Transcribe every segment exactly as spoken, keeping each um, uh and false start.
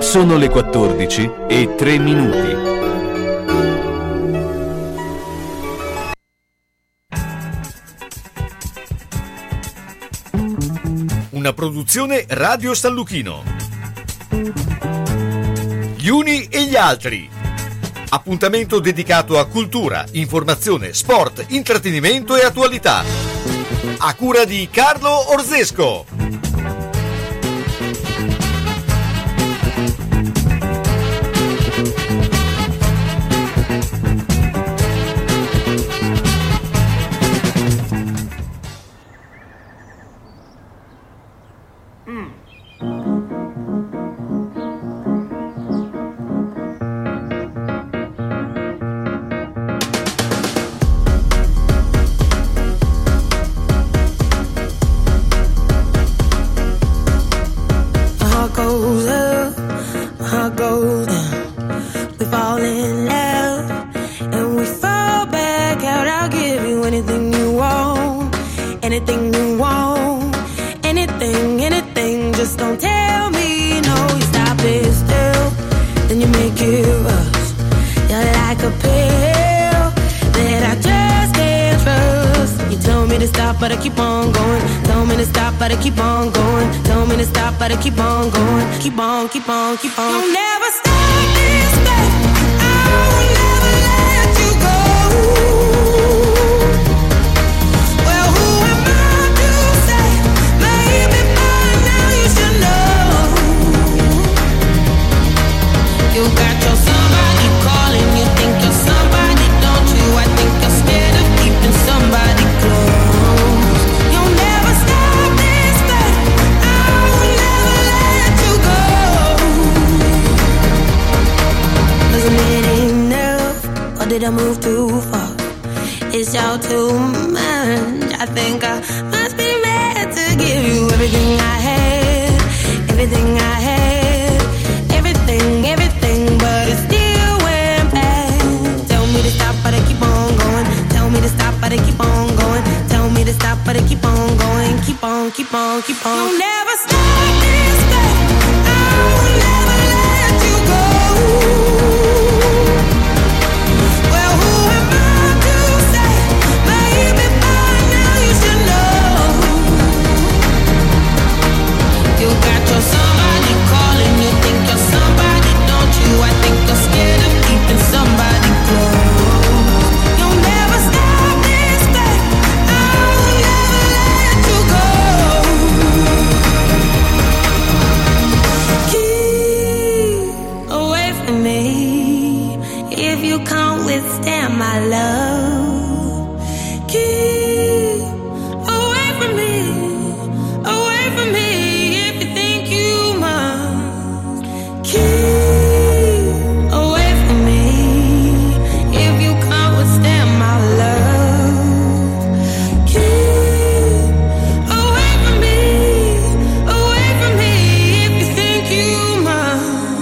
Sono le quattordici e tre minuti. Una produzione Radio San Luchino. Gli uni e gli altri. Appuntamento dedicato a cultura, informazione, sport, intrattenimento e attualità. A cura di Carlo Orzesco. Keep on, keep on, keep on. You'll never stop this thing. I will never let you go. Well, who am I to say? Maybe by now you should know. You got your somebody calling. You think you're somebody, don't you? I think you're scared of keeping somebody close. You'll never stop this thing. I will never let you go. Wasn't it enough, or did I move too far? It's all too much. I think I must be mad to give you everything I had, everything I had, everything, everything, but it still went bad. Tell me to stop, but I keep on going. Tell me to stop, but I keep on going. Tell me to stop, but I keep on going. Keep on, keep on, keep on. You'll never stop this thing. I will never let you go. Well, who am I to say? Maybe by now you should know. You got your somebody calling. You think you're somebody, don't you? I think you're scared of keeping somebody close. You'll never stop this thing. I will never let you go. Keep away from me if you can't withstand my love. Keep away from me, away from me if you think you must. Keep away from me if you can't withstand my love. Keep away from me, away from me if you think you must.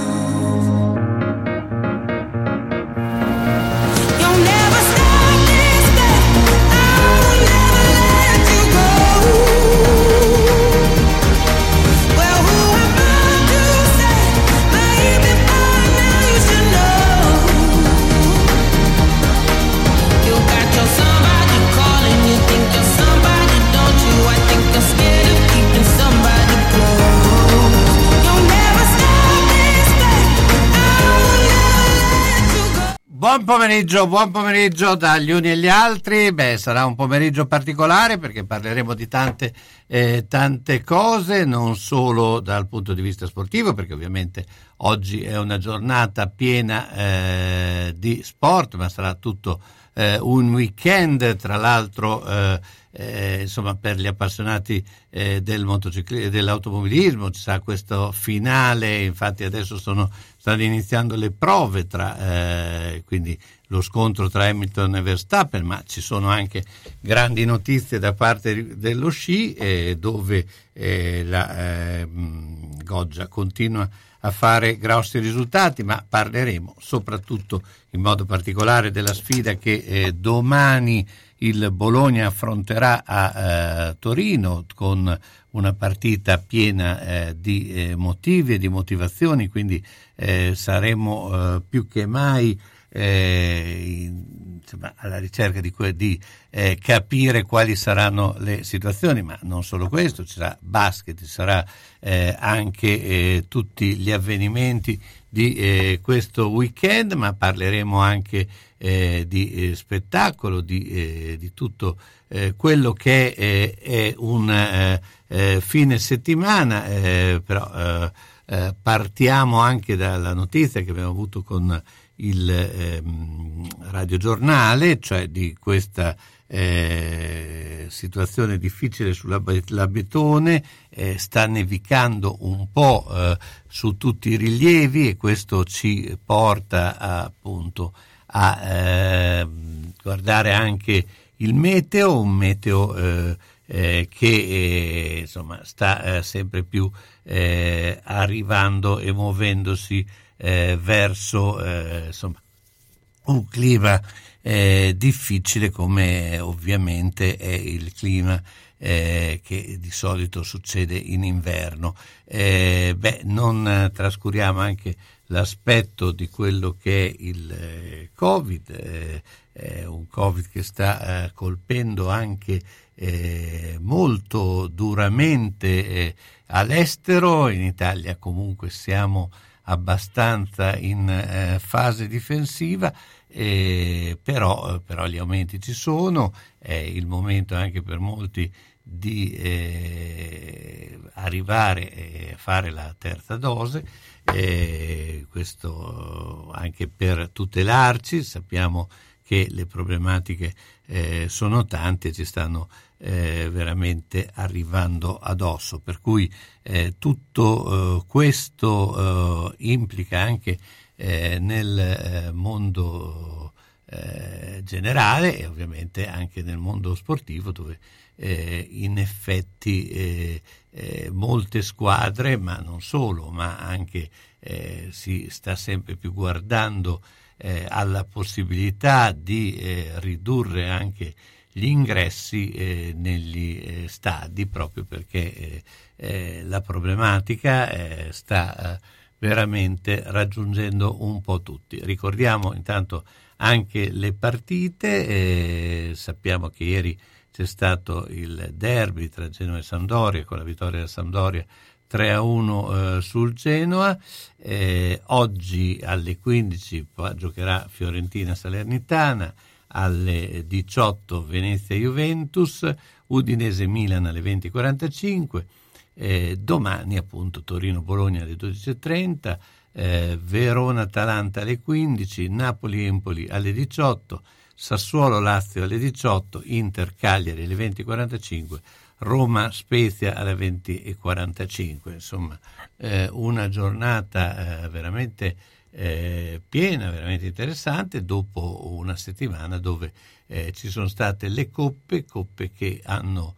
You'll never stop this thing. I will never let you go. Well, who am I to say? Maybe by now you should know. You got your somebody calling. You think you're somebody, don't you? I think you're scared of keeping somebody close. You'll never stop this thing. I will never let you go. Buon pomeriggio, buon pomeriggio dagli uni e gli altri. Beh, sarà un pomeriggio particolare perché parleremo di tante, eh, tante cose, non solo dal punto di vista sportivo, perché ovviamente oggi è una giornata piena eh, di sport, ma sarà tutto eh, un weekend, tra l'altro eh, eh, insomma per gli appassionati eh, del motociclismo, dell'automobilismo ci sarà questo finale. Infatti adesso sono stanno iniziando le prove tra eh, quindi lo scontro tra Hamilton e Verstappen, ma ci sono anche grandi notizie da parte dello sci eh, dove eh, la eh, Goggia continua a fare grossi risultati, ma parleremo soprattutto in modo particolare della sfida che eh, domani il Bologna affronterà a eh, Torino con una partita piena eh, di eh, motivi e di motivazioni, quindi eh, saremo eh, più che mai eh, in, insomma, alla ricerca di, que- di eh, capire quali saranno le situazioni, ma non solo questo, ci sarà basket, ci sarà eh, anche eh, tutti gli avvenimenti di eh, questo weekend, ma parleremo anche eh, di eh, spettacolo, di, eh, di tutto eh, quello che è, è un eh, eh, fine settimana, eh, però eh, eh, partiamo anche dalla notizia che abbiamo avuto con il eh, radiogiornale, cioè di questa eh, situazione difficile sull'Abetone. Eh, sta nevicando un po' eh, su tutti i rilievi, e questo ci porta a, appunto a eh, guardare anche il meteo, un meteo eh, eh, che eh, insomma sta eh, sempre più eh, arrivando e muovendosi eh, verso eh, insomma un clima eh, difficile, come ovviamente è il clima eh, che di solito succede in inverno. Eh, beh, non trascuriamo anche l'aspetto di quello che è il eh, Covid, eh, è un Covid che sta eh, colpendo anche eh, molto duramente eh, all'estero. In Italia comunque siamo abbastanza in eh, fase difensiva, eh, però, però gli aumenti ci sono, è il momento anche per molti di eh, arrivare a fare la terza dose, eh, questo anche per tutelarci. Sappiamo che le problematiche eh, sono tante e ci stanno eh, veramente arrivando addosso, per cui eh, tutto eh, questo eh, implica anche eh, nel eh, mondo eh, generale, e ovviamente anche nel mondo sportivo, dove eh, in effetti eh, eh, molte squadre, ma non solo, ma anche eh, si sta sempre più guardando eh, alla possibilità di eh, ridurre anche gli ingressi eh, negli eh, stadi, proprio perché eh, eh, la problematica eh, sta eh, veramente raggiungendo un po' tutti. Ricordiamo intanto anche le partite, eh, sappiamo che ieri c'è stato il derby tra Genoa e Sampdoria, con la vittoria della Sampdoria tre a uno eh, sul Genoa. Eh, oggi alle quindici giocherà Fiorentina-Salernitana, alle diciotto Venezia-Juventus, Udinese-Milan alle venti e quarantacinque, eh, domani appunto Torino-Bologna alle dodici e trenta, eh, Verona-Atalanta alle quindici, Napoli-Empoli alle diciotto, Sassuolo-Lazio alle diciotto, Inter-Cagliari alle venti e quarantacinque, Roma-Spezia alle venti e quarantacinque. Insomma, eh, una giornata eh, veramente eh, piena, veramente interessante, dopo una settimana dove eh, ci sono state le coppe, coppe che hanno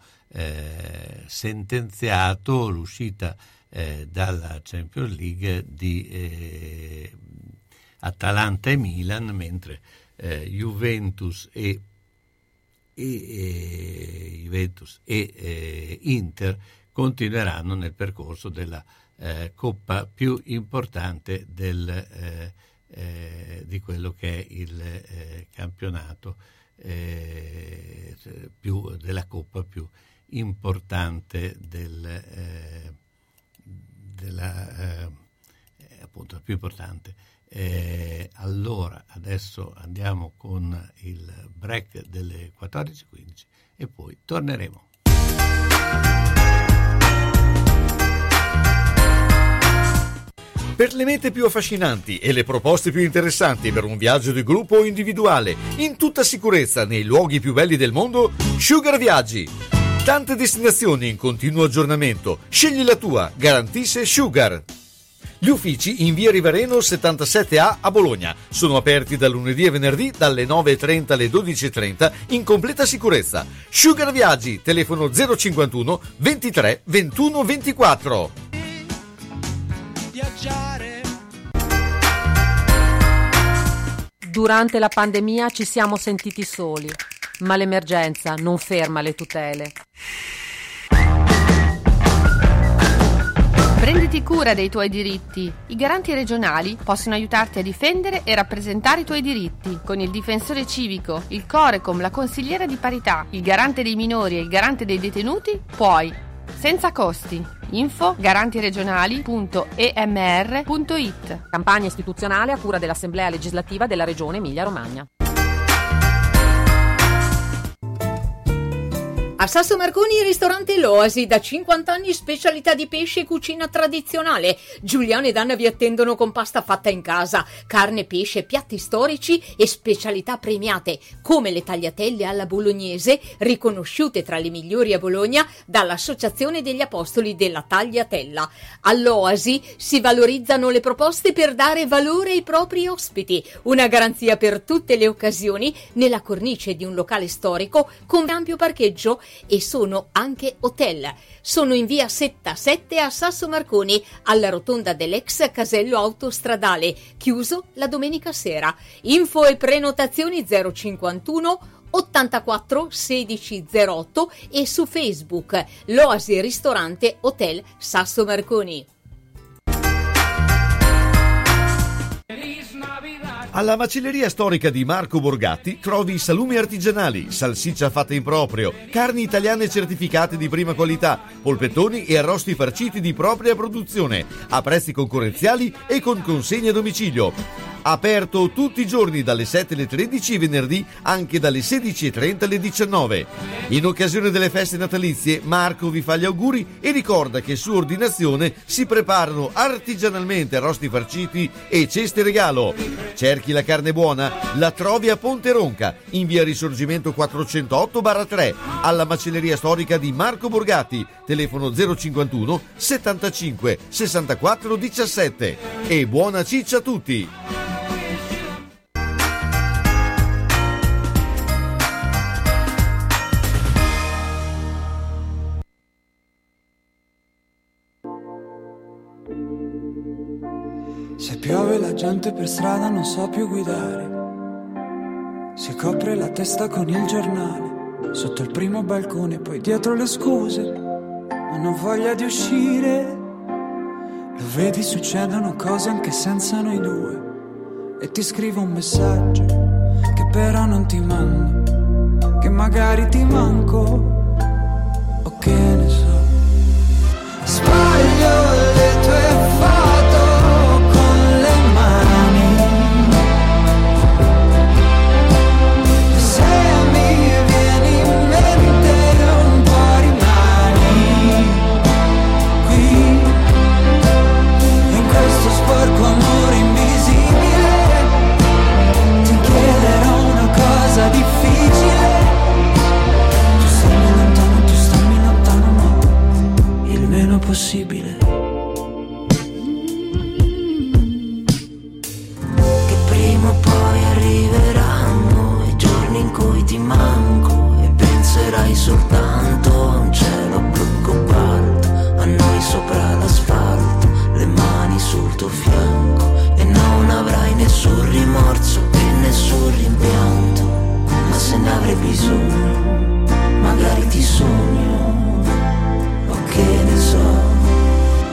eh, sentenziato l'uscita eh, dalla Champions League di eh, Atalanta e Milan, mentre eh, Juventus e E, e Juventus e eh, Inter continueranno nel percorso della eh, coppa più importante del, eh, eh, di quello che è il eh, campionato eh, più della coppa più importante del eh, della eh, appunto più importante. Eh, allora adesso andiamo con il break delle quattordici e quindici e poi torneremo. Per le mete più affascinanti e le proposte più interessanti per un viaggio di gruppo o individuale, in tutta sicurezza nei luoghi più belli del mondo, Sugar Viaggi. Tante destinazioni in continuo aggiornamento. Scegli la tua, garantisce Sugar. Gli uffici in via Rivareno settantasette A a Bologna sono aperti da lunedì e venerdì dalle nove e trenta alle dodici e trenta in completa sicurezza. Sugar Viaggi, telefono zero cinquantuno ventitré ventuno ventiquattro. Durante la pandemia ci siamo sentiti soli. ma l'emergenza non ferma le tutele. Prenditi cura dei tuoi diritti. I garanti regionali possono aiutarti a difendere e rappresentare i tuoi diritti. Con il difensore civico, il Corecom, la consigliera di parità, il garante dei minori e il garante dei detenuti, puoi, senza costi. Info garantiregionali punto e m r punto i t. Campagna istituzionale a cura dell'Assemblea legislativa della Regione Emilia-Romagna. A Sasso Marconi, ristorante L'Oasi, da cinquanta anni specialità di pesce e cucina tradizionale. Giuliano ed Anna vi attendono con pasta fatta in casa, carne, pesce, piatti storici e specialità premiate, come le tagliatelle alla bolognese, riconosciute tra le migliori a Bologna dall'Associazione degli Apostoli della Tagliatella. All'Oasi si valorizzano le proposte per dare valore ai propri ospiti, una garanzia per tutte le occasioni nella cornice di un locale storico con ampio parcheggio, e sono anche hotel. Sono in via settantasette a Sasso Marconi, alla rotonda dell'ex casello autostradale, chiuso la domenica sera. Info e prenotazioni zero cinquantuno ottantaquattro sedici zero otto e su Facebook L'Oasi Ristorante Hotel Sasso Marconi. Alla macelleria storica di Marco Borgatti trovi salumi artigianali, salsiccia fatta in proprio, carni italiane certificate di prima qualità, polpettoni e arrosti farciti di propria produzione, a prezzi concorrenziali e con consegna a domicilio. Aperto tutti i giorni dalle sette alle tredici e venerdì anche dalle sedici e trenta alle diciannove. In occasione delle feste natalizie Marco vi fa gli auguri e ricorda che su ordinazione si preparano artigianalmente arrosti farciti e ceste regalo. Cerchi la carne buona? La trovi a Ponte Ronca, in via Risorgimento quattrocentootto tre, alla macelleria storica di Marco Borgatti, telefono zero cinquantuno settantacinque sessantaquattro diciassette. E buona ciccia a tutti! Se piove la gente per strada non sa più guidare, si copre la testa con il giornale, sotto il primo balcone, poi dietro le scuse, non ho voglia di uscire. Lo vedi, succedono cose anche senza noi due, e ti scrivo un messaggio che però non ti mando, che magari ti manco, o che ne so. Sbaglio le tue foto con le mani, se mi vieni in mente un po' rimani qui, in questo sporco amore invisibile. Ti chiederò una cosa difficile, tu stammi lontano, tu stammi lontano, ma il meno possibile. Che prima o poi arriveranno i giorni in cui ti manco e penserai soltanto a un cielo blu cobalto, a noi sopra l'asfalto, le mani sul tuo fianco, e non avrai nessun rimorso e nessun rimpianto, ma se ne avrai bisogno magari ti sogno, o che ne so.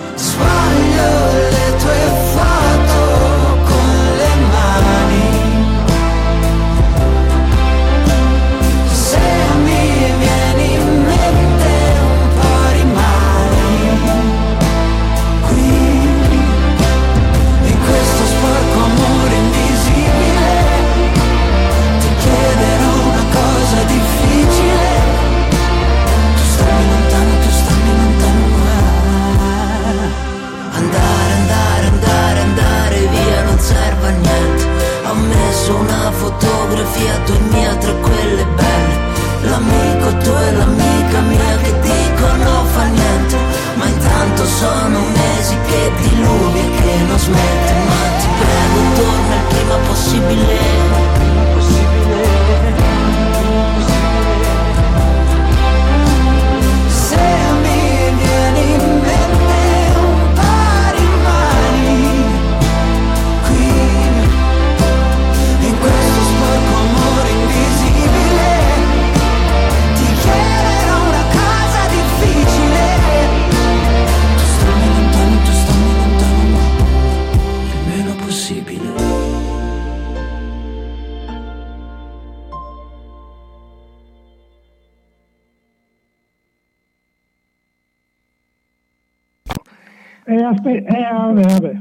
Eh, aspetta, eh, vabbè, vabbè.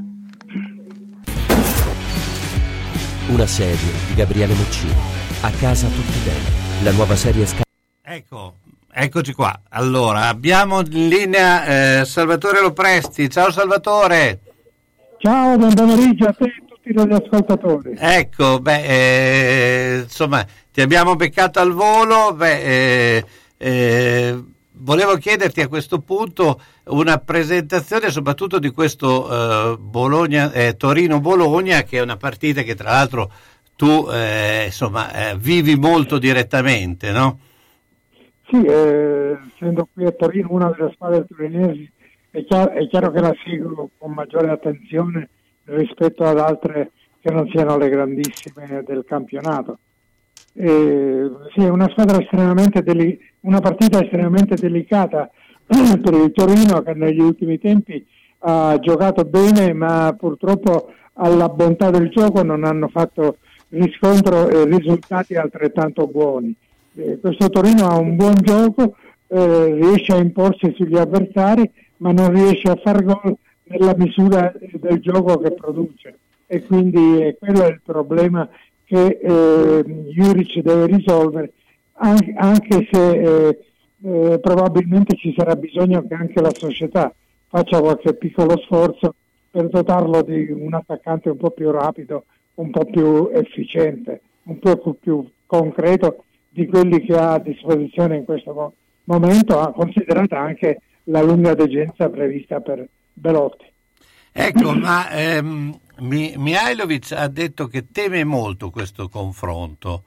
Una serie di Gabriele Muccini. A casa tutti bene. La nuova serie Sky. Ecco, eccoci qua. Allora, abbiamo in linea eh, Salvatore Lopresti. Ciao Salvatore. Ciao, buon pomeriggio a te e a tutti gli ascoltatori. Ecco, beh, eh, insomma, ti abbiamo beccato al volo. Beh, eh, eh, volevo chiederti a questo punto una presentazione soprattutto di questo eh, Bologna, eh, Torino-Bologna, che è una partita che tra l'altro tu eh, insomma eh, vivi molto direttamente, no? Sì, eh, essendo qui a Torino una delle squadre torinesi, è chiaro, è chiaro che la seguo con maggiore attenzione rispetto ad altre che non siano le grandissime del campionato. Eh, sì, è una squadra estremamente deli- una partita estremamente delicata per il Torino, che negli ultimi tempi ha giocato bene, ma purtroppo alla bontà del gioco non hanno fatto riscontro e risultati altrettanto buoni. Eh, questo Torino ha un buon gioco, eh, riesce a imporsi sugli avversari, ma non riesce a far gol nella misura del gioco che produce, e quindi eh, quello è il problema che eh, Juric deve risolvere, anche, anche se eh, eh, probabilmente ci sarà bisogno che anche la società faccia qualche piccolo sforzo per dotarlo di un attaccante un po' più rapido, un po' più efficiente, un po' più concreto di quelli che ha a disposizione in questo momento, considerata anche la lunga degenza prevista per Belotti. Ecco, ma ehm, Mihajlovic ha detto che teme molto questo confronto.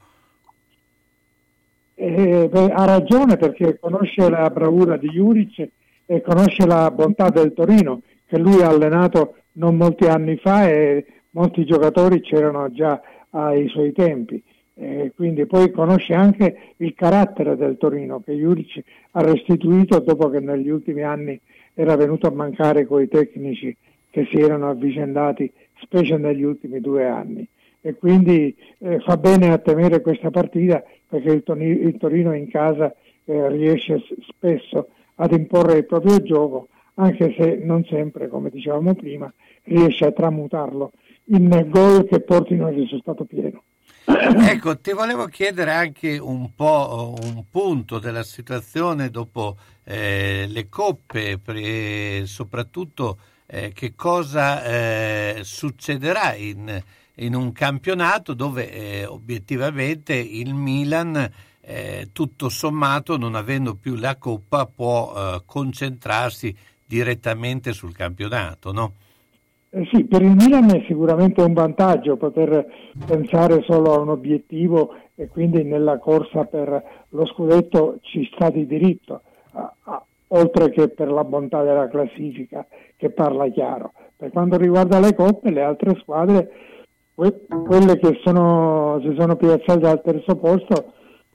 Eh, beh, ha ragione, perché conosce la bravura di Juric e conosce la bontà del Torino, che lui ha allenato non molti anni fa e molti giocatori c'erano già ai suoi tempi. Eh, quindi poi conosce anche il carattere del Torino, che Juric ha restituito dopo che negli ultimi anni era venuto a mancare coi tecnici che si erano avvicendati, specie negli ultimi due anni. E quindi eh, fa bene a temere questa partita, perché il, Toni, il Torino in casa eh, riesce spesso ad imporre il proprio gioco, anche se non sempre, come dicevamo prima, riesce a tramutarlo in gol che portino al risultato pieno. Ecco, ti volevo chiedere anche un po' un punto della situazione dopo eh, le coppe, e soprattutto eh, che cosa eh, succederà in, in un campionato dove eh, obiettivamente il Milan, eh, tutto sommato, non avendo più la coppa, può eh, concentrarsi direttamente sul campionato, no? Eh sì, per il Milan è sicuramente un vantaggio poter pensare solo a un obiettivo, e quindi nella corsa per lo scudetto ci sta di diritto, a, a, oltre che per la bontà della classifica che parla chiaro. Per quanto riguarda le coppe, le altre squadre, que- quelle che sono, si sono piazzate al terzo posto,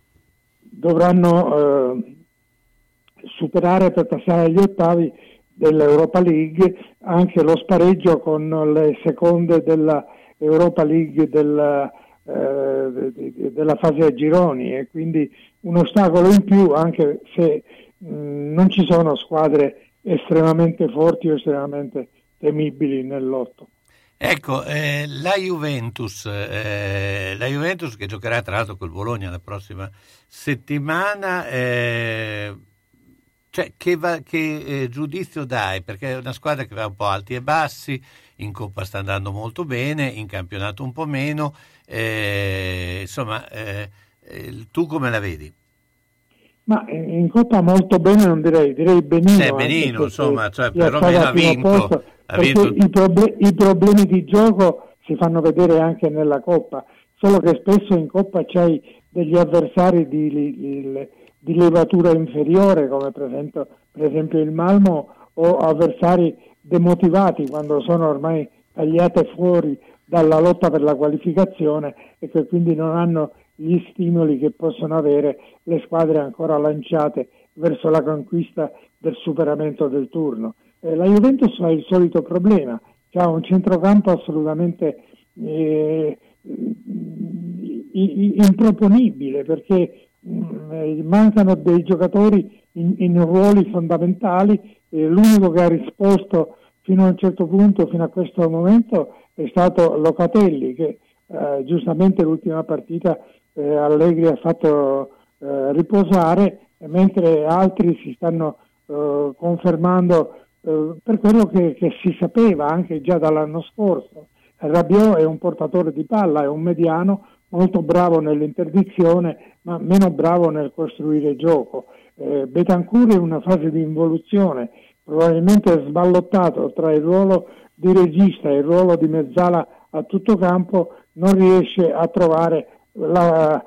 dovranno eh, superare per passare agli ottavi dell'Europa League anche lo spareggio con le seconde della Europa League della, eh, della fase a gironi, e quindi un ostacolo in più, anche se mh, non ci sono squadre estremamente forti o estremamente temibili nel lotto. Ecco, eh, la Juventus, eh, la Juventus che giocherà tra l'altro col Bologna la prossima settimana, eh, cioè che, va, che eh, giudizio dai? Perché è una squadra che va un po' alti e bassi, in Coppa sta andando molto bene, in campionato un po' meno, eh, insomma, eh, eh, tu come la vedi? Ma in Coppa molto bene non direi, direi benino. Eh, benino, insomma, cioè, perlomeno ha vinto. Posto, ha vinto. I, proble- I problemi di gioco si fanno vedere anche nella Coppa, solo che spesso in Coppa c'hai degli avversari di, di, di, di levatura inferiore, come per esempio, per esempio il Malmo, o avversari demotivati quando sono ormai tagliate fuori dalla lotta per la qualificazione, e che quindi non hanno gli stimoli che possono avere le squadre ancora lanciate verso la conquista del superamento del turno. Eh, la Juventus ha il solito problema, che ha un centrocampo assolutamente eh, improponibile, perché mh, mancano dei giocatori in, in ruoli fondamentali. Eh, l'unico che ha risposto fino a un certo punto, fino a questo momento, è stato Locatelli che eh, giustamente l'ultima partita eh, Allegri ha fatto eh, riposare, mentre altri si stanno eh, confermando eh, per quello che, che si sapeva anche già dall'anno scorso. Rabiot è un portatore di palla, è un mediano molto bravo nell'interdizione, ma meno bravo nel costruire gioco. Eh, Bentancur è in una fase di involuzione, probabilmente sballottato tra il ruolo di regista e il ruolo di mezzala a tutto campo, non riesce a trovare la,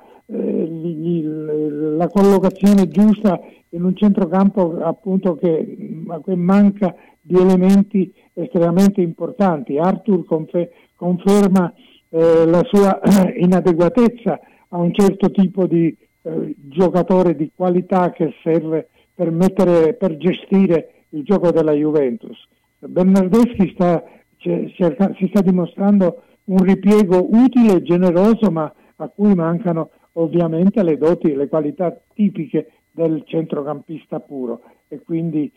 eh, la collocazione giusta in un centrocampo appunto che, che manca di elementi estremamente importanti. Arthur confe- conferma eh, la sua inadeguatezza a un certo tipo di eh, giocatore di qualità che serve per mettere, per gestire il gioco della Juventus. Bernardeschi sta, cerca, si sta dimostrando un ripiego utile e generoso, ma a cui mancano ovviamente le doti, le qualità tipiche del centrocampista puro, e quindi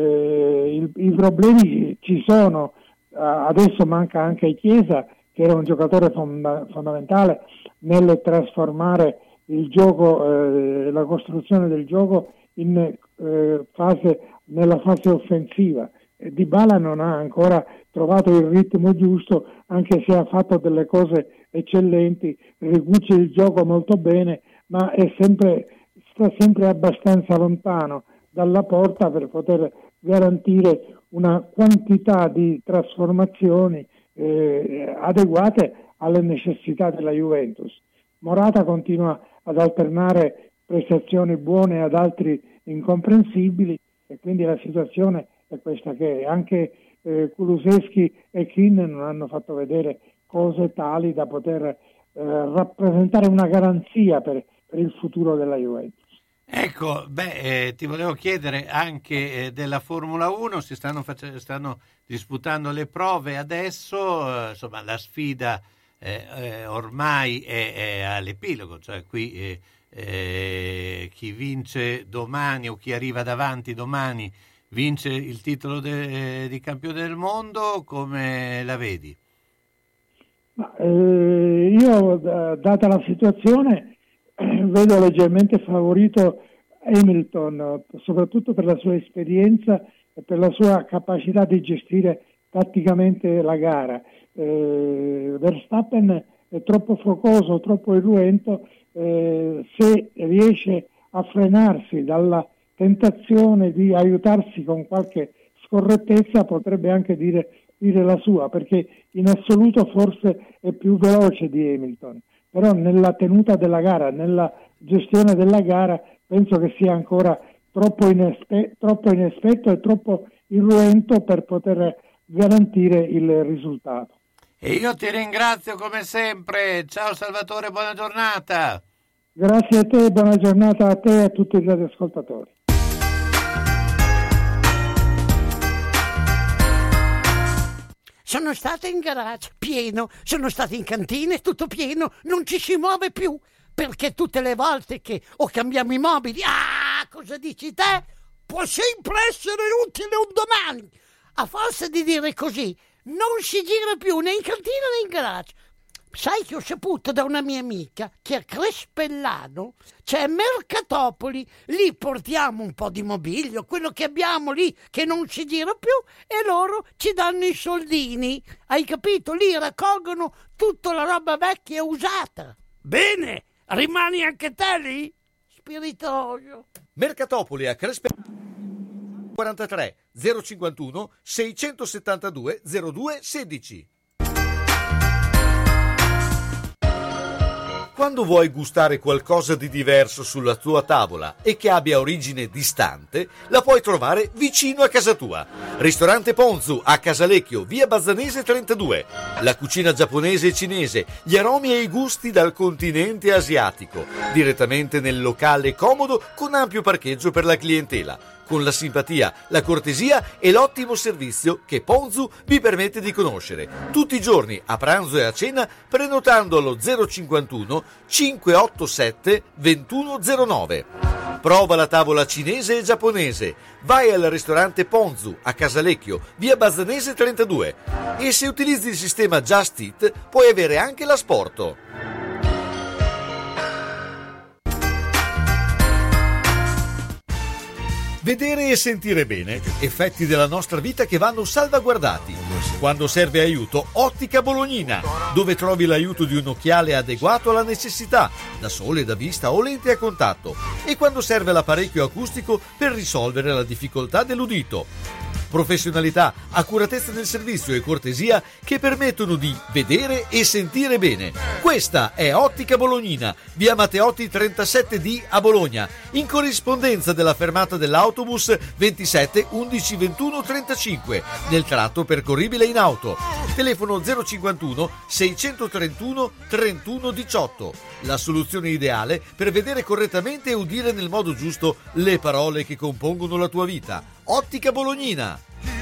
eh, il, i problemi ci sono. Adesso manca anche Chiesa, che era un giocatore fonda- fondamentale nel trasformare il gioco, eh, la costruzione del gioco in eh, fase, nella fase offensiva. Dybala non ha ancora trovato il ritmo giusto, anche se ha fatto delle cose eccellenti, ricuce il gioco molto bene, ma è sempre, sta sempre abbastanza lontano dalla porta per poter garantire una quantità di trasformazioni eh, adeguate alle necessità della Juventus. Morata continua ad alternare prestazioni buone ad altri incomprensibili, e quindi la situazione è questa che è. Anche eh, Kulusevski e Keane non hanno fatto vedere cose tali da poter eh, rappresentare una garanzia per, per il futuro della Juventus. Ecco, beh, eh, ti volevo chiedere anche eh, della Formula uno, si stanno, face- stanno disputando le prove adesso, eh, insomma la sfida eh, eh, ormai è, è all'epilogo, cioè qui eh, eh, chi vince domani o chi arriva davanti domani vince il titolo de- di campione del mondo. Come la vedi? Ma, eh, io, data la situazione, vedo leggermente favorito Hamilton, soprattutto per la sua esperienza e per la sua capacità di gestire tatticamente la gara. Eh, Verstappen è troppo focoso, troppo irruento, eh, se riesce a frenarsi dalla tentazione di aiutarsi con qualche scorrettezza potrebbe anche dire, dire la sua, perché in assoluto forse è più veloce di Hamilton. Però nella tenuta della gara, nella gestione della gara, penso che sia ancora troppo, inespe- troppo inesperto e troppo irruento per poter garantire il risultato. E io ti ringrazio come sempre. Ciao Salvatore, buona giornata. Grazie a te, buona giornata a te e a tutti i radioascoltatori. Sono stato in garage, pieno, sono stato in cantina, tutto pieno, non ci si muove più, perché tutte le volte che o cambiamo i mobili, ah, cosa dici te? Può sempre essere utile un domani. A forza di dire così, non si gira più né in cantina né in garage. Sai che ho saputo da una mia amica che a Crespellano c'è Mercatopoli, lì portiamo un po' di mobilio, quello che abbiamo lì che non si gira più, e loro ci danno i soldini, hai capito? Lì raccolgono tutta la roba vecchia e usata. Bene, rimani anche te lì? Spiritoso. Mercatopoli a Crespellano quarantatré zero cinquantuno seicentosettantadue zero due sedici. Quando vuoi gustare qualcosa di diverso sulla tua tavola e che abbia origine distante, la puoi trovare vicino a casa tua. Ristorante Ponzu a Casalecchio, via Bazzanese trentadue. La cucina giapponese e cinese, gli aromi e i gusti dal continente asiatico. Direttamente nel locale comodo con ampio parcheggio per la clientela. Con la simpatia, la cortesia e l'ottimo servizio che Ponzu vi permette di conoscere. Tutti i giorni, a pranzo e a cena, prenotando allo zero cinquantuno cinquecentottantasette ventuno zero nove. Prova la tavola cinese e giapponese. Vai al ristorante Ponzu a Casalecchio, via Bazzanese trentadue. E se utilizzi il sistema Just Eat puoi avere anche l'asporto. Vedere e sentire bene, effetti della nostra vita che vanno salvaguardati. Quando serve aiuto, Ottica Bolognina, dove trovi l'aiuto di un occhiale adeguato alla necessità, da sole, da vista o lenti a contatto, e quando serve l'apparecchio acustico per risolvere la difficoltà dell'udito. Professionalità, accuratezza del servizio e cortesia che permettono di vedere e sentire bene. Questa è Ottica Bolognina, via Matteotti trentasette D a Bologna, in corrispondenza della fermata dell'autobus ventisette undici ventuno trentacinque, nel tratto percorribile in auto. Telefono zero cinquantuno seicentotrentuno trentuno diciotto. La soluzione ideale per vedere correttamente e udire nel modo giusto le parole che compongono la tua vita. Ottica Bolognina.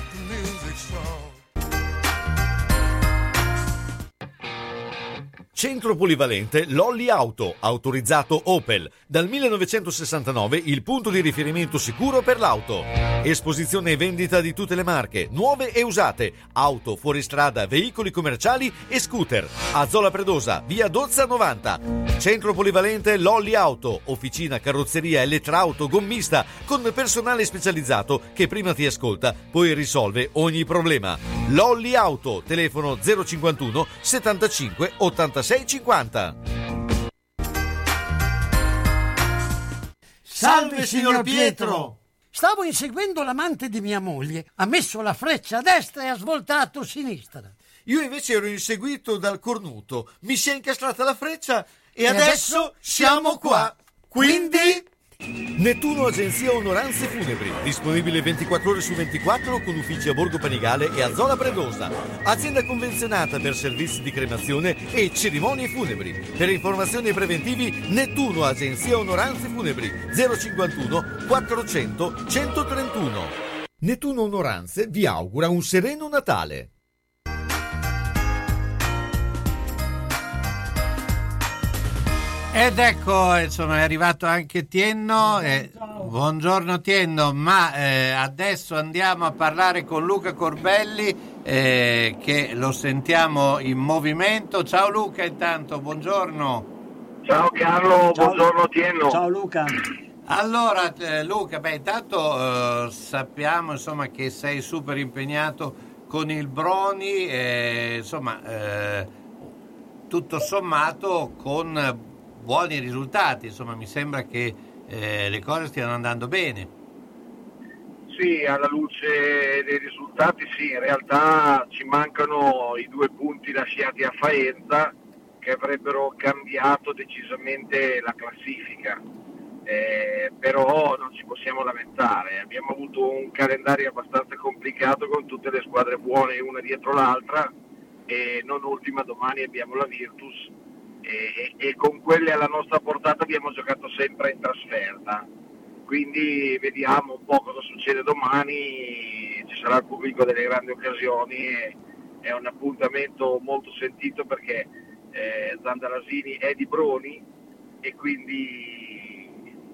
Centro polivalente Lolli Auto, autorizzato Opel. Dal millenovecentosessantanove il punto di riferimento sicuro per l'auto. Esposizione e vendita di tutte le marche, nuove e usate, auto, fuoristrada, veicoli commerciali e scooter. A Zola Predosa, via Dozza novanta. Centro polivalente Lolli Auto, officina, carrozzeria, elettrauto, gommista, con personale specializzato che prima ti ascolta, poi risolve ogni problema. Lolli Auto, telefono zero cinquantuno settantacinque ottantasei cinquanta. Salve signor Pietro! Stavo inseguendo l'amante di mia moglie, ha messo la freccia a destra e ha svoltato a sinistra. Io invece ero inseguito dal cornuto, mi si è incastrata la freccia e, e adesso, adesso siamo qua. Quindi... Nettuno Agenzia Onoranze Funebri, disponibile ventiquattro ore su ventiquattro con uffici a Borgo Panigale e a Zola Predosa. Azienda convenzionata per servizi di cremazione e cerimonie funebri. Per informazioni e preventivi Nettuno Agenzia Onoranze Funebri zero cinquantuno quattrocento centotrentuno. Nettuno Onoranze vi augura un sereno Natale. Ed ecco, insomma, è arrivato anche Tienno. Eh, buongiorno Tienno, ma eh, adesso andiamo a parlare con Luca Corbelli, eh, che lo sentiamo in movimento. Ciao Luca, intanto, buongiorno. Ciao Carlo, ciao. Buongiorno Tienno. Ciao Luca. Allora eh, Luca, beh, intanto eh, sappiamo insomma che sei super impegnato con il Broni, eh, insomma, eh, tutto sommato con buoni risultati, insomma mi sembra che eh, le cose stiano andando bene. Sì, alla luce dei risultati sì, in realtà ci mancano i due punti lasciati a Faenza che avrebbero cambiato decisamente la classifica, eh, però non ci possiamo lamentare, abbiamo avuto un calendario abbastanza complicato con tutte le squadre buone una dietro l'altra e non ultima domani abbiamo la Virtus. E, e con quelle alla nostra portata abbiamo giocato sempre in trasferta, quindi vediamo un po' cosa succede domani. Ci sarà il pubblico delle grandi occasioni e è un appuntamento molto sentito perché eh, Zandalasini è di Broni e quindi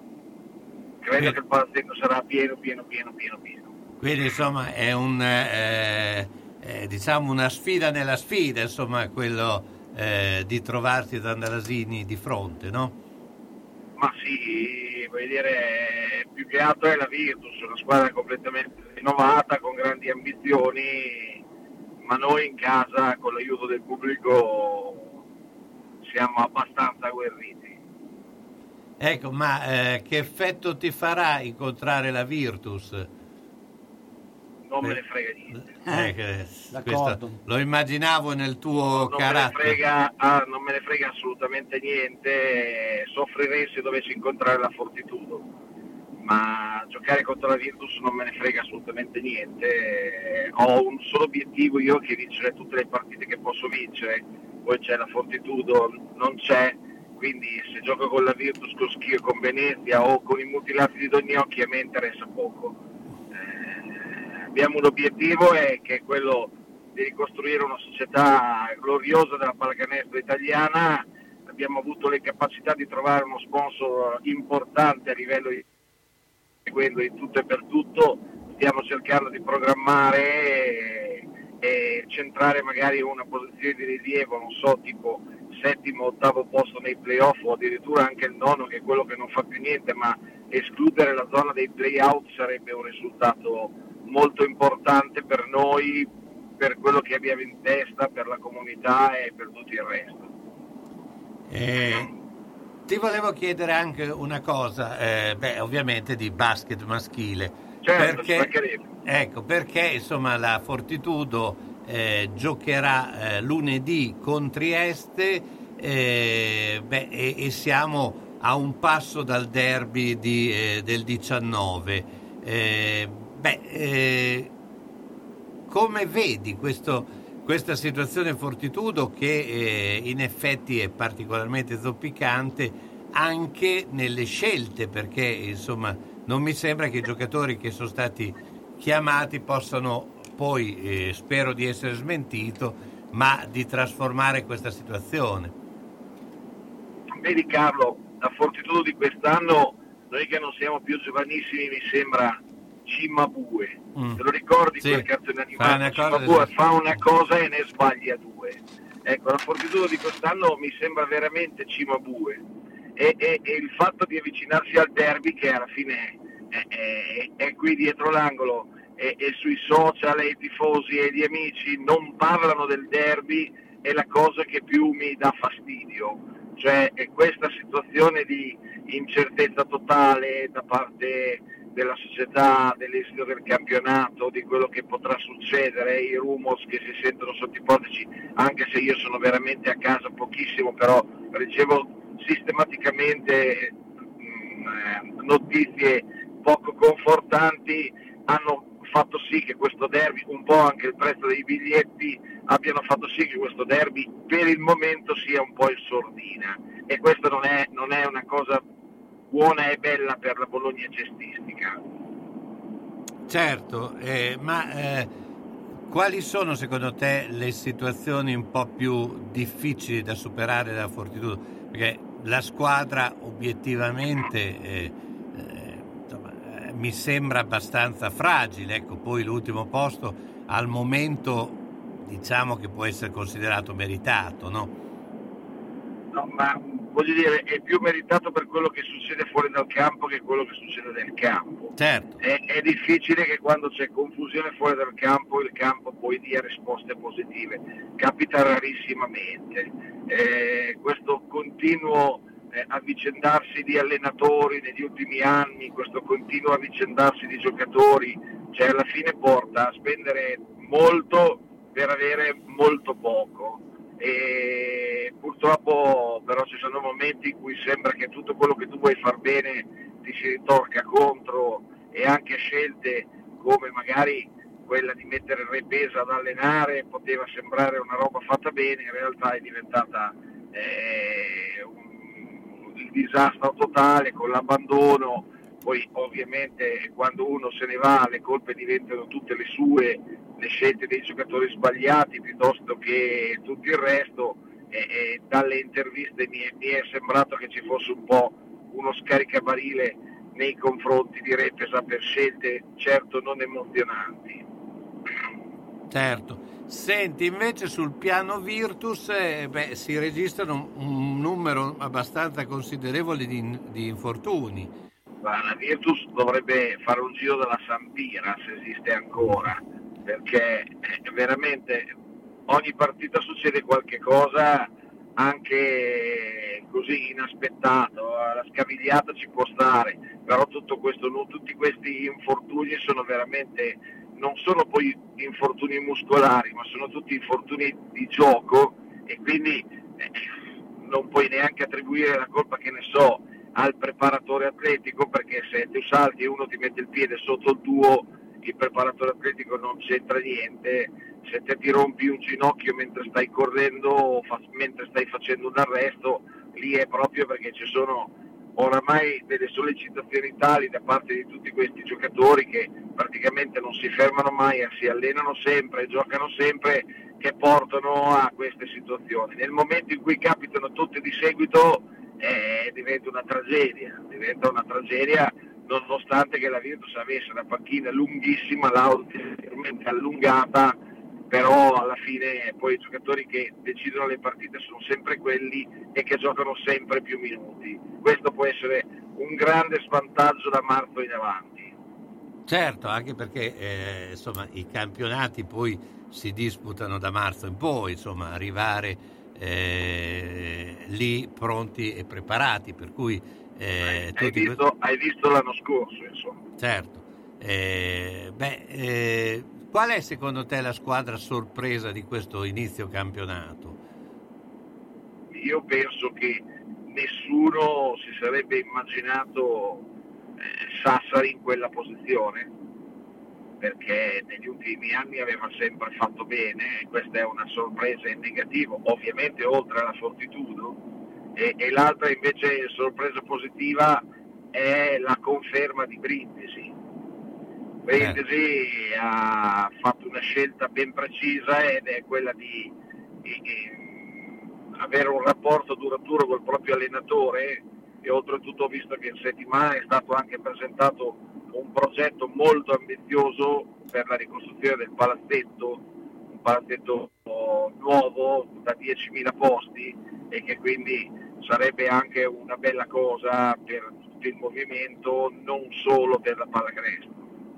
credo eh. che il palazzetto sarà pieno pieno pieno pieno pieno. Quindi insomma è un eh, eh, diciamo una sfida nella sfida, insomma, quello Eh, di trovarsi Zandalasini di fronte, no? Ma sì, vuol dire, più che altro è la Virtus, una squadra completamente rinnovata, con grandi ambizioni, ma noi in casa, con l'aiuto del pubblico, siamo abbastanza agguerriti. Ecco, ma eh, che effetto ti farà incontrare la Virtus? Non me ne frega niente. Eh, questo lo immaginavo nel tuo non carattere. Me ne frega, ah, non me ne frega assolutamente niente, soffrirei se dovessi incontrare la Fortitudo, ma giocare contro la Virtus non me ne frega assolutamente niente. Ho un solo obiettivo io, che è vincere tutte le partite che posso vincere, poi c'è la Fortitudo, non c'è, quindi se gioco con la Virtus, con Schio, con Venezia o con i mutilati di Dognocchi a me interessa poco. Abbiamo un obiettivo eh, che è quello di ricostruire una società gloriosa della pallacanestro italiana. Abbiamo avuto le capacità di trovare uno sponsor importante a livello seguendo in tutto e per tutto, stiamo cercando di programmare e, e centrare magari una posizione di rilievo, non so, tipo settimo, ottavo posto nei playoff o addirittura anche il nono, che è quello che non fa più niente, ma escludere la zona dei playout sarebbe un risultato molto importante per noi, per quello che abbiamo in testa, per la comunità e per tutto il resto. Eh, ti volevo chiedere anche una cosa, eh, beh, ovviamente di basket maschile. Certo, perché, ecco, perché insomma la Fortitudo eh, giocherà eh, lunedì con Trieste eh, beh, e, e siamo a un passo dal derby di, eh, del diciannove. Eh, beh, eh, come vedi questo, questa situazione Fortitudo che eh, in effetti è particolarmente zoppicante anche nelle scelte, perché insomma non mi sembra che i giocatori che sono stati chiamati possano poi, eh, spero di essere smentito, ma di trasformare questa situazione. Vedi Carlo, la Fortitudo di quest'anno, noi che non siamo più giovanissimi, mi sembra Cimabue. Mm. Te lo ricordi Sì. quel cartone Fa animato? una cosa Cimabue di- fa una cosa e ne sbaglia due. Ecco, la Fortitudo di quest'anno mi sembra veramente Cimabue. E, e, e il fatto di avvicinarsi al derby, che alla fine è, è, è qui dietro l'angolo, e, e sui social e i tifosi e gli amici non parlano del derby, è la cosa che più mi dà fastidio. Cioè è questa situazione di incertezza totale da parte della società, dell'esito del campionato, di quello che potrà succedere, i rumors che si sentono sotto i portici, anche se io sono veramente a casa pochissimo, però ricevo sistematicamente mh, notizie poco confortanti, hanno fatto sì che questo derby, un po' anche il prezzo dei biglietti, abbiano fatto sì che questo derby per il momento sia un po' in sordina, e questo non è, non è una cosa buona e bella per la Bologna cestistica. Certo, eh, ma eh, quali sono secondo te le situazioni un po' più difficili da superare dalla Fortitudo? Perché la squadra obiettivamente eh, eh, insomma, eh, mi sembra abbastanza fragile, ecco, poi l'ultimo posto al momento diciamo che può essere considerato meritato, no? No, ma voglio dire, è più meritato per quello che succede fuori dal campo che quello che succede nel campo. Certo. È, è difficile che quando c'è confusione fuori dal campo il campo poi dia risposte positive. Capita rarissimamente. Eh, questo continuo eh, avvicendarsi di allenatori negli ultimi anni, questo continuo avvicendarsi di giocatori, cioè alla fine porta a spendere molto per avere molto poco. E purtroppo però ci sono momenti in cui sembra che tutto quello che tu vuoi far bene ti si ritorca contro, e anche scelte come magari quella di mettere il Re Pesa ad allenare poteva sembrare una roba fatta bene, in realtà è diventata eh, un, il disastro totale con l'abbandono. Poi ovviamente quando uno se ne va le colpe diventano tutte le sue, le scelte dei giocatori sbagliati piuttosto che tutto il resto, e, e dalle interviste mi è, mi è sembrato che ci fosse un po' uno scaricabarile nei confronti di Re Pesa per scelte certo non emozionanti. Certo. Senti, invece sul piano Virtus eh, beh, si registrano un, un numero abbastanza considerevole di, di infortuni. La Virtus dovrebbe fare un giro della Sampira, se esiste ancora, perché veramente ogni partita succede qualche cosa anche così inaspettato. La scavigliata ci può stare, però tutto questo, tutti questi infortuni sono veramente, non sono poi infortuni muscolari, ma sono tutti infortuni di gioco, e quindi eh, non puoi neanche attribuire la colpa, che ne so, al preparatore atletico, perché se tu salti e uno ti mette il piede sotto il tuo, il preparatore atletico non c'entra niente. Se te ti rompi un ginocchio mentre stai correndo o fa, mentre stai facendo un arresto, lì è proprio perché ci sono oramai delle sollecitazioni tali da parte di tutti questi giocatori che praticamente non si fermano mai, si allenano sempre, giocano sempre, che portano a queste situazioni. Nel momento in cui capitano tutte di seguito eh, diventa una tragedia, diventa una tragedia nonostante che la Virtus avesse una panchina lunghissima, leggermente allungata, però alla fine poi i giocatori che decidono le partite sono sempre quelli e che giocano sempre più minuti. Questo può essere un grande svantaggio da marzo in avanti. Certo, anche perché eh, insomma i campionati poi si disputano da marzo in poi, insomma arrivare eh, lì pronti e preparati, per cui eh, hai, visto, que- hai visto l'anno scorso, insomma. Certo. Eh, beh, eh, qual è secondo te la squadra sorpresa di questo inizio campionato? Io penso che nessuno si sarebbe immaginato eh, Sassari in quella posizione, perché negli ultimi anni aveva sempre fatto bene, e questa è una sorpresa in negativo, ovviamente oltre alla Fortitudo, e, e l'altra invece sorpresa positiva è la conferma di Brindisi. Brindisi eh. ha fatto una scelta ben precisa ed è quella di, di, di avere un rapporto duraturo col proprio allenatore, e oltretutto ho visto che in settimana è stato anche presentato un progetto molto ambizioso per la ricostruzione del palazzetto, un palazzetto nuovo da diecimila posti, e che quindi sarebbe anche una bella cosa per tutto il movimento, non solo per la pallacanestro.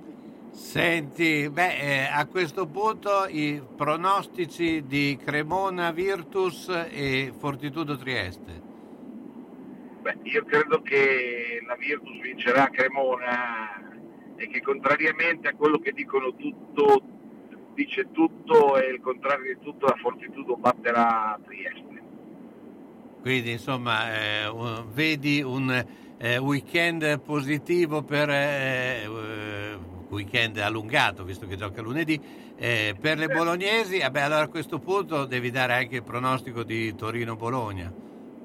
Senti, beh, eh, a questo punto i pronostici di Cremona Virtus e Fortitudo Trieste. Beh, io credo che la Virtus vincerà a Cremona, e che contrariamente a quello che dicono tutto, dice tutto e il contrario di tutto, la Fortitudo batterà Trieste. Quindi insomma eh, un, vedi un eh, weekend positivo per eh, weekend allungato, visto che gioca lunedì, eh, per le bolognesi. Vabbè, allora a questo punto devi dare anche il pronostico di Torino-Bologna.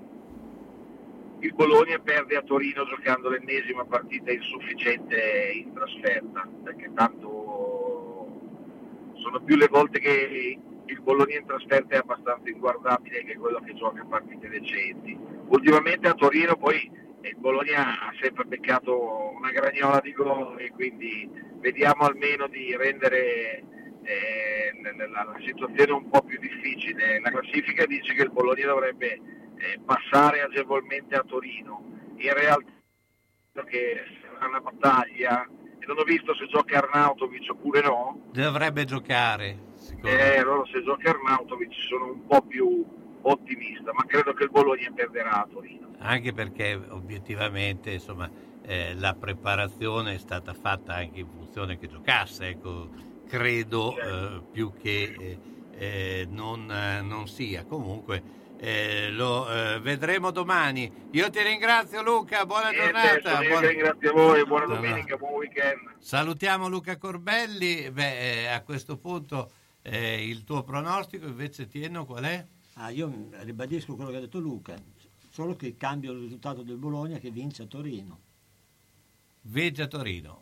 Il Bologna perde a Torino giocando l'ennesima partita insufficiente in trasferta, perché tanto sono più le volte che il Bologna in trasferta è abbastanza inguardabile che quello che gioca partite decenti. Ultimamente a Torino poi il Bologna ha sempre beccato una gragnola di gol, e quindi vediamo almeno di rendere eh, la, la, la situazione un po' più difficile. La classifica dice che il Bologna dovrebbe eh, passare agevolmente a Torino, in realtà che sarà una battaglia, e non ho visto se gioca Arnautovic oppure no. Dovrebbe giocare. Eh, allora se gioca Arnautovic sono un po' più ottimista, ma credo che il Bologna perderà a Torino. Anche perché obiettivamente insomma eh, la preparazione è stata fatta anche in funzione che giocasse, ecco, credo certo. eh, più che eh, eh, non, eh, non sia. Comunque eh, lo eh, vedremo domani. Io ti ringrazio Luca, buona Niente, giornata. Io buona... ringrazio voi, buona domenica, buon weekend. Salutiamo Luca Corbelli. Beh, eh, a questo punto eh, il tuo pronostico invece, Tieno, qual è? Ah, io ribadisco quello che ha detto Luca, solo che cambia il risultato del Bologna, che vince a Torino. Vince a Torino.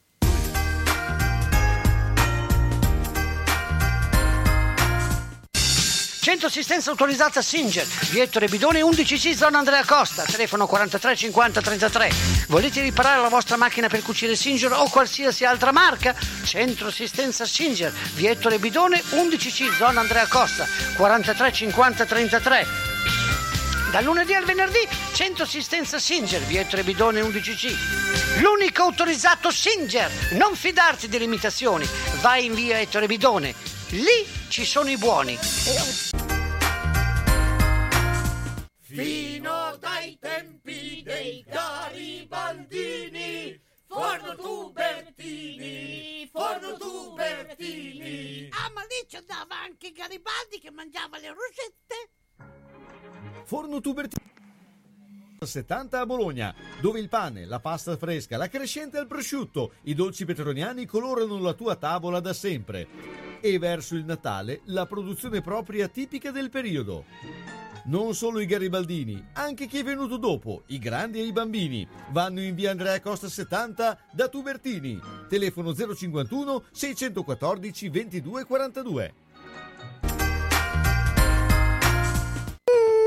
Centro assistenza autorizzata Singer, via Ettore Bidone undici C, zona Andrea Costa, telefono quarantatré cinquanta trentatré. Volete riparare la vostra macchina per cucire Singer o qualsiasi altra marca? Centro assistenza Singer, via Ettore Bidone undici C, zona Andrea Costa, quarantatré cinquanta trentatré. Dal lunedì al venerdì, centro assistenza Singer, via Ettore Bidone undici C. L'unico autorizzato Singer. Non fidarti delle imitazioni. Vai in via Ettore Bidone. Lì ci sono i buoni. Fino dai tempi dei Garibaldini, Forno Tubertini, Forno Tubertini. Ah, ma lì ci andava anche Garibaldi che mangiava le rosette. Forno Tubertini settanta a Bologna, dove il pane, la pasta fresca, la crescente al prosciutto, i dolci petroniani colorano la tua tavola da sempre. E verso il Natale la produzione propria tipica del periodo. Non solo i garibaldini, anche chi è venuto dopo, i grandi e i bambini, vanno in via Andrea Costa settanta da Tubertini. Telefono zero cinquantuno seicentoquattordici ventidue quarantadue.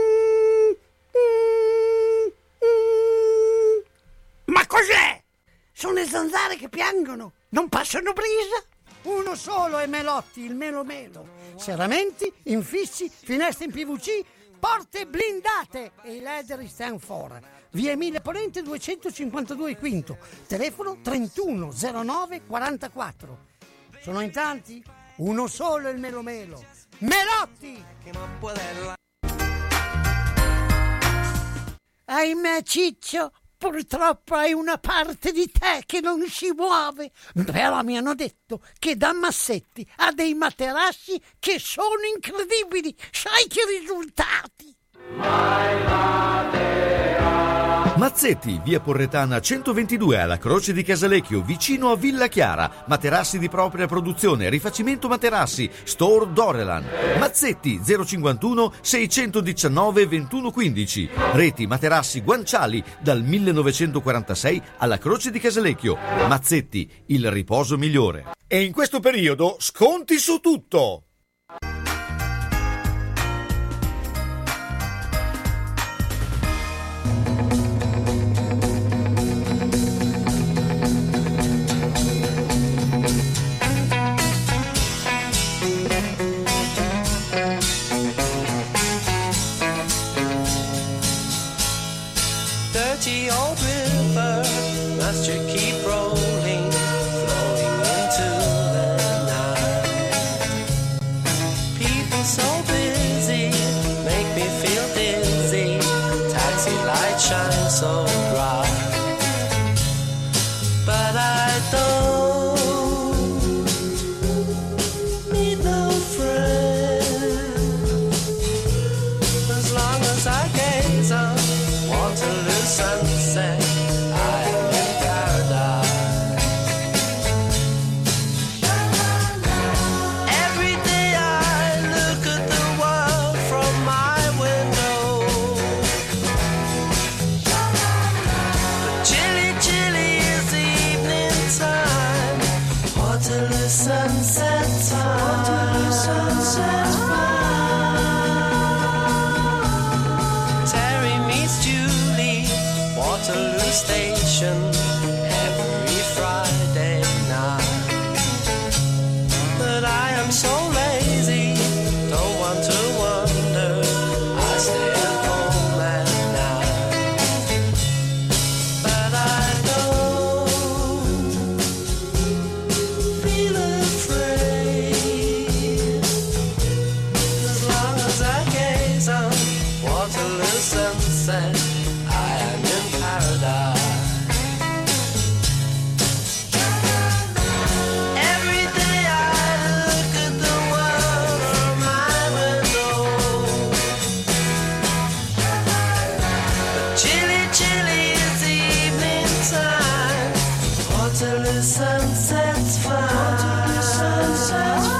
Ma cos'è? zanzare che piangono non passano brisa. Uno solo è Melotti, il Melo Melo. Serramenti, infissi, finestre in P V C, porte blindate e i leder stand for. Via Emile Ponente duecentocinquantadue Quinto, telefono trentuno zero nove quarantaquattro. Sono in tanti? Uno solo è il Melo Melo. Melotti! Ahimè, Ciccio, purtroppo hai una parte di te che non si muove. Però mi hanno detto che da Massetti ha dei materassi che sono incredibili. Sai che risultati? Mazzetti, via Porretana centoventidue alla Croce di Casalecchio, vicino a Villa Chiara. Materassi di propria produzione, rifacimento materassi, Store Dorelan. Mazzetti zero cinquantuno seicentodiciannove ventuno quindici. Reti materassi guanciali dal millenovecentoquarantasei alla Croce di Casalecchio. Mazzetti, il riposo migliore. E in questo periodo sconti su tutto. Dirty old river, must you keep rolling, flowing into the night? People so busy, make me feel dizzy, taxi lights shine so bright. But I don't need no friend, as long as I gaze on Waterloo sunset, I am in paradise. Every day I look at the world from my window. But chilly, chilly is the evening time. Waterloo sunset time. Waterloo sunset time. Terry meets Julie, Waterloo Station, every Friday night. But I am so lazy, don't want to wander, I stay at home at night. But I don't feel afraid, as long as I gaze on Waterloo sunset, I am in paradise. Every day I look at the world from my window. But chilly, chilly is the evening time. Waterloo sunset's fine. Waterloo sunset's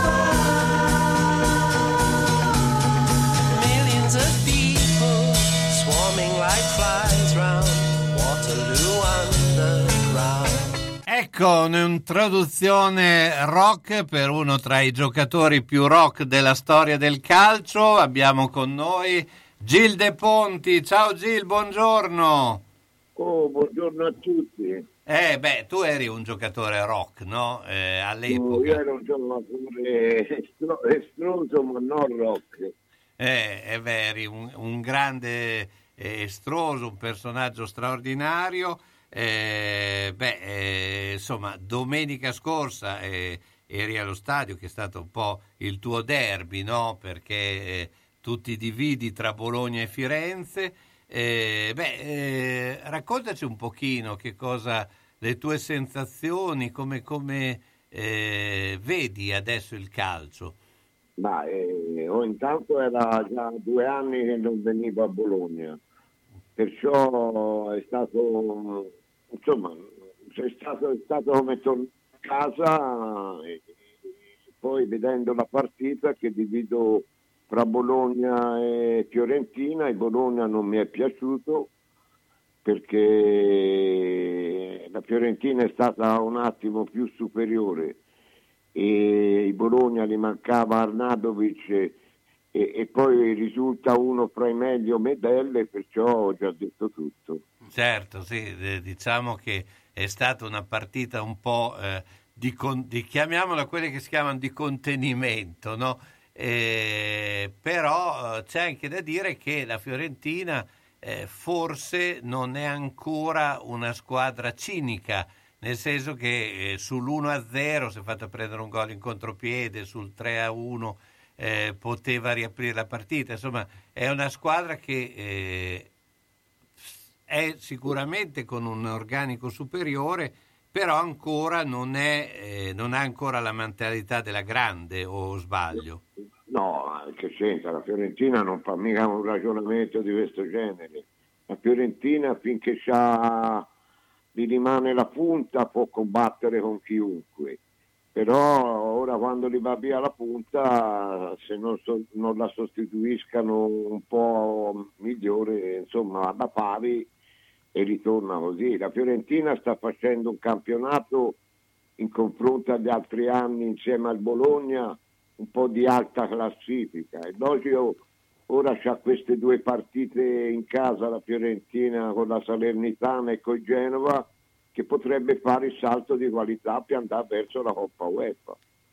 fine. Millions of people swarming like flies round Waterloo Underground. Ecco un'introduzione rock per uno tra i giocatori più rock della storia del calcio. Abbiamo con noi Gil De Ponti. Ciao Gil, buongiorno. Oh, buongiorno a tutti. Eh beh, tu eri un giocatore rock, no? Eh, all'epoca. Io ero un giocatore estro- estroso ma non rock. Eh, è vero, un, un grande eh, estroso, un personaggio straordinario. Eh, beh, eh, insomma, domenica scorsa eh, eri allo stadio, che è stato un po' il tuo derby, no? Perché eh, tu ti dividi tra Bologna e Firenze. Eh, beh, eh, raccontaci un pochino che cosa, le tue sensazioni, come, come eh, vedi adesso il calcio. Ma eh, oh, intanto era già due anni che non venivo a Bologna, perciò è stato, insomma, è stato, è stato come tornare a casa e poi vedendo la partita che divido tra Bologna e Fiorentina, e Bologna non mi è piaciuto perché la Fiorentina è stata un attimo più superiore e il Bologna gli mancava Arnadovic e, e poi risulta uno fra i meglio Medelle, perciò ho già detto tutto. Certo, sì, diciamo che è stata una partita un po' eh, di, con, di, chiamiamola quelle che si chiamano di contenimento, no? Eh, però eh, c'è anche da dire che la Fiorentina eh, forse non è ancora una squadra cinica, nel senso che eh, sull'uno a zero si è fatto prendere un gol in contropiede, sul tre a uno eh, poteva riaprire la partita. Insomma, è una squadra che eh, è sicuramente con un organico superiore, però ancora non, è, eh, non ha ancora la mentalità della grande, o sbaglio? No, che c'entra? La Fiorentina non fa mica un ragionamento di questo genere. La Fiorentina, finché c'ha, gli rimane la punta, può combattere con chiunque, però ora quando gli va via la punta, se non, so, non la sostituiscano un po' migliore, insomma, alla pari, e ritorna così. La Fiorentina sta facendo un campionato in confronto agli altri anni insieme al Bologna un po' di alta classifica, e l'Oggio ora c'ha queste due partite in casa, la Fiorentina con la Salernitana e con Genova, che potrebbe fare il salto di qualità per andare verso la Coppa UEFA.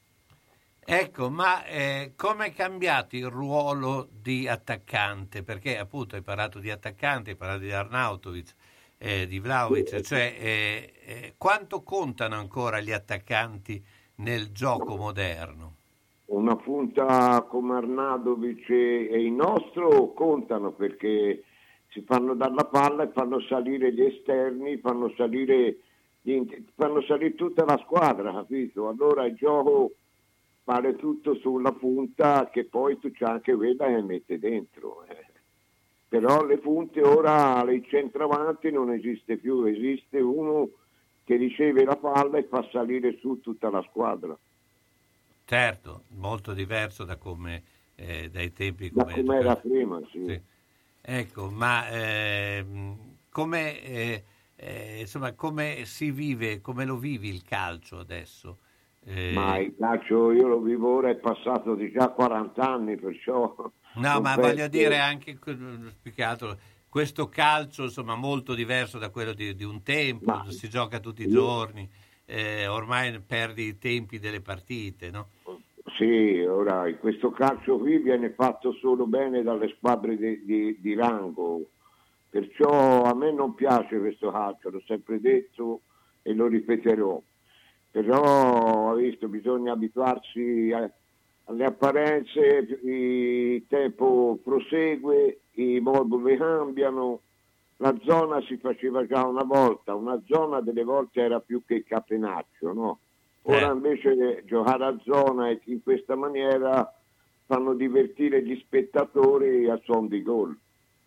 Ecco, ma eh, come è cambiato il ruolo di attaccante? Perché appunto hai parlato di attaccante, hai parlato di Arnautovic, eh, di Vlahovic, cioè eh, eh, quanto contano ancora gli attaccanti nel gioco moderno? Una punta come Arnautovic e il nostro contano, perché si fanno dare la palla e fanno salire gli esterni, fanno salire, gli, fanno salire tutta la squadra, capito? Allora il gioco fare tutto sulla punta, che poi tu c'è anche quella che mette dentro. Eh. Però le punte ora, il centravanti non esiste più, esiste uno che riceve la palla e fa salire su tutta la squadra. Certo, molto diverso da come eh, dai tempi come da come era prima, sì. sì. Ecco, ma eh, come eh, eh, insomma come si vive, come lo vivi il calcio adesso? Eh... Ma il calcio io lo vivo ora, è passato di già quaranta anni, perciò... No, ma penso... voglio dire anche, più che altro, questo calcio insomma molto diverso da quello di, di un tempo, ma... si gioca tutti i giorni, eh, ormai perdi i tempi delle partite, no? Sì, ora questo calcio qui viene fatto solo bene dalle squadre di, di, di rango, perciò a me non piace questo calcio, l'ho sempre detto e lo ripeterò. Però ha visto, bisogna abituarsi a, alle apparenze, il tempo prosegue, i moduli cambiano, la zona si faceva già una volta, una zona delle volte era più che il catenaccio, no? Ora invece giocare a zona e in questa maniera fanno divertire gli spettatori a suon di gol.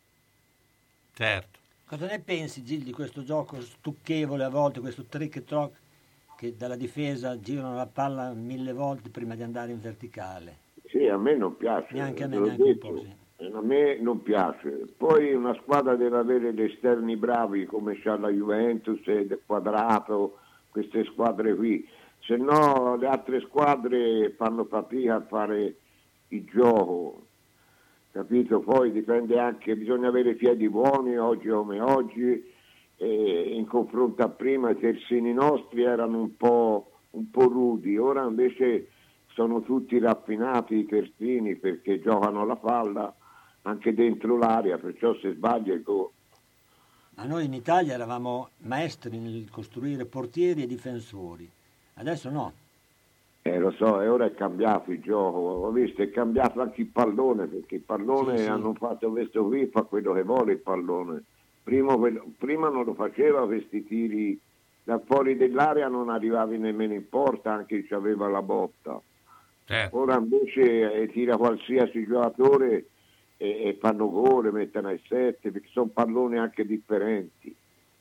Certo. Cosa ne pensi, Gil, di questo gioco stucchevole a volte, questo trick e trock, che dalla difesa girano la palla mille volte prima di andare in verticale? Sì, a me non piace. Neanche a me, neanche un po', sì. A me non piace. Poi una squadra deve avere gli esterni bravi, come c'ha la Juventus, il Quadrato, queste squadre qui. Se no le altre squadre fanno fatica a fare il gioco, capito? Poi dipende anche, bisogna avere piedi buoni oggi come oggi, e in confronto a prima i terzini nostri erano un po', un po' rudi, ora invece sono tutti raffinati i terzini perché giocano la palla anche dentro l'area, perciò se sbaglia il gol. Ma noi in Italia eravamo maestri nel costruire portieri e difensori. Adesso no. Eh, lo so, e ora è cambiato il gioco, ho visto, è cambiato anche il pallone, perché il pallone, sì, sì. Hanno fatto questo qui, fa quello che vuole il pallone. Prima, prima non lo faceva questi tiri, da fuori dell'area non arrivavi nemmeno in porta, anche se aveva la botta. Eh. Ora invece eh, tira qualsiasi giocatore e, e fanno gol, mettono ai sette, perché sono palloni anche differenti.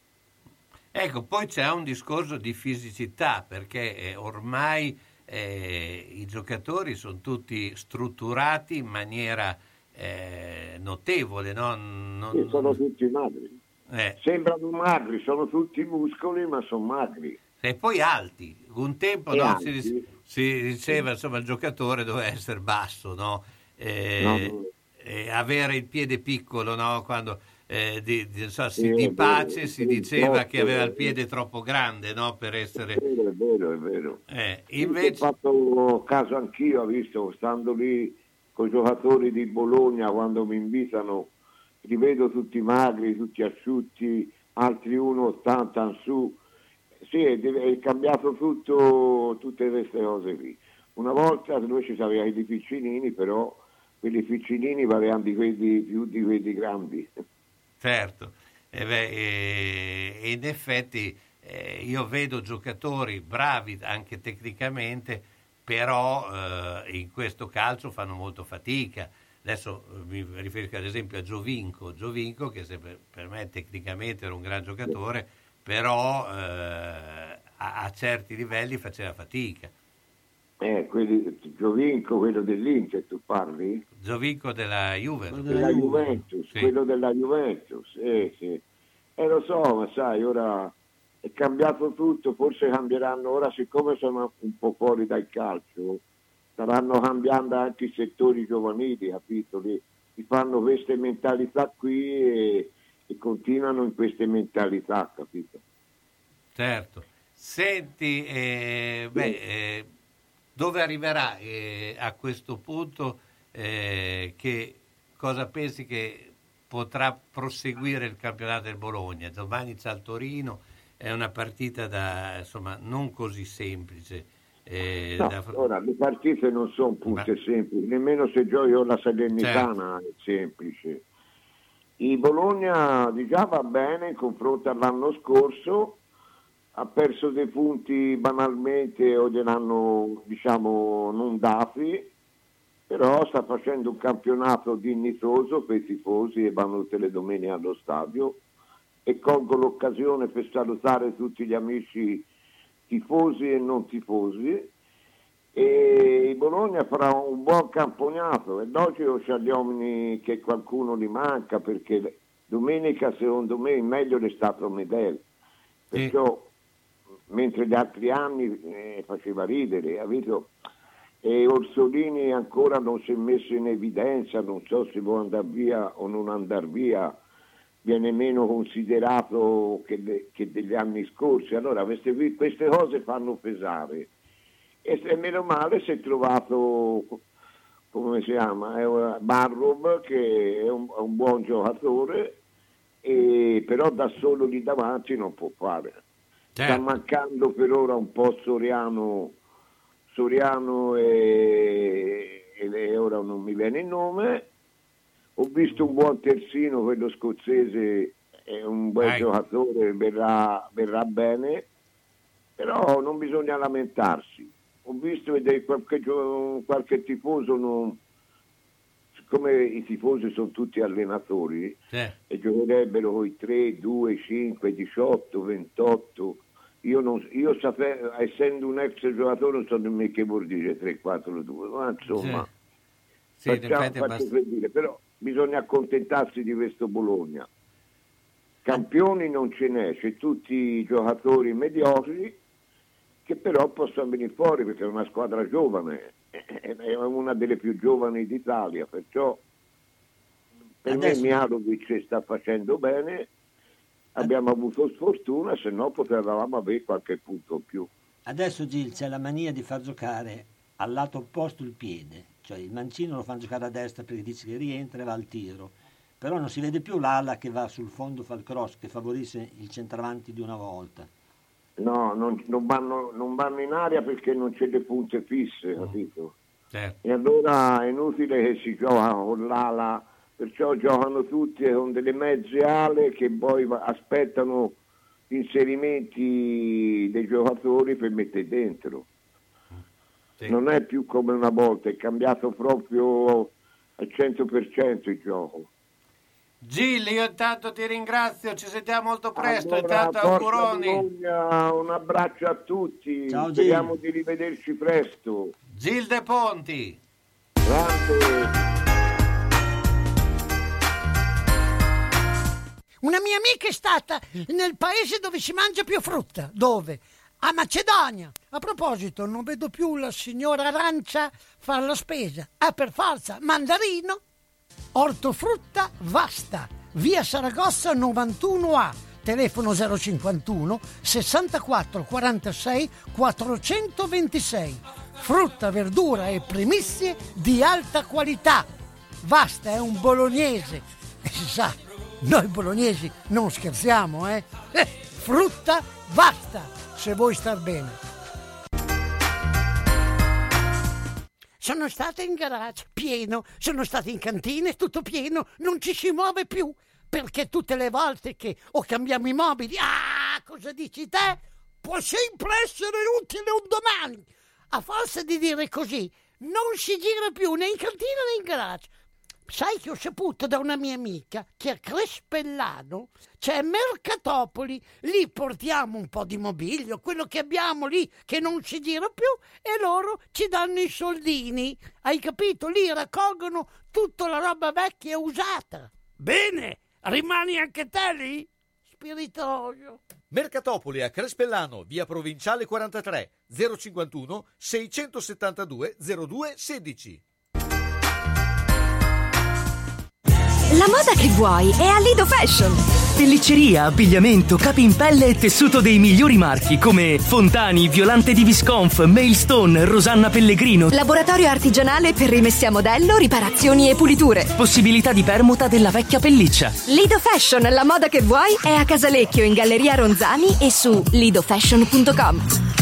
Ecco, poi c'è un discorso di fisicità, perché eh, ormai eh, i giocatori sono tutti strutturati in maniera eh, notevole, no? Non... Sì, sono tutti magri. Eh. Sembrano magri, sono tutti muscoli, ma sono magri. E poi alti. Un tempo no, si, si diceva, insomma, il giocatore doveva essere basso, no? Eh, no. E avere il piede piccolo, no? Quando... eh, di, di, so, Sì, si, di è pace vero, si sì, diceva troppo, che aveva il eh. piede troppo grande, no? Per essere... È vero, è vero, è vero. Eh, Invece... Ho fatto caso anch'io, ho visto, stando lì con i giocatori di Bologna, quando mi invitano, li vedo tutti magri, tutti asciutti, altri uno ottanta in su. Sì, è, è cambiato tutto, tutte queste cose lì. Una volta noi ci avevamo i piccinini, però quelli piccinini valevano di quelli più di quelli grandi. Certo, e beh, e in effetti eh, io vedo giocatori bravi anche tecnicamente, però eh, in questo calcio fanno molto fatica. Adesso mi riferisco ad esempio a Giovinco, Giovinco che se per, per me tecnicamente era un gran giocatore, però eh, a, a certi livelli faceva fatica. Eh, quelli, Giovinco, quello dell'Inter, tu parli? Giovinco della Juventus. Della Juventus, sì. Quello della Juventus, sì, sì. Eh, lo so, ma sai, ora è cambiato tutto, forse cambieranno, ora siccome sono un po' fuori dal calcio, staranno cambiando anche i settori giovanili, capito? Li, li fanno queste mentalità qui e, e continuano in queste mentalità, capito? Certo. Senti, eh, beh... Eh, dove arriverà eh, a questo punto, eh, che cosa pensi che potrà proseguire il campionato del Bologna? Domani c'è il Torino, è una partita da, insomma, non così semplice. Eh, no, da... Ora, le partite non sono punte Ma... semplici, nemmeno se giochi con la Salernitana certo. È semplice. Il Bologna già va bene in confronto all'anno scorso, ha perso dei punti banalmente o gliel'hanno, diciamo, non dati, però sta facendo un campionato dignitoso per i tifosi e vanno tutte le domeniche allo stadio, e colgo l'occasione per salutare tutti gli amici tifosi e non tifosi, e il Bologna farà un buon campionato. È logico c'è gli uomini che qualcuno li manca, perché domenica secondo me il meglio è stato Medel, perciò mentre gli altri anni eh, faceva ridere, capito? E Orsolini ancora non si è messo in evidenza, non so se può andare via o non andare via, viene meno considerato che, de, che degli anni scorsi. Allora queste, queste cose fanno pesare, e se meno male si è trovato, come si chiama, è Barrow, che è un, un buon giocatore, e però da solo lì davanti non può fare. Certo. Sta mancando per ora un po' Soriano, Soriano e, e ora non mi viene il nome. Ho visto un buon terzino, quello scozzese, è un buon Dai. giocatore, verrà, verrà bene, però non bisogna lamentarsi. Ho visto vedere qualche, qualche tifoso, non, siccome i tifosi sono tutti allenatori, certo. E giocherebbero con i tre, due, cinque, diciotto, ventotto. Io, non, io sapevo, essendo un ex giocatore, non so nemmeno che vuol dire tre quattro due, ma insomma, sì. Sì, facciamo, faccio bast- per dire, però bisogna accontentarsi di questo Bologna. Campioni non ce n'è, c'è tutti i giocatori mediocri che però possono venire fuori, perché è una squadra giovane, è una delle più giovani d'Italia, perciò per Adesso... me Mihajlovic sta facendo bene. Abbiamo avuto sfortuna, se no potevamo avere qualche punto in più. Adesso Gil c'è la mania di far giocare al lato opposto il piede, cioè il mancino lo fanno giocare a destra perché dice che rientra e va al tiro, però non si vede più l'ala che va sul fondo, fa il cross, che favorisce il centravanti di una volta. No, non, non, vanno, non vanno in aria perché non c'è le punte fisse, no. Capito? Certo. E allora è inutile che si gioca con l'ala. Perciò giocano tutti con delle mezze ale che poi aspettano gli inserimenti dei giocatori per mettere dentro. Sì. Non è più come una volta, è cambiato proprio al cento per cento il gioco. Gilli, io intanto ti ringrazio, ci sentiamo molto presto, allora, intanto auguroni. Un abbraccio a tutti, ciao, speriamo Gil. Di rivederci presto. Gil De Ponti. Grande. Una mia amica è stata nel paese dove si mangia più frutta. Dove? A Macedonia. A proposito, non vedo più la signora Arancia fare la spesa. Ah, per forza, mandarino, ortofrutta vasta. via Saragossa novantuno A, telefono zero cinquantuno sessantaquattro quarantasei quattrocentoventisei. Frutta, verdura e primizie di alta qualità. Vasta è un bolognese e si sa, noi bolognesi non scherziamo, eh? eh frutta Vasta, se vuoi star bene. Sono stato in garage, pieno, sono stato in cantina, tutto pieno, non ci si muove più, perché tutte le volte che o cambiamo i mobili, ah, cosa dici te? Può sempre essere utile un domani. A forza di dire così, non si gira più né in cantina né in garage. Sai che ho saputo da una mia amica che a Crespellano c'è Mercatopoli, lì portiamo un po' di mobilio, quello che abbiamo lì che non si gira più, e loro ci danno i soldini, hai capito? Lì raccolgono tutta la roba vecchia e usata. Bene, rimani anche te lì? Spiritoso. Mercatopoli a Crespellano, via Provinciale quarantatré, zero cinquantuno seicentosettantadue zero due sedici. La moda che vuoi è a Lido Fashion. Pellicceria, abbigliamento, capi in pelle e tessuto dei migliori marchi come Fontani, Violante di Visconf, Mailstone, Rosanna Pellegrino. Laboratorio artigianale per rimessi a modello, riparazioni e puliture. Possibilità di permuta della vecchia pelliccia. Lido Fashion, la moda che vuoi è a Casalecchio in Galleria Ronzani e su lido fashion punto com.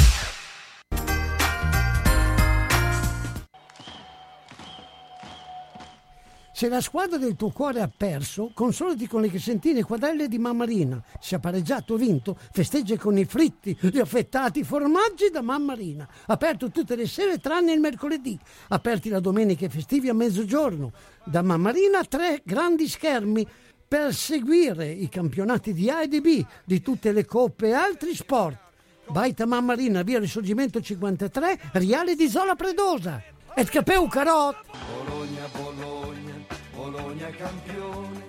Se la squadra del tuo cuore ha perso, consolati con le crescentine quadrelle di Mammarina. Se ha pareggiato o vinto, festeggia con i fritti, gli affettati formaggi da Mammarina. Aperto tutte le sere tranne il mercoledì. Aperti la domenica e festivi a mezzogiorno. Da Mammarina tre grandi schermi per seguire i campionati di A e di B, di tutte le coppe e altri sport. Baita Mammarina, via Risorgimento cinquantatré, Riale di Zola Predosa. Et capeu carot! Bologna, Bologna, Bologna campione.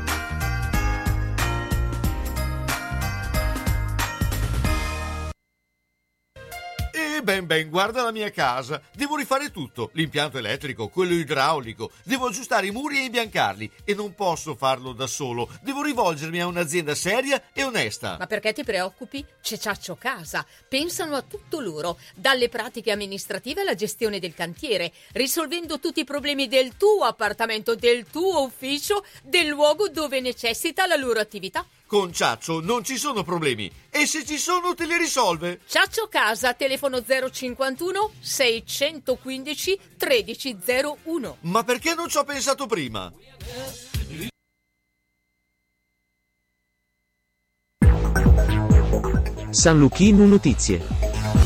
E ben ben, guarda la mia casa. Devo rifare tutto, l'impianto elettrico, quello idraulico. Devo aggiustare i muri e imbiancarli. E non posso farlo da solo. Devo rivolgermi a un'azienda seria e onesta. Ma perché ti preoccupi? C'è Ciaccio Casa. Pensano a tutto loro, dalle pratiche amministrative alla gestione del cantiere, risolvendo tutti i problemi del tuo appartamento, del tuo ufficio, del luogo dove necessita la loro attività. Con Ciaccio non ci sono problemi e se ci sono te li risolve. Ciaccio Casa, telefono zero cinquantuno seicentoquindici tredici zero uno. Ma perché non ci ho pensato prima? San Luchino Notizie.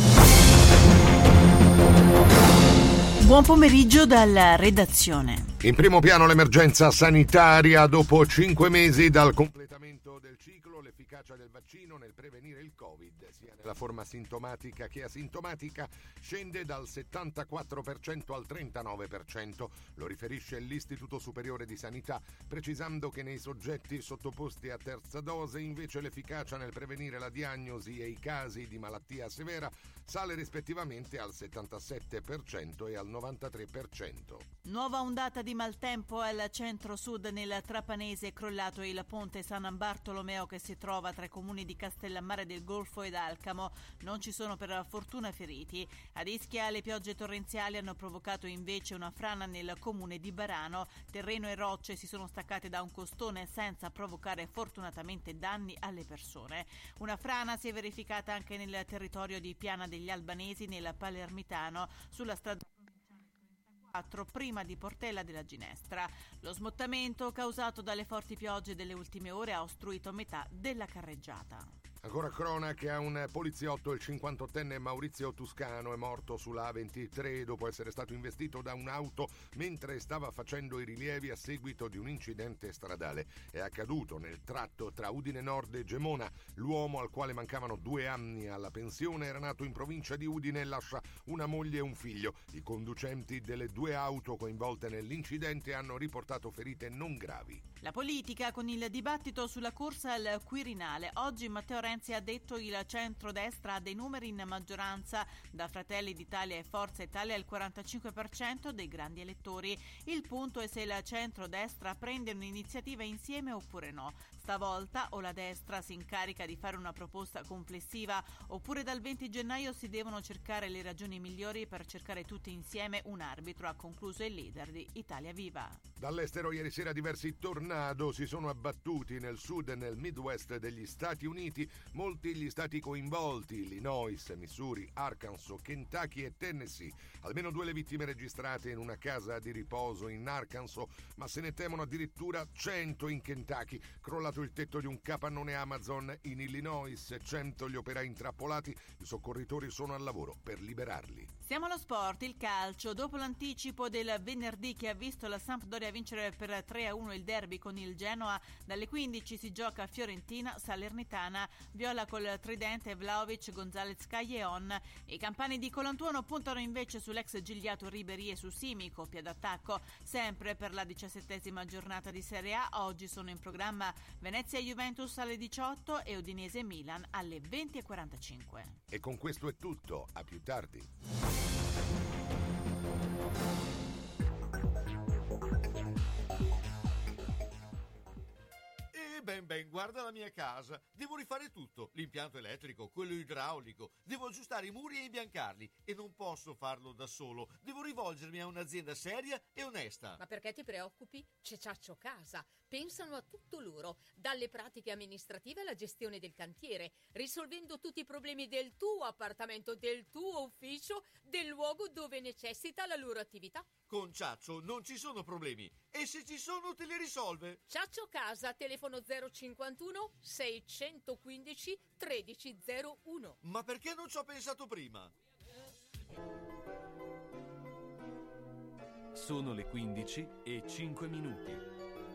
Buon pomeriggio dalla redazione. In primo piano l'emergenza sanitaria dopo cinque mesi dal completamento del ciclo, l'efficacia del vaccino nel prevenire il Covid, sia nella forma sintomatica che asintomatica, scende dal settantaquattro per cento al trentanove per cento, lo riferisce l'Istituto Superiore di Sanità, precisando che nei soggetti sottoposti a terza dose invece l'efficacia nel prevenire la diagnosi e i casi di malattia severa sale rispettivamente al settantasette per cento e al novantatré per cento. Nuova ondata di maltempo al centro-sud. Nel Trapanese è crollato il ponte San Bartolomeo che si trova tra i comuni di Castellammare del Golfo ed Alcamo. Non ci sono per fortuna feriti. Ad Ischia le piogge torrenziali hanno provocato invece una frana nel comune di Barano. Terreno e rocce si sono staccate da un costone senza provocare fortunatamente danni alle persone. Una frana si è verificata anche nel territorio di Piana degli Albanesi, nel Palermitano, sulla strada prima di Portella della Ginestra. Lo smottamento causato dalle forti piogge delle ultime ore ha ostruito metà della carreggiata. Ancora cronache, a un poliziotto, il cinquantottenne Maurizio Tuscano è morto sulla A ventitré dopo essere stato investito da un'auto mentre stava facendo i rilievi a seguito di un incidente stradale. È accaduto nel tratto tra Udine Nord e Gemona. L'uomo, al quale mancavano due anni alla pensione, era nato in provincia di Udine e lascia una moglie e un figlio. I conducenti delle due auto coinvolte nell'incidente hanno riportato ferite non gravi. La politica con il dibattito sulla corsa al Quirinale. Oggi Matteo Renzi Renzi ha detto il centrodestra ha dei numeri in maggioranza, da Fratelli d'Italia e Forza Italia il quarantacinque per cento dei grandi elettori. Il punto è se il centrodestra prende un'iniziativa insieme oppure no. Stavolta o la destra si incarica di fare una proposta complessiva oppure dal venti gennaio si devono cercare le ragioni migliori per cercare tutti insieme un arbitro, ha concluso il leader di Italia Viva. Dall'estero ieri sera diversi tornado si sono abbattuti nel sud e nel Midwest degli Stati Uniti, molti gli stati coinvolti, Illinois, Missouri, Arkansas, Kentucky e Tennessee. Almeno due le vittime registrate in una casa di riposo in Arkansas, ma se ne temono addirittura cento in Kentucky. Crollato il tetto di un capannone Amazon in Illinois, cento gli operai intrappolati, i soccorritori sono al lavoro per liberarli. Siamo allo sport, il calcio. Dopo l'anticipo del venerdì che ha visto la Sampdoria vincere per tre a uno il derby con il Genoa, dalle quindici si gioca Fiorentina-Salernitana, viola col tridente Vlahovic, Gonzalez, Caglion. I campani di Colantuono puntano invece sull'ex Gigliato Ribéry e su Simi, coppia d'attacco. Sempre per la diciassettesima giornata di Serie A, oggi sono in programma Venezia-Juventus alle diciotto e Udinese-Milan alle venti e quarantacinque. E con questo è tutto, a più tardi. Ben ben, guarda la mia casa. Devo rifare tutto, l'impianto elettrico, quello idraulico. Devo aggiustare i muri e imbiancarli e non posso farlo da solo. Devo rivolgermi a un'azienda seria e onesta. Ma perché ti preoccupi? C'è Ciaccio Casa. Pensano a tutto loro, dalle pratiche amministrative alla gestione del cantiere, risolvendo tutti i problemi del tuo appartamento, del tuo ufficio, del luogo dove necessita la loro attività. Con Ciaccio non ci sono problemi e se ci sono te li risolve. Ciaccio Casa, telefono zero cinquantuno seicentoquindici tredici zero uno. Ma perché non ci ho pensato prima? Sono le quindici e cinque minuti.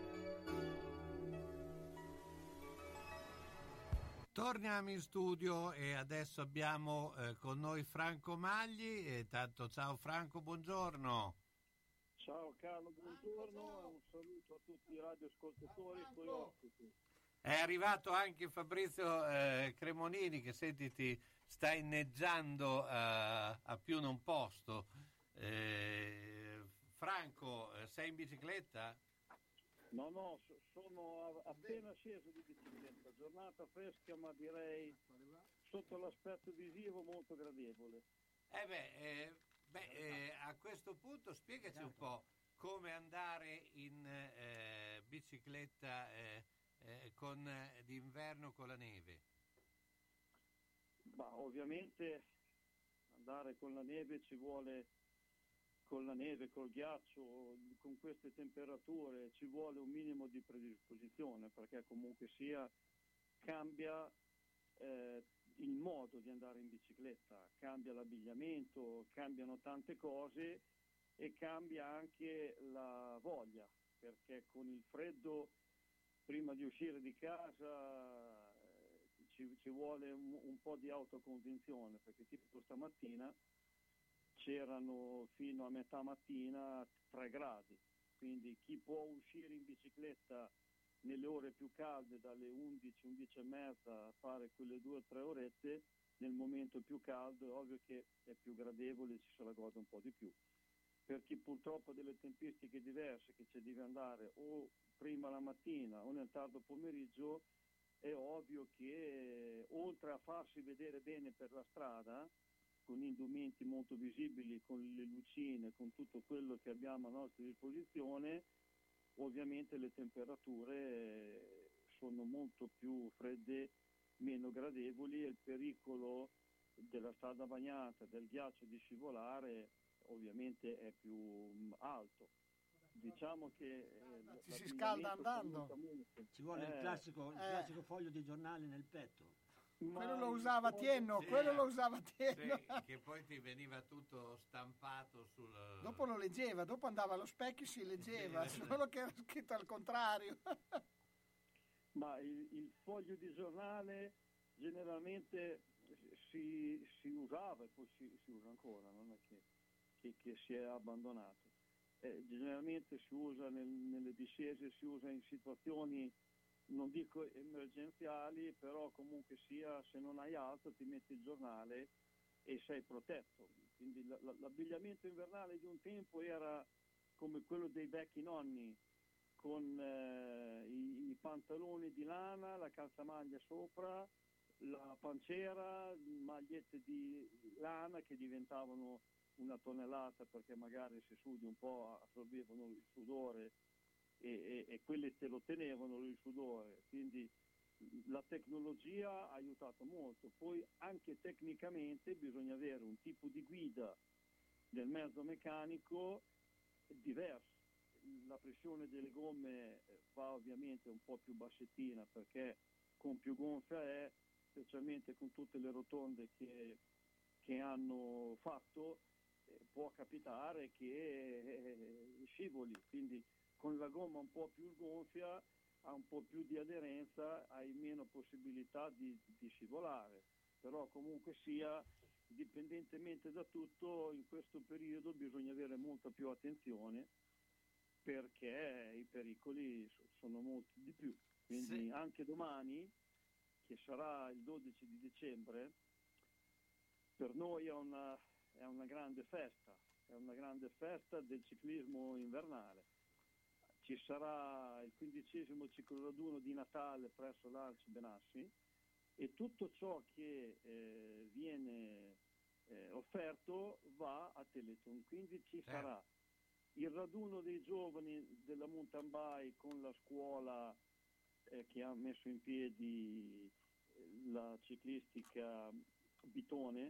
Torniamo in studio e adesso abbiamo eh, con noi Franco Magli. E tanto ciao Franco, buongiorno. Ciao Carlo, buongiorno e un saluto a tutti i radioascoltatori e i tuoi ospiti. È arrivato anche Fabrizio eh, Cremonini che senti ti sta inneggiando a, a più non posto. Eh, Franco, sei in bicicletta? No, no, sono appena sceso di bicicletta, giornata fresca ma direi sotto l'aspetto visivo molto gradevole. Eh beh, eh, beh eh, a questo punto spiegaci un po' come andare in eh, bicicletta eh, eh, con eh, d'inverno con la neve. Ma ovviamente andare con la neve ci vuole, con la neve, col ghiaccio, con queste temperature ci vuole un minimo di predisposizione, perché comunque sia cambia eh, il modo di andare in bicicletta, cambia l'abbigliamento, cambiano tante cose e cambia anche la voglia, perché con il freddo prima di uscire di casa eh, ci, ci vuole un, un po' di autoconvinzione, perché tipo stamattina c'erano fino a metà mattina tre gradi, quindi chi può uscire in bicicletta nelle ore più calde dalle undici, undici e mezza a fare quelle due o tre orette nel momento più caldo, è ovvio che è più gradevole, ci se la gode un po' di più. Per chi purtroppo ha delle tempistiche diverse, che ci deve andare o prima la mattina o nel tardo pomeriggio, è ovvio che oltre a farsi vedere bene per la strada con indumenti molto visibili, con le lucine, con tutto quello che abbiamo a nostra disposizione, ovviamente le temperature sono molto più fredde, meno gradevoli e il pericolo della strada bagnata, del ghiaccio di scivolare ovviamente è più alto. Diciamo che eh, ci si scalda andando. Ci vuole eh, il, classico, il eh. classico foglio di giornale nel petto. Quello lo usava Tienno, Sì, quello lo usava Tienno. Sì, che poi ti veniva tutto stampato sul... Dopo lo leggeva, dopo andava allo specchio e si leggeva, Sì. solo che era scritto al contrario. Ma il, il foglio di giornale generalmente si, si usava e poi si, si usa ancora, non è che, che, che si è abbandonato. Eh, generalmente si usa nel, nelle discese, si usa in situazioni non dico emergenziali, però comunque sia, se non hai altro ti metti il giornale e sei protetto. Quindi l- l- l'abbigliamento invernale di un tempo era come quello dei vecchi nonni, con eh, i, i pantaloni di lana, la calzamaglia sopra, la panciera, magliette di lana che diventavano una tonnellata perché magari se sudi un po' assorbivano il sudore e, e, e quelle te lo tenevano il sudore, quindi la tecnologia ha aiutato molto. Poi anche tecnicamente bisogna avere un tipo di guida del mezzo meccanico diverso. La pressione delle gomme va ovviamente un po' più bassettina perché con più gonfia è, specialmente con tutte le rotonde che, che hanno fatto, eh, può capitare che eh, scivoli, quindi con la gomma un po' più gonfia ha un po' più di aderenza, hai meno possibilità di, di scivolare, però comunque sia, indipendentemente da tutto, in questo periodo bisogna avere molta più attenzione perché i pericoli sono molti di più. Quindi sì. Anche domani, che sarà il dodici di dicembre, per noi è una, è una grande festa, è una grande festa del ciclismo invernale. Ci sarà il quindicesimo cicloraduno di Natale presso l'Arci Benassi e tutto ciò che eh, viene eh, offerto va a Telethon, quindi ci certo. sarà il raduno dei giovani della mountain bike con la scuola eh, che ha messo in piedi la ciclistica Bitone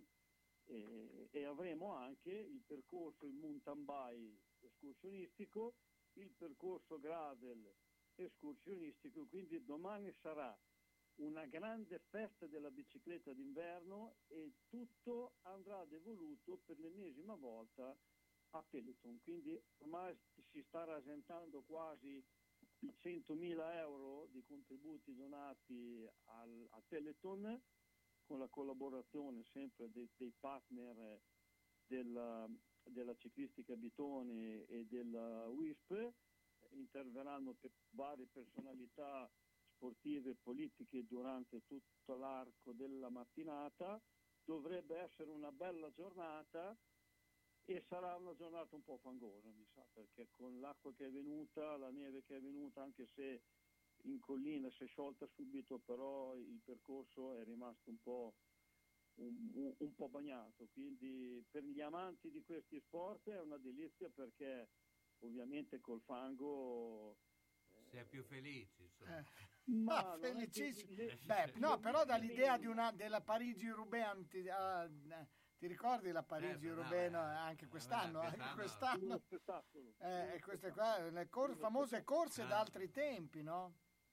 eh, e avremo anche il percorso il mountain bike escursionistico, il percorso gravel escursionistico, quindi domani sarà una grande festa della bicicletta d'inverno e tutto andrà devoluto per l'ennesima volta a Telethon, quindi ormai si sta rasentando quasi i centomila euro di contributi donati al, a Telethon con la collaborazione sempre dei, dei partner della, della ciclistica Bitone e della W I S P. Interverranno per varie personalità sportive e politiche durante tutto l'arco della mattinata. Dovrebbe essere una bella giornata e sarà una giornata un po' fangosa, mi sa, perché con l'acqua che è venuta, la neve che è venuta, anche se in collina si è sciolta subito, però il percorso è rimasto un po', un, un, un po' bagnato, quindi per gli amanti di questi sport è una delizia perché ovviamente col fango si è più felici, insomma. Eh, ma no, felicissimi. Le... Beh, no, però dall'idea di una della Parigi-Roubaix ti, uh, ti ricordi la Parigi-Roubaix eh, anche quest'anno, eh, anche quest'anno. Eh, e queste qua le cor- famose corse ah. d'altri tempi, no?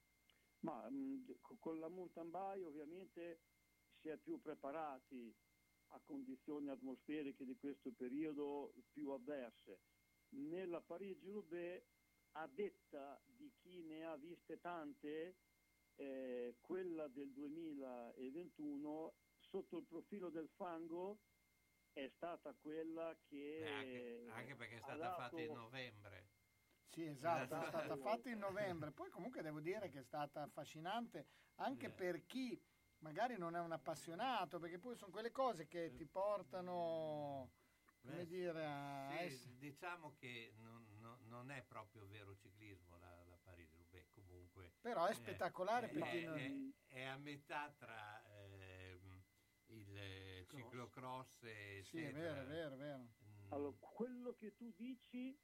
Ma mh, con la mountain bike ovviamente si è più preparati a condizioni atmosferiche di questo periodo più avverse. Nella Parigi-Roubaix, a detta di chi ne ha viste tante, eh, quella del duemilaventuno sotto il profilo del fango è stata quella che Beh, anche, anche perché è stata dato... fatta in novembre. Sì, esatto, è stata fatta in novembre. Poi comunque devo dire che è stata affascinante anche eh. per chi magari non è un appassionato, perché poi sono quelle cose che ti portano, come Beh, dire, a sì, essere... diciamo che non, non, non è proprio vero ciclismo la, la Parigi-Roubaix, comunque. Però è spettacolare eh, perché è, non... è, è a metà tra eh, il eh, ciclocross e sì, è vero, è vero, è vero. Mm. Allora, quello che tu dici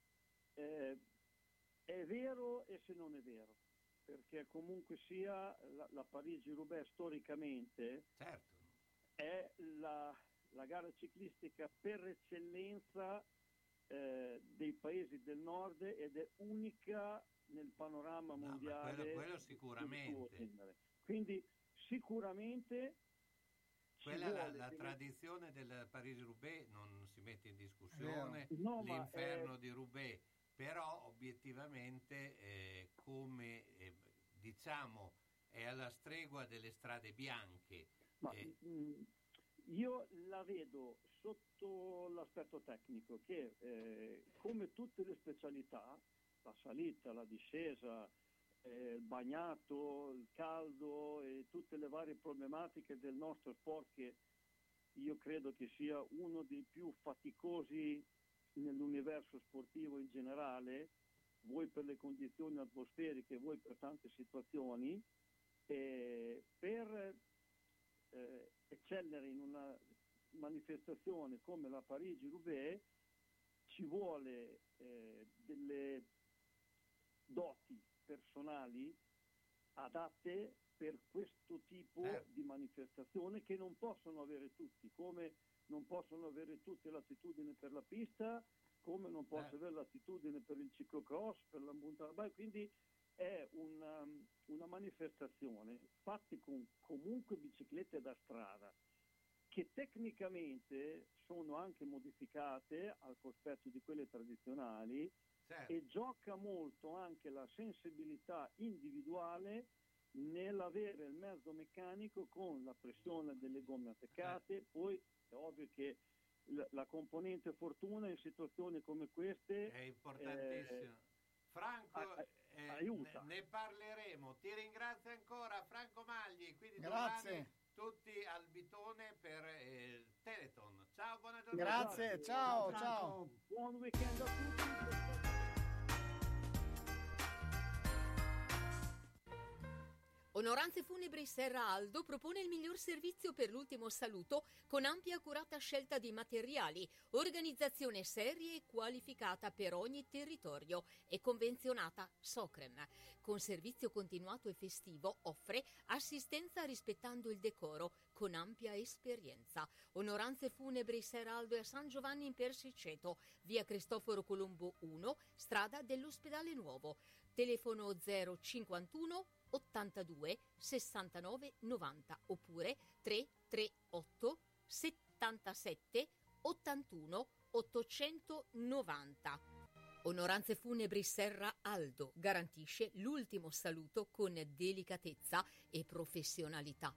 eh, è vero e se non è vero, perché comunque sia la, la Parigi-Roubaix storicamente certo. è la, la gara ciclistica per eccellenza eh, dei paesi del nord ed è unica nel panorama no, mondiale. Quello, quello sicuramente. Quindi sicuramente quella la, la tradizione del Parigi-Roubaix non si mette in discussione, no, l'inferno è... di Roubaix, però obiettivamente eh, come eh, diciamo è alla stregua delle strade bianche. Ma, eh, mh, io la vedo sotto l'aspetto tecnico che eh, come tutte le specialità, la salita, la discesa, eh, il bagnato, il caldo e tutte le varie problematiche del nostro sport, che io credo che sia uno dei più faticosi nell'universo sportivo in generale, voi per le condizioni atmosferiche, voi per tante situazioni, eh, per eh, eccellere in una manifestazione come la Parigi-Roubaix ci vuole eh, delle doti personali adatte per questo tipo eh. di manifestazione, che non possono avere tutti, come non possono avere tutti l'attitudine per la pista, come non posso eh. avere l'attitudine per il ciclocross, per la mountain bike, quindi è una, una manifestazione fatta con comunque biciclette da strada, che tecnicamente sono anche modificate al cospetto di quelle tradizionali, certo. E gioca molto anche la sensibilità individuale nell'avere il mezzo meccanico con la pressione delle gomme attaccate, eh. Poi è ovvio che la, la componente fortuna in situazioni come queste è importantissima. Eh, Franco, a, eh, aiuta. Ne, ne parleremo. Ti ringrazio ancora, Franco Magli. Quindi Grazie. Domani tutti al Bitone per eh, il Teleton. Ciao, buona giornata. Grazie, ciao, ciao. Buon weekend a tutti. Onoranze Funebri Serra Aldo propone il miglior servizio per l'ultimo saluto con ampia e accurata scelta di materiali, organizzazione seria e qualificata per ogni territorio e convenzionata Socrem. Con servizio continuato e festivo offre assistenza rispettando il decoro con ampia esperienza. Onoranze Funebri Serra Aldo a San Giovanni in Persiceto, via Cristoforo Colombo uno, strada dell'Ospedale Nuovo. Telefono zero cinquantuno ottantadue sessantanove novanta oppure tre tre otto settantasette ottantuno ottocentonovanta. Onoranze Funebri Serra Aldo garantisce l'ultimo saluto con delicatezza e professionalità.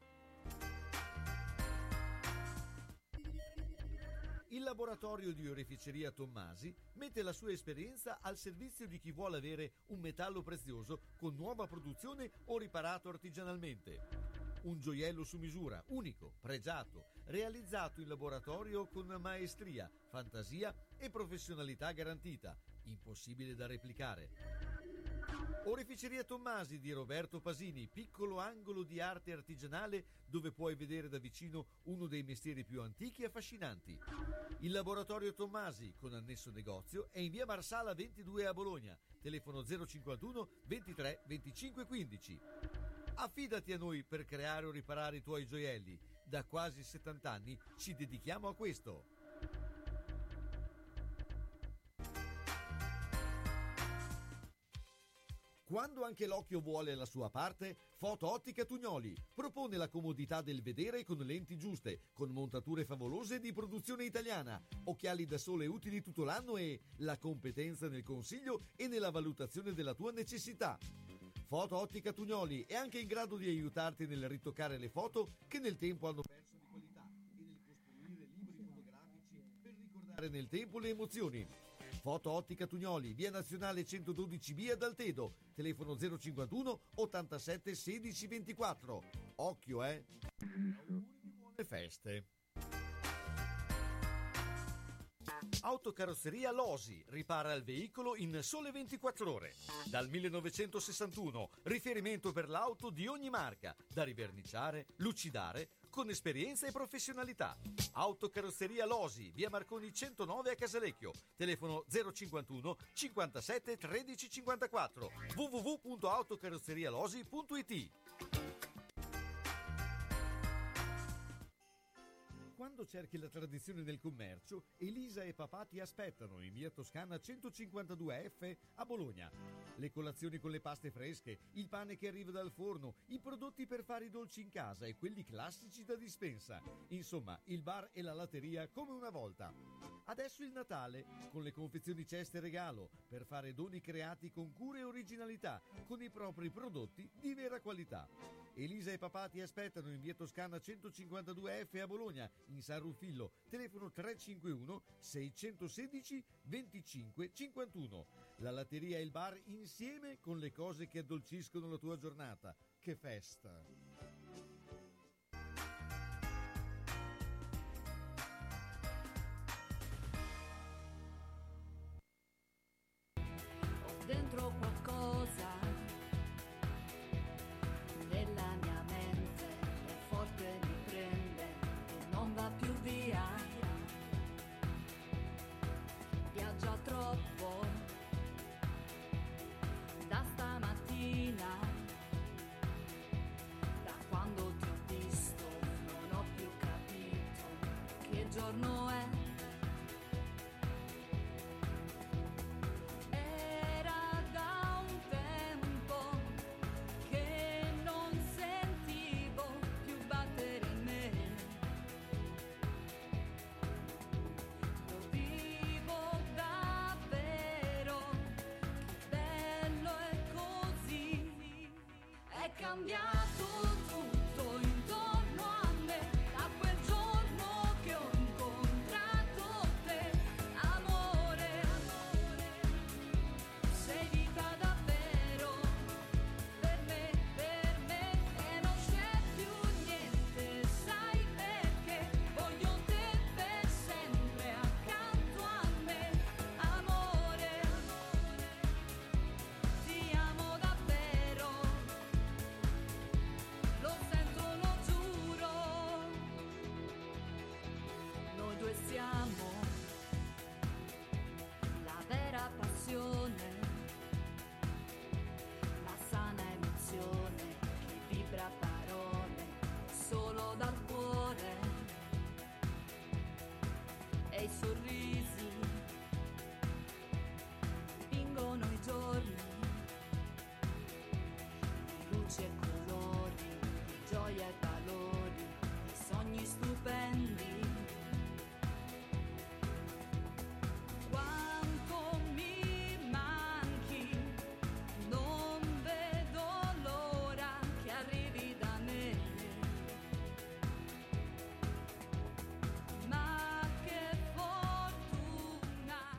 Il laboratorio di oreficeria Tommasi mette la sua esperienza al servizio di chi vuole avere un metallo prezioso con nuova produzione o riparato artigianalmente. Un gioiello su misura, unico, pregiato, realizzato in laboratorio con maestria, fantasia e professionalità garantita, impossibile da replicare. Oreficeria Tommasi di Roberto Pasini, piccolo angolo di arte artigianale dove puoi vedere da vicino uno dei mestieri più antichi e affascinanti. Il laboratorio Tommasi, con annesso negozio, è in via Marsala ventidue a Bologna, telefono zero cinquantuno ventitré venticinque quindici. Affidati a noi per creare o riparare i tuoi gioielli. Da quasi settanta anni ci dedichiamo a questo. Quando anche l'occhio vuole la sua parte, Foto Ottica Tugnoli propone la comodità del vedere con lenti giuste, con montature favolose di produzione italiana, occhiali da sole utili tutto l'anno e la competenza nel consiglio e nella valutazione della tua necessità. Foto Ottica Tugnoli è anche in grado di aiutarti nel ritoccare le foto che nel tempo hanno perso di qualità e nel costruire libri fotografici per ricordare nel tempo le emozioni. Foto Ottica Tugnoli, via Nazionale centododici B ad Altedo, telefono zero cinquantuno ottantasette sedici ventiquattro. Occhio, eh! Auguri di buone feste! Autocarrozzeria Losi ripara il veicolo in sole ventiquattro ore. Dal millenovecentosessantuno, riferimento per l'auto di ogni marca, da riverniciare, lucidare, con esperienza e professionalità. Autocarrozzeria Losi, via Marconi centonove a Casalecchio, telefono zero cinquantuno cinquantasette tredici cinquantaquattro, w w w punto autocarrozzerialosi punto i t. Quando cerchi la tradizione nel commercio, Elisa e papà ti aspettano in via Toscana centocinquantadue F a Bologna. Le colazioni con le paste fresche, il pane che arriva dal forno, i prodotti per fare i dolci in casa e quelli classici da dispensa. Insomma, il bar e la latteria come una volta. Adesso il Natale, con le confezioni Ceste regalo, per fare doni creati con cura e originalità, con i propri prodotti di vera qualità. Elisa e papà ti aspettano in via Toscana centocinquantadue F a Bologna, in San Ruffillo, telefono tre cinque uno sei uno sei venticinque cinquantuno. La latteria e il bar insieme con le cose che addolciscono la tua giornata. Che festa! Dentro qualcosa nella mia mente è forte, mi prende e non va più via. Viaggia troppo da stamattina, da quando ti ho visto non ho più capito che giorno è. Cambiato tutto intorno a me da quel giorno che ho incontrato te, amore, sei vita davvero per me, per me, e non c'è più niente, sai perché voglio te per sempre accanto a me, amore, ti amo davvero. Lo sento, lo giuro, noi due siamo la vera passione, la sana emozione che vibra parole solo dal cuore, e i sorrisi dipingono i giorni di luce e colori, gioia e valori, sogni stupendi. Quanto mi manchi, non vedo l'ora che arrivi da me. Ma che fortuna.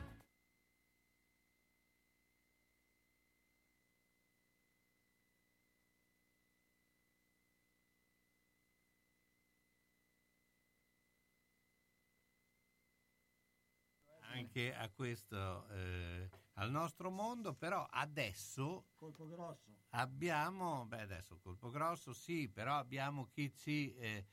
Anche a questo, eh, al nostro mondo, però adesso Colpo grosso. abbiamo, beh adesso colpo grosso sì, però abbiamo chi ci eh,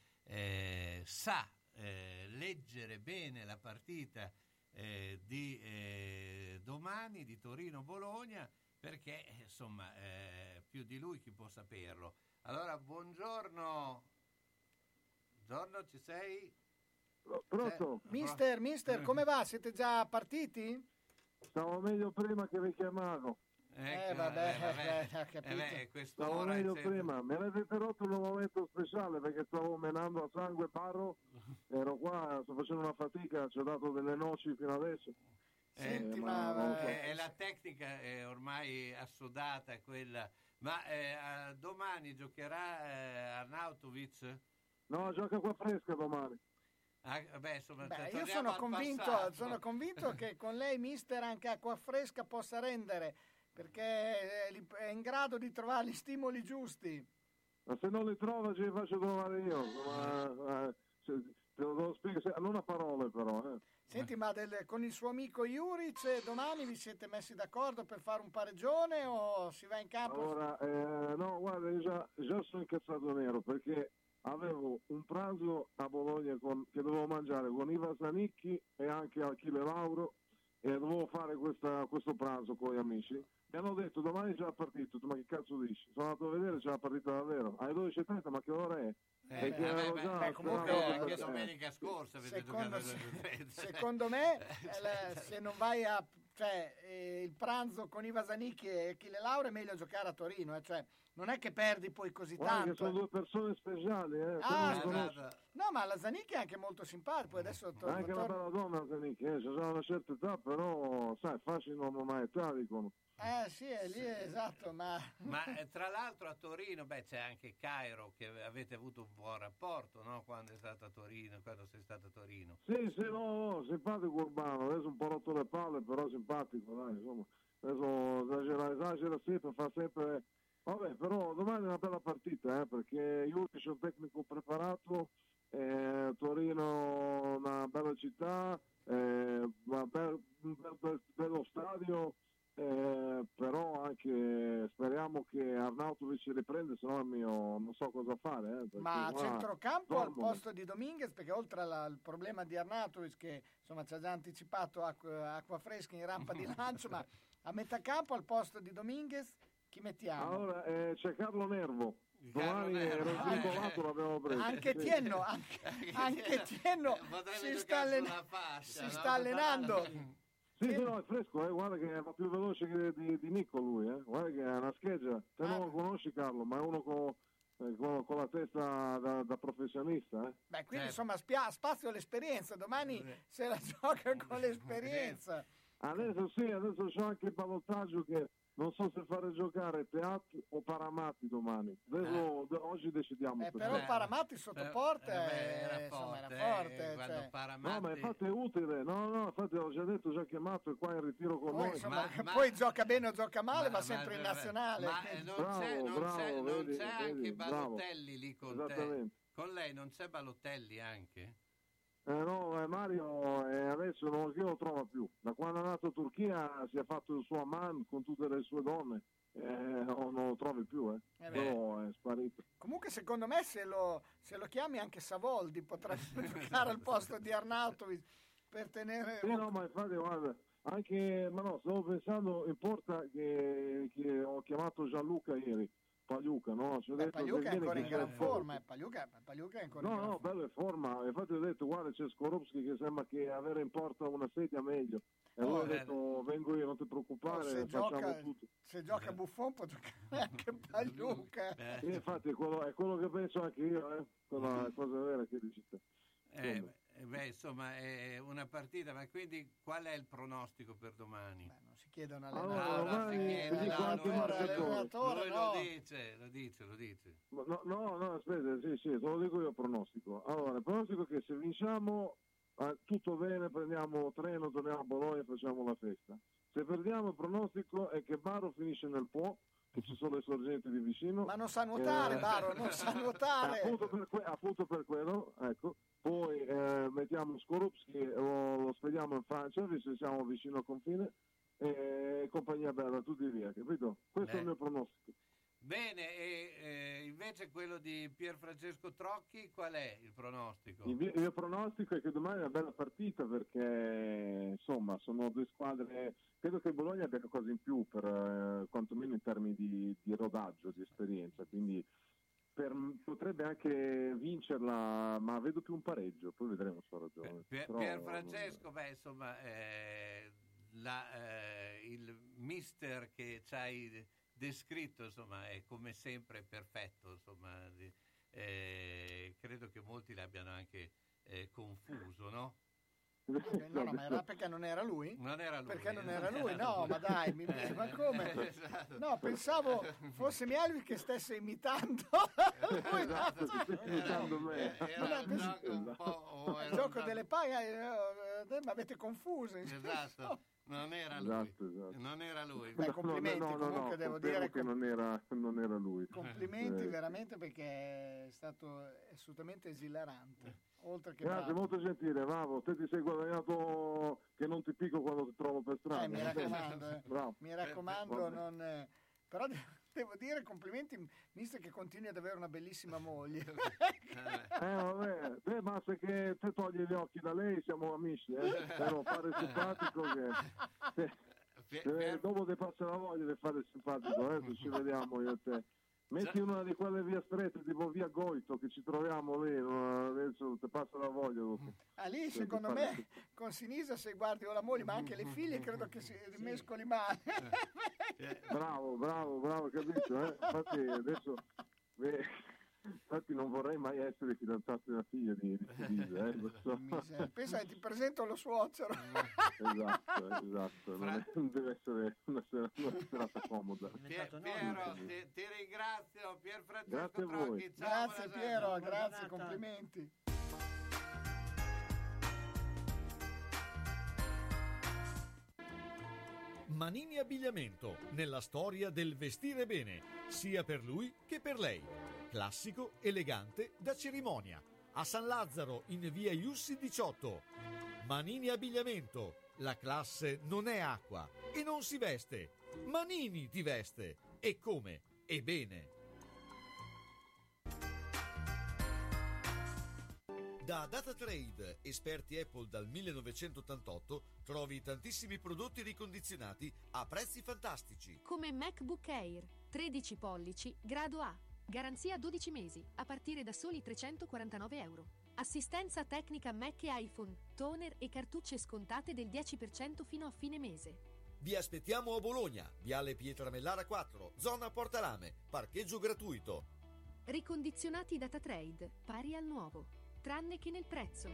eh, sa eh, leggere bene la partita eh, di eh, domani, di Torino-Bologna, perché eh, insomma eh, più di lui chi può saperlo. Allora buongiorno, buongiorno, ci sei? Pronto? Mister, mister, come va? Siete già partiti? Stavo meglio prima che vi chiamavo. Eh, vabbè, eh, ho capito. Stavo meglio prima. Me l'avete rotto in un momento speciale perché stavo menando a sangue barro. Ero qua, sto facendo una fatica, ci ho dato delle noci fino adesso. Senti, Eh, ma, ma non so. è la tecnica è ormai assodata quella. Ma eh, domani giocherà eh, Arnautovic? No, gioca qua fresca domani. Ah, beh, insomma, Beh, io torniamo sono al convinto, passato. sono convinto che con lei, mister, anche acqua fresca possa rendere, perché è è in grado di trovare gli stimoli giusti. Ma se non li trova ce li faccio trovare io. Ma, eh, se- te lo devo spiegare, se- non a parole però. Eh. Senti, ma del- con il suo amico Juric domani vi siete messi d'accordo per fare un pareggione o si va in campo? Allora, eh, no, guarda, io già, già sono incazzato nero perché avevo un pranzo a Bologna con- che dovevo mangiare con Iva Zanicchi e anche Achille Lauro e dovevo fare questa- questo pranzo con gli amici. Mi hanno detto domani c'è la partita, ho detto, ma che cazzo dici? Sono andato a vedere, c'è la partita davvero. Alle dodici e trenta, ma che ora è? Eh, Perché beh, ero beh, già beh, comunque sperato anche per- domenica scorsa avete Secondo, giocato alle secondo me, eh, la- se non vai a... cioè, eh, il, pranzo con Iva Zanicchi e Achille Lauro, è meglio giocare a Torino, eh, cioè non è che perdi poi così Guarda tanto. che sono due persone speciali, eh. Ah, tu non conosci. no, ma la Zanicchi è anche molto simpatica, poi adesso to- È anche una torno- bella donna, Zanicchi, eh. C'è già una certa età, però sai, fascino non ha età, dicono. Eh sì, è lì, esatto, ma... Ma eh, tra l'altro a Torino, beh, c'è anche Cairo, che avete avuto un buon rapporto, no? Quando è stato a Torino, quando sei stato a Torino. Sì, sì, no, no, simpatico Urbano, adesso un po' rotto le palle, però simpatico, dai, insomma. Adesso esagera, esagera sempre, fa sempre... Vabbè, però domani è una bella partita, eh, perché Juric è un tecnico preparato, eh, Torino una bella città, eh, un bel, un bel, bel- bello stadio, eh, però anche speriamo che Arnautovic si riprende, se no il mio non so cosa fare. Eh, perché Ma a qua centrocampo al dormono. posto di Dominguez, perché oltre alla- al problema di Arnautovic, che insomma ci ha già anticipato acqua, acqua fresca in rampa di lancio, ma a metà campo al posto di Dominguez chi mettiamo? Allora eh, c'è Carlo Nervo. Domani Nervo. era svincolato, l'abbiamo preso. Anche Sì. Tienno, anche, anche Tienno si sta, allen- si sta allenando. Sì, sì, no, è fresco, eh. Guarda che va più veloce che di, di Nico lui, eh. Guarda che è una scheggia. Te non lo conosci Carlo, ma è uno con, eh, con, con la testa da, da professionista, eh. Beh, quindi insomma spia- spazio all'esperienza, domani se la gioca con l'esperienza. Adesso sì, adesso c'è anche il ballottaggio che non so se fare giocare Teat o Paramati domani. Adesso, de- oggi decidiamo. Eh, per però me. Paramati sotto porta è- era insomma, era forte, forte, eh, quando cioè. Paramati- No, ma infatti è utile, no, no, infatti l'ho già detto, già chiamato, è qua in ritiro con Poi, noi. insomma, poi gioca bene o gioca male, va sempre in ma- nazionale. Ma eh, non Bravo, c'è, non bravo, c'è, non vedi, c'è anche vedi, bravo. Balotelli lì con te. Esattamente. Con lei non c'è Balotelli anche? Eh no, eh, Mario eh, adesso non lo trova più. Da quando è andato in Turchia si è fatto il suo Amman con tutte le sue donne. Eh, no, non lo trovi più, eh. Eh beh. Però è sparito. Comunque secondo me se lo, se lo chiami anche Savoldi potrebbe giocare al posto di Arnautovic per tenere... Sì, no, ma infatti guarda, anche, ma no, stavo pensando in porta che, che ho chiamato Gianluca ieri, Pagliuca, no? Ci ho Beh, detto, Pagliuca è vieni ancora che in sei gran forte. forma, eh, Pagliuca, Pagliuca è ancora in No, gran no, forma. bello è forma. Infatti ho detto, guarda, c'è Skorupski che sembra che avere in porta una sedia meglio. E Oh, lui ha eh. detto, vengo io, non ti preoccupare, se, facciamo gioca, tutto. se gioca Buffon può giocare anche Pagliuca. Sì, infatti è quello, è quello che penso anche io, eh. Quella cosa vera che dici te. Eh, beh, beh, insomma, è una partita, ma quindi qual è il pronostico per domani? non si chiedono Allora, allenatore. domani si chiede ti dico anche allenatore, allenatore, Lui no. lo dice, lo dice, lo dice. Ma No, no, no, aspetta, sì, sì, te lo dico io il pronostico. Allora, il pronostico è che se vinciamo eh, tutto bene, prendiamo treno, torniamo a Bologna e facciamo la festa. Se perdiamo, il pronostico è che Baro finisce nel Po, che ci sono le sorgenti di vicino. Ma non sa nuotare, Eh, Baro, non sa nuotare. Appunto per, que- appunto per quello, ecco. Poi eh, mettiamo Skorupski, lo, lo spediamo in Francia, visto che siamo vicino al confine, e compagnia bella, tutti via, capito? Questo Beh. è il mio pronostico. Bene, e eh, invece quello di Pier Francesco Trocchi, qual è il pronostico? Il mio, il mio pronostico è che domani è una bella partita perché insomma sono due squadre, credo che il Bologna abbia qualcosa in più per eh, quantomeno in termini di, di rodaggio, di esperienza, quindi per- potrebbe anche vincerla, ma vedo più un pareggio, poi vedremo se ho ragione. Pier, Però- Pier Francesco, beh, insomma, eh, la, eh, il mister che ci hai descritto, insomma, è come sempre perfetto, insomma, di- eh, credo che molti l'abbiano anche eh, confuso, no? Eh, No, no, ma era perché non era lui? Non era lui. Perché non eh, era lui? No, ma dai, mi, ma come? Esatto. No, pensavo fosse Mialvi che stesse imitando lui. Esatto, ti stai imitando me. Era un gioco un po'... o Il era gioco un- delle paghe, eh, mi avete confuso. Esatto, non era lui. Esatto, esatto. Non era lui. Beh, complimenti, no, no, no, comunque no, devo confermo dire che non era, non era lui. complimenti Eh, veramente perché è stato assolutamente esilarante. Oltre che Grazie, bravo. molto gentile, bravo. Te ti sei guadagnato che non ti picco quando ti trovo per strada. Eh, mi raccomando, eh. Bravo. mi raccomando, Vabbè. non, eh, però de- devo dire complimenti, mister che continui ad avere una bellissima moglie. Eh, vabbè, te basta che te togli gli occhi da lei, siamo amici, eh. Però fare il simpatico che... eh, dopo ti passa la voglia di fare il simpatico, adesso ci vediamo io e te. Metti una di quelle via strette, tipo via Goito, che ci troviamo lì, no? Adesso ti passa la voglia. Dopo. Ah, lì secondo me con Sinisa se guardi o la moglie ma anche le figlie credo che si mescoli male. Bravo, bravo, bravo, capito? Eh? Infatti adesso beh, infatti non vorrei mai essere fidanzato di una figlia di, di Sinisa, eh? Lo so. Pensa che ti presento lo suocero. Esatto, esatto, non, è, non deve essere una, sera, una serata comoda. Pier, Piero, ti, ti ringrazio, Pier Francesco Grazie a voi. Trocchi. Ciao, Grazie buona Piero, serata. grazie, complimenti. Manini Abbigliamento, nella storia del vestire bene, sia per lui che per lei. Classico, elegante, da cerimonia. A San Lazzaro, in via Iussi diciotto. Manini Abbigliamento, la classe non è acqua e non si veste. Manini ti veste. E come? E bene. Da DataTrade, esperti Apple dal millenovecentottantotto, trovi tantissimi prodotti ricondizionati a prezzi fantastici. Come MacBook Air, tredici pollici, grado A. Garanzia dodici mesi, a partire da soli trecentoquarantanove euro. Assistenza tecnica Mac e iPhone, toner e cartucce scontate del dieci per cento fino a fine mese. Vi aspettiamo a Bologna, Viale Pietramellara quattro, zona Portalame, parcheggio gratuito. Ricondizionati DataTrade, pari al nuovo, tranne che nel prezzo.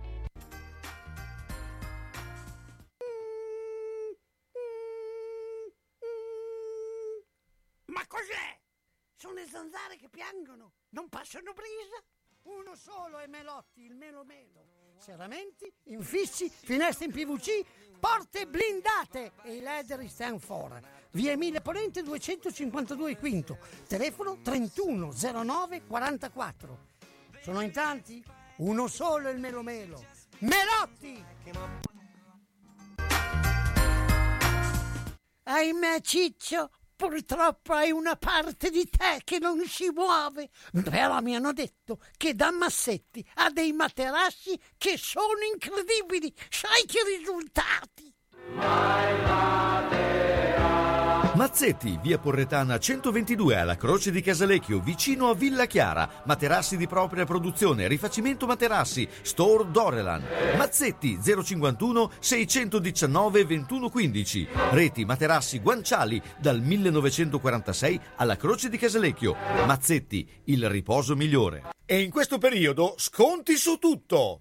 Ma cos'è? Sono le zanzare che piangono, non passano brisa. Uno solo è Melotti, il Melo Melo. Serramenti, infissi, finestre in P V C, porte blindate e i leder stand for. Via Emile Ponente duecentocinquantadue Quinto, telefono trentuno zero nove quarantaquattro. Sono in tanti? Uno solo è il Melo Melo. Melotti! Ahimè Ciccio, purtroppo hai una parte di te che non si muove, però mi hanno detto che da Massetti ha dei materassi che sono incredibili. Sai che risultati? Mazzetti, via Porretana centoventidue alla Croce di Casalecchio, vicino a Villa Chiara. Materassi di propria produzione, rifacimento materassi, Store Dorelan. Mazzetti zero cinquantuno seicentodiciannove ventuno quindici. Reti materassi guanciali dal millenovecentoquarantasei alla Croce di Casalecchio. Mazzetti, il riposo migliore. E in questo periodo sconti su tutto.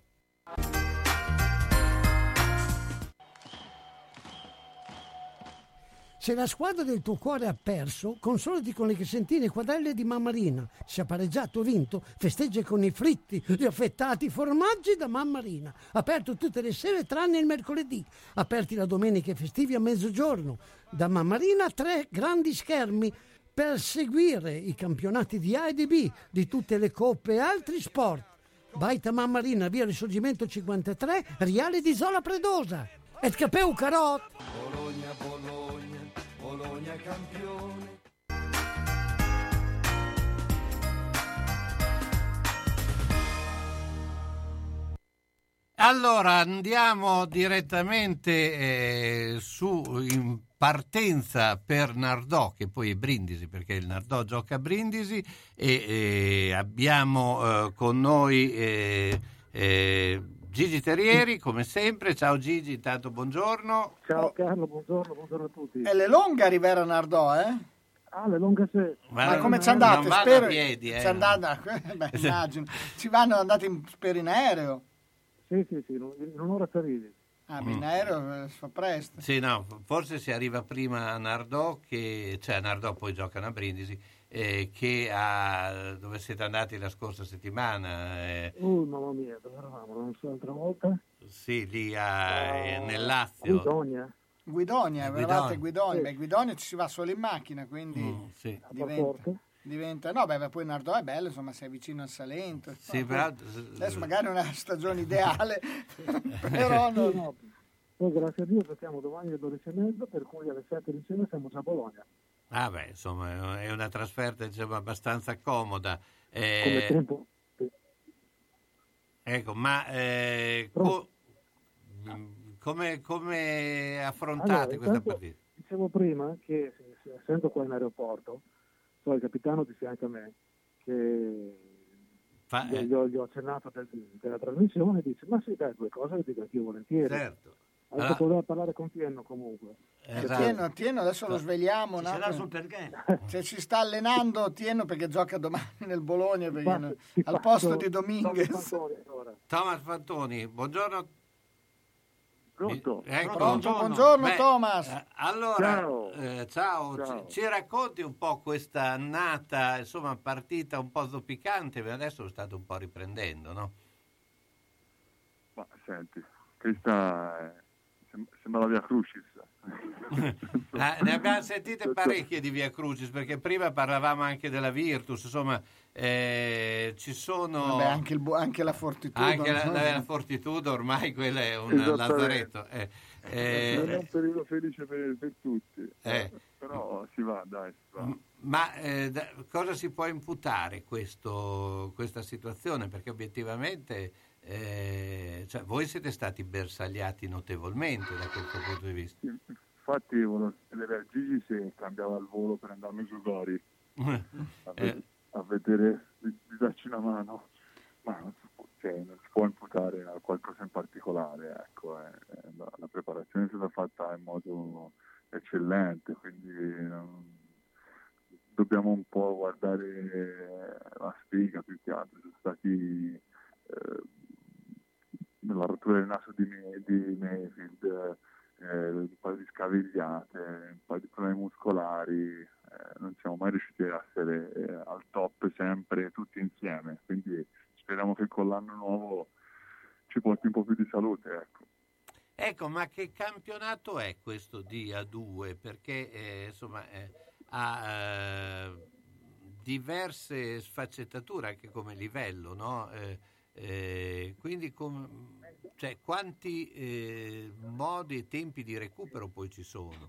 Se la squadra del tuo cuore ha perso, consolati con le crescentine quadrelle di Mammarina. Se ha pareggiato o vinto, festeggia con i fritti, gli affettati formaggi da Mammarina. Aperto tutte le sere tranne il mercoledì. Aperti la domenica e festivi a mezzogiorno. Da Mammarina tre grandi schermi per seguire i campionati di A e di B, di tutte le coppe e altri sport. Baita Mammarina, via Risorgimento cinquantatré, Riale di Zola Predosa. Et capeu carot! Bologna, Bologna, Bologna campione. Allora andiamo direttamente eh, su in partenza per Nardò, che poi è Brindisi, perché il Nardò gioca a Brindisi, e eh, abbiamo eh, con noi eh, eh, Gigi Terrieri, come sempre. Ciao Gigi, intanto buongiorno. Ciao Carlo, buongiorno, buongiorno a tutti. E le lunghe a Rivera Nardò, eh? Ah, le lunghe sì. Ma, Ma come non- ci andate? non vanno Spero- a piedi, eh. ci andate- beh, immagino. Ci vanno andati in, spero in aereo? Sì, sì, sì, in un'ora feriti. Ah, Mm. in aereo eh, si fa presto. Sì, no, forse si arriva prima a Nardò, che, cioè a Nardò poi giocano a Brindisi, eh, che a dove siete andati la scorsa settimana. eh, Oh, mamma mia, dove eravamo? Non so, l'altra volta? Sì, lì a, eh, nel Lazio. Guidonia. Guidonia, Eh, eravate Guidonia. Guidonia. Sì. Beh, Guidonia ci si va solo in macchina, quindi Mm, sì. diventa, diventa... No, beh, beh, poi Nardò è bello, insomma, sei vicino al Salento. Sì, No, però- poi- adesso magari è una stagione ideale, però Sì, non... no. Poi grazie a Dio giochiamo domani alle dodici e mezza, per cui alle sette di sera siamo già a Bologna. Ah beh, insomma, è una trasferta, diciamo, abbastanza comoda. Eh, Come tempo. Sì. Ecco, ma eh, co- mh, come, come affrontate Allora, questa intanto, partita? Dicevo prima che, se- se- essendo qua in aeroporto, so, il capitano di fianco a me, che Fa- gli, eh. gli ho, gli ho accennato del- della trasmissione, dice, ma sì, dai, due cose le dico anch'io volentieri. Certo. Hai Allora- fatto voleva parlare con Tienno comunque. Esatto. Tieno, Tieno adesso lo svegliamo. Ci un sarà attimo. sul perché. Se si sta allenando Tieno perché gioca domani nel Bologna perché Ti no- ti al faccio- posto di Tommy Dominguez. Fantoni, allora. Thomas Fantoni, buongiorno. Pronto? Ecco. Pronto, buongiorno Beh, Thomas. eh, allora, Ciao. eh, ciao, Ciao. Ci, ci racconti un po' questa annata, insomma, partita un po' zoppicante, ma adesso lo state un po' riprendendo, no? Ma senti, questa è, sem- sembra la Via Crucis. Ah, ne abbiamo sentite parecchie di Via Crucis, perché prima parlavamo anche della Virtus, insomma, eh, ci sono... Vabbè, anche, il bu- anche la Fortitudo. Anche la, no? la- la Fortitudo ormai quella è un Esattamente. lazzaretto. eh. Eh, Non è un periodo felice per, per tutti, Eh. però si va, dai, si va. Ma eh, da- cosa si può imputare questo, questa situazione? Perché obiettivamente eh, cioè, voi siete stati bersagliati notevolmente da questo punto di vista. Infatti volevo chiedere a Gigi se cambiava il volo per andarmi su Gori, a, Eh, a vedere, di, di darci una mano, ma non si può, cioè, non si può imputare a qualcosa in particolare, ecco, eh, eh, la, la preparazione è stata fatta in modo eccellente, quindi non- dobbiamo un po' guardare la sfiga più che altro. Sono stati eh, la rottura del naso di, Me- di Mayfield, eh, un paio di scavigliate, un paio di problemi muscolari, eh, non siamo mai riusciti a essere eh, al top sempre tutti insieme, quindi speriamo che con l'anno nuovo ci porti un po' più di salute, ecco. Ecco, ma che campionato è questo di A due? Perché eh, insomma eh, ha eh, diverse sfaccettature anche come livello, no? Eh, eh, quindi com- cioè, quanti eh, modi e tempi di recupero poi ci sono?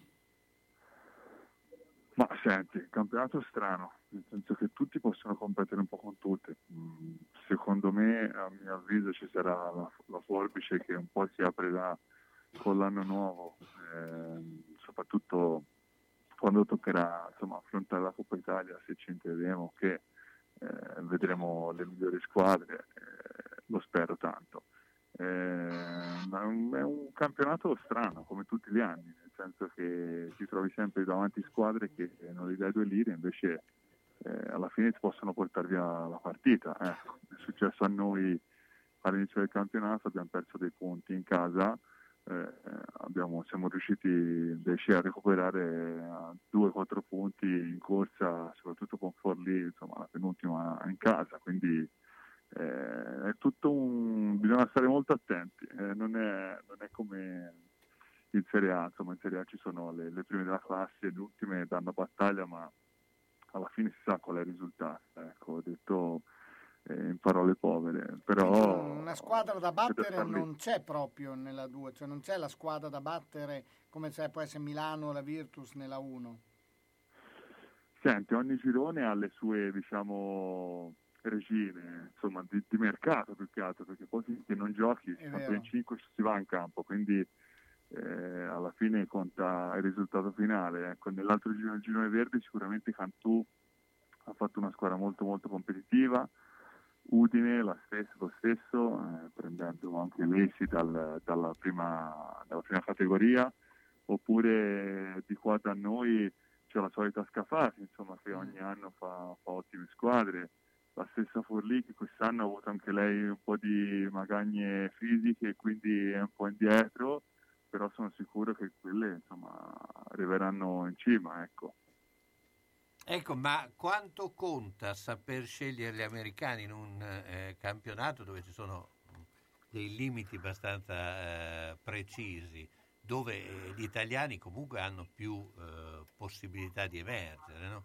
Ma senti, il campionato è strano, nel senso che tutti possono competere un po' con tutti. Mm, Secondo me, a mio avviso, ci sarà la, la forbice che un po' si aprirà con l'anno nuovo, ehm, soprattutto quando toccherà insomma, affrontare la Coppa Italia, se ci entreremo, che eh, vedremo le migliori squadre, eh, lo spero tanto. Eh, ma è un, è un campionato strano come tutti gli anni, nel senso che ti trovi sempre davanti squadre che non gli dai due lire, invece eh, alla fine ti possono portare via la partita. Ecco, è successo a noi all'inizio del campionato, abbiamo perso dei punti in casa, eh, abbiamo, siamo riusciti invece a recuperare due o quattro punti in corsa, soprattutto con Forlì, insomma la penultima in casa, quindi Eh, è tutto un... bisogna stare molto attenti, eh, non, è, non è come in Serie A, insomma in Serie A ci sono le, le prime della classe, le ultime danno battaglia, ma alla fine si sa qual è il risultato, ecco, ho detto eh, in parole povere, però Una squadra da battere star lì. non c'è proprio nella due, cioè non c'è la squadra da battere come c'è, può essere Milano o la Virtus nella uno. Senti, ogni girone ha le sue, diciamo, regine, insomma, di, di mercato più che altro, perché poi finché non giochi, È tanto vero. in cinque si va in campo, quindi eh, alla fine conta il risultato finale. Ecco, nell'altro girone, il girone verde, sicuramente Cantù ha fatto una squadra molto molto competitiva, Udine la stessa, lo stesso, eh, prendendo anche l'essi dal, dalla, prima, dalla prima categoria, oppure di qua da noi c'è la solita Scafati, insomma, che ogni anno fa, fa ottime squadre, la stessa Forlì che quest'anno ha avuto anche lei un po' di magagne fisiche, quindi è un po' indietro, però sono sicuro che quelle insomma arriveranno in cima, ecco. Ecco, ma quanto conta saper scegliere gli americani in un eh, campionato dove ci sono dei limiti abbastanza eh, precisi, dove eh, gli italiani comunque hanno più eh, possibilità di emergere, no?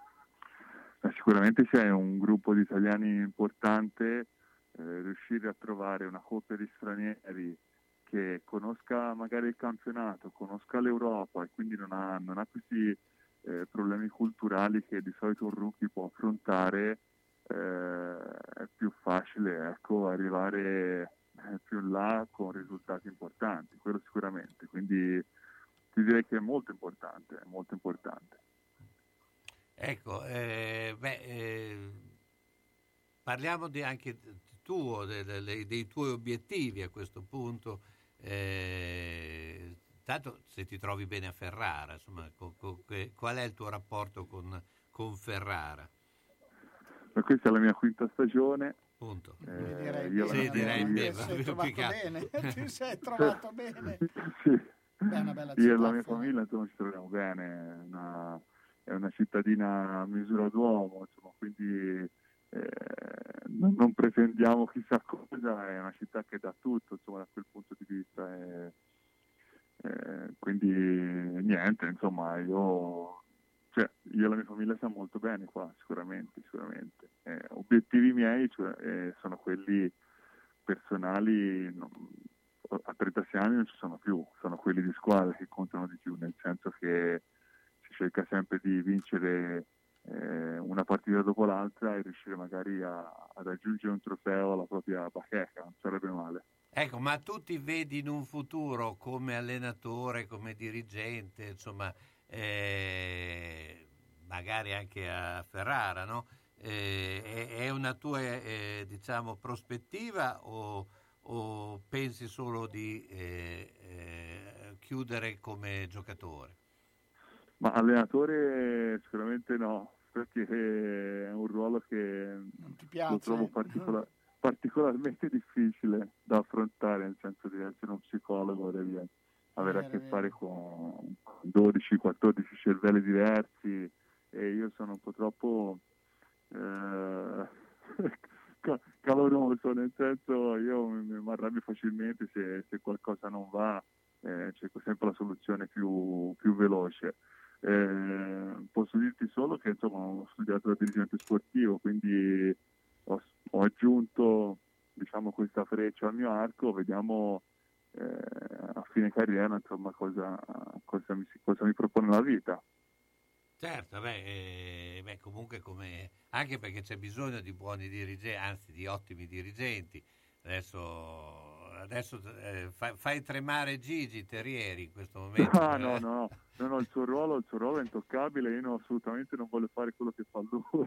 Eh, Sicuramente se hai un gruppo di italiani importante, eh, riuscire a trovare una coppia di stranieri che conosca magari il campionato, conosca l'Europa e quindi non ha, non ha questi eh, problemi culturali che di solito un rookie può affrontare, eh, è più facile, ecco, arrivare eh, più in là con risultati importanti, quello sicuramente. Quindi ti direi che è molto importante, è molto importante. Ecco, eh, beh, eh, parliamo di anche tuo, de, de, de, dei tuoi obiettivi a questo punto. Eh, tanto se ti trovi bene a Ferrara, insomma, co, co, che, qual è il tuo rapporto con, con Ferrara? Ma questa è la mia quinta stagione. Punto. Eh, direi io bene, la- direi io- bene. Ti sei trovato bene, ti sei trovato bene. Sì. Beh, è una bella Io e città, la mia Ferrara. famiglia insomma ci troviamo bene, è una, è una cittadina a misura d'uomo, insomma, quindi eh, non, non pretendiamo chissà cosa, è una città che dà tutto, insomma, da quel punto di vista. E, eh, quindi niente, insomma, io, cioè, io e la mia famiglia siamo molto bene qua, sicuramente, sicuramente. Eh, obiettivi miei cioè, eh, sono quelli personali, non- a trentasei anni non ci sono più, sono quelli di squadra che contano di più, nel senso che si cerca sempre di vincere eh, una partita dopo l'altra e riuscire magari a, ad aggiungere un trofeo alla propria bacheca, non sarebbe male. Ecco, ma tu ti vedi in un futuro come allenatore, come dirigente, insomma, eh, magari anche a Ferrara, no? Eh, è, è una tua, eh, diciamo, prospettiva o, o pensi solo di eh, eh, chiudere come giocatore? Ma allenatore sicuramente no, perché è un ruolo che piace? lo trovo particola- particolarmente difficile da affrontare, nel senso di essere un psicologo, devi avere a Vero, che vero. fare con dodici quattordici cervelli diversi e io sono un po' troppo eh, ca- caloroso, nel senso io mi, mi arrabbio facilmente se, se qualcosa non va, eh, cerco sempre la soluzione più, più veloce. Eh, posso dirti solo che insomma ho studiato da dirigente sportivo, quindi ho, ho aggiunto diciamo questa freccia al mio arco, vediamo eh, a fine carriera insomma cosa, cosa, mi, cosa mi propone la vita. Certo, beh, eh, beh, comunque come anche perché c'è bisogno di buoni dirigenti, anzi di ottimi dirigenti. Adesso, adesso eh, fai, fai tremare Gigi Terrieri in questo momento. Ah, eh. no, no, no, no, il suo ruolo, il suo ruolo è intoccabile, io no, assolutamente non voglio fare quello che fa lui.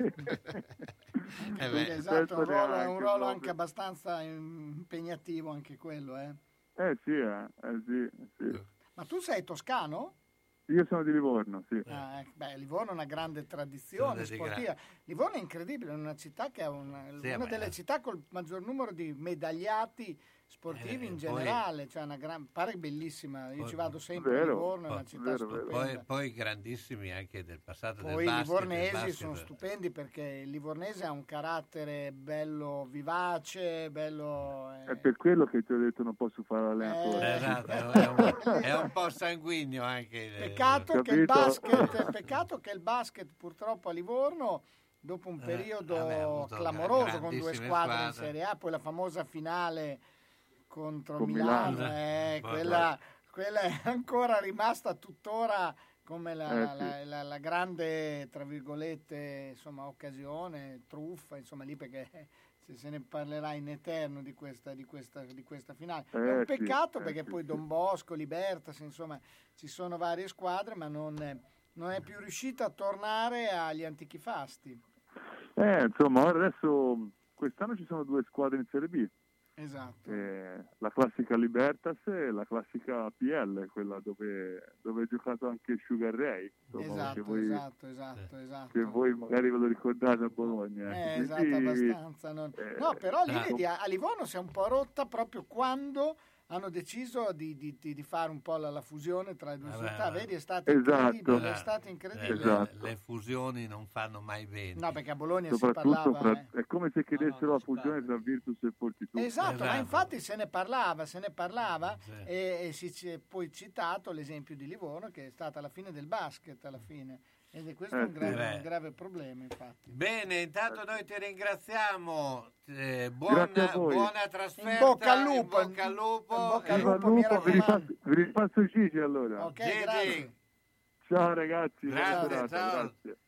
Anche perché, esatto, è un ruolo, è un ruolo anche abbastanza impegnativo anche quello, eh. Eh sì, eh, eh, sì, sì. Ma tu sei toscano? Io sono di Livorno, sì. Ah, ecco, beh, Livorno è una grande tradizione Sono di sportiva. Livorno è incredibile, è una città che ha una, Sì, una ma- delle città col maggior numero di medagliati sportivi Eh, in poi- generale, cioè una gran, pare bellissima. Io Poi- ci vado sempre Vero, a Livorno, è una città vero, vero. stupenda. Poi, poi grandissimi anche del passato Poi del i basket. del livornesi basket. sono stupendi perché il livornese ha un carattere bello vivace, bello... eh, È per quello che ti ho detto non posso fare l'allenatore. Esatto, è un, è un po' sanguigno anche. eh, Peccato che, il Capito? basket, peccato che il basket purtroppo a Livorno, dopo un Eh, periodo vabbè, ha avuto clamoroso con due grandissime squadre in squadre. Serie A, poi la famosa finale contro Con Milano, Milano. eh, Poi- quella, quella è ancora rimasta tuttora come la, Eh, la- sì. la- la- la grande, tra virgolette, insomma, occasione, truffa, insomma, lì perché se, se ne parlerà in eterno di questa, di questa, di questa finale. È un Eh, sì, peccato eh, perché sì, poi sì. Don Bosco, Libertas, insomma, ci sono varie squadre, ma non, non è più riuscita a tornare agli antichi fasti. Eh, insomma, ora adesso quest'anno ci sono due squadre in Serie B. Esatto. Eh, la classica Libertas e la classica P L, quella dove, dove ha giocato anche Sugar Ray. Insomma, che Esatto, voi, esatto, esatto, esatto. che voi magari ve lo ricordate a Bologna. Eh, ecco. esatto, Quindi, abbastanza. non- eh, No, però lì ah. vedi, a a Livorno si è un po' rotta proprio quando hanno deciso di, di- di- di fare un po' la, la fusione tra le due Vabbè, società. vabbè. Vedi, è stato Esatto. incredibile, è Eh, stato eh, incredibile. le- Esatto. le, fusioni non fanno mai bene. No, perché a Bologna si soprattutto parlava... fra- eh. è come se chiedessero la fusione tra Virtus e Fortitudo. Esatto, ma Esatto. infatti se ne parlava, se ne parlava Sì. e, e si ci è poi citato l'esempio di Livorno che è stata la fine del basket alla fine. Ed è questo Eh, un, grave, sì. un grave problema, infatti. Bene, intanto noi ti ringraziamo. eh, buona, Grazie a voi. buona trasferta. In bocca al lupo, in bocca al lupo. in bocca al Viva lupo, mi il lupo, vi raccomando. ripasso, vi ripasso Gigi allora. Ok, Gigi. grazie. Ciao ragazzi, Grazie, buona serata, ciao. grazie.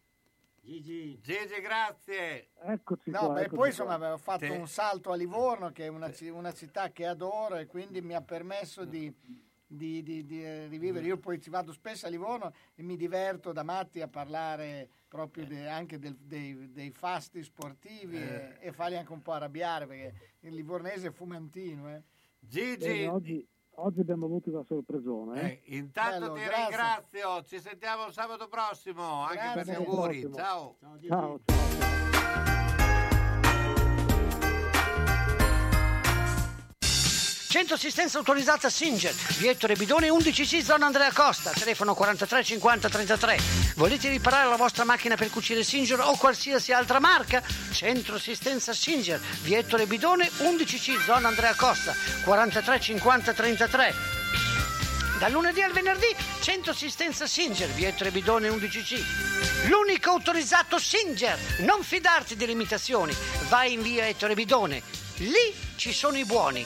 Gigi. Gigi, grazie. Eccoci No, qua, beh, eccoci poi qua. insomma avevo fatto Te- un salto a Livorno che è una, ci- una città che adoro e quindi mi ha permesso di, di, di, di rivivere. Io poi ci vado spesso a Livorno e mi diverto da matti a parlare proprio de, anche del, dei, dei fasti sportivi eh. e, e farli anche un po' arrabbiare, perché il livornese è fumantino. Eh. Gigi, Bene, oggi, oggi abbiamo avuto una sorpresona. Eh? Eh, intanto Bello, ti grazie. ringrazio, ci sentiamo sabato prossimo, anche Grazie. per gli Sabato auguri. prossimo. Ciao. Ciao, ciao. Centro assistenza autorizzata Singer, via Ettore Bidone undici C, zona Andrea Costa, telefono quarantatré cinquanta trentatré. Volete riparare la vostra macchina per cucire Singer o qualsiasi altra marca? Centro assistenza Singer, via Ettore Bidone undici C, zona Andrea Costa, quarantatré cinquanta trentatré. Dal lunedì al venerdì, centro assistenza Singer, via Ettore Bidone undici C. L'unico autorizzato Singer. Non fidarti delle imitazioni. Vai in via Ettore Bidone. Lì ci sono i buoni.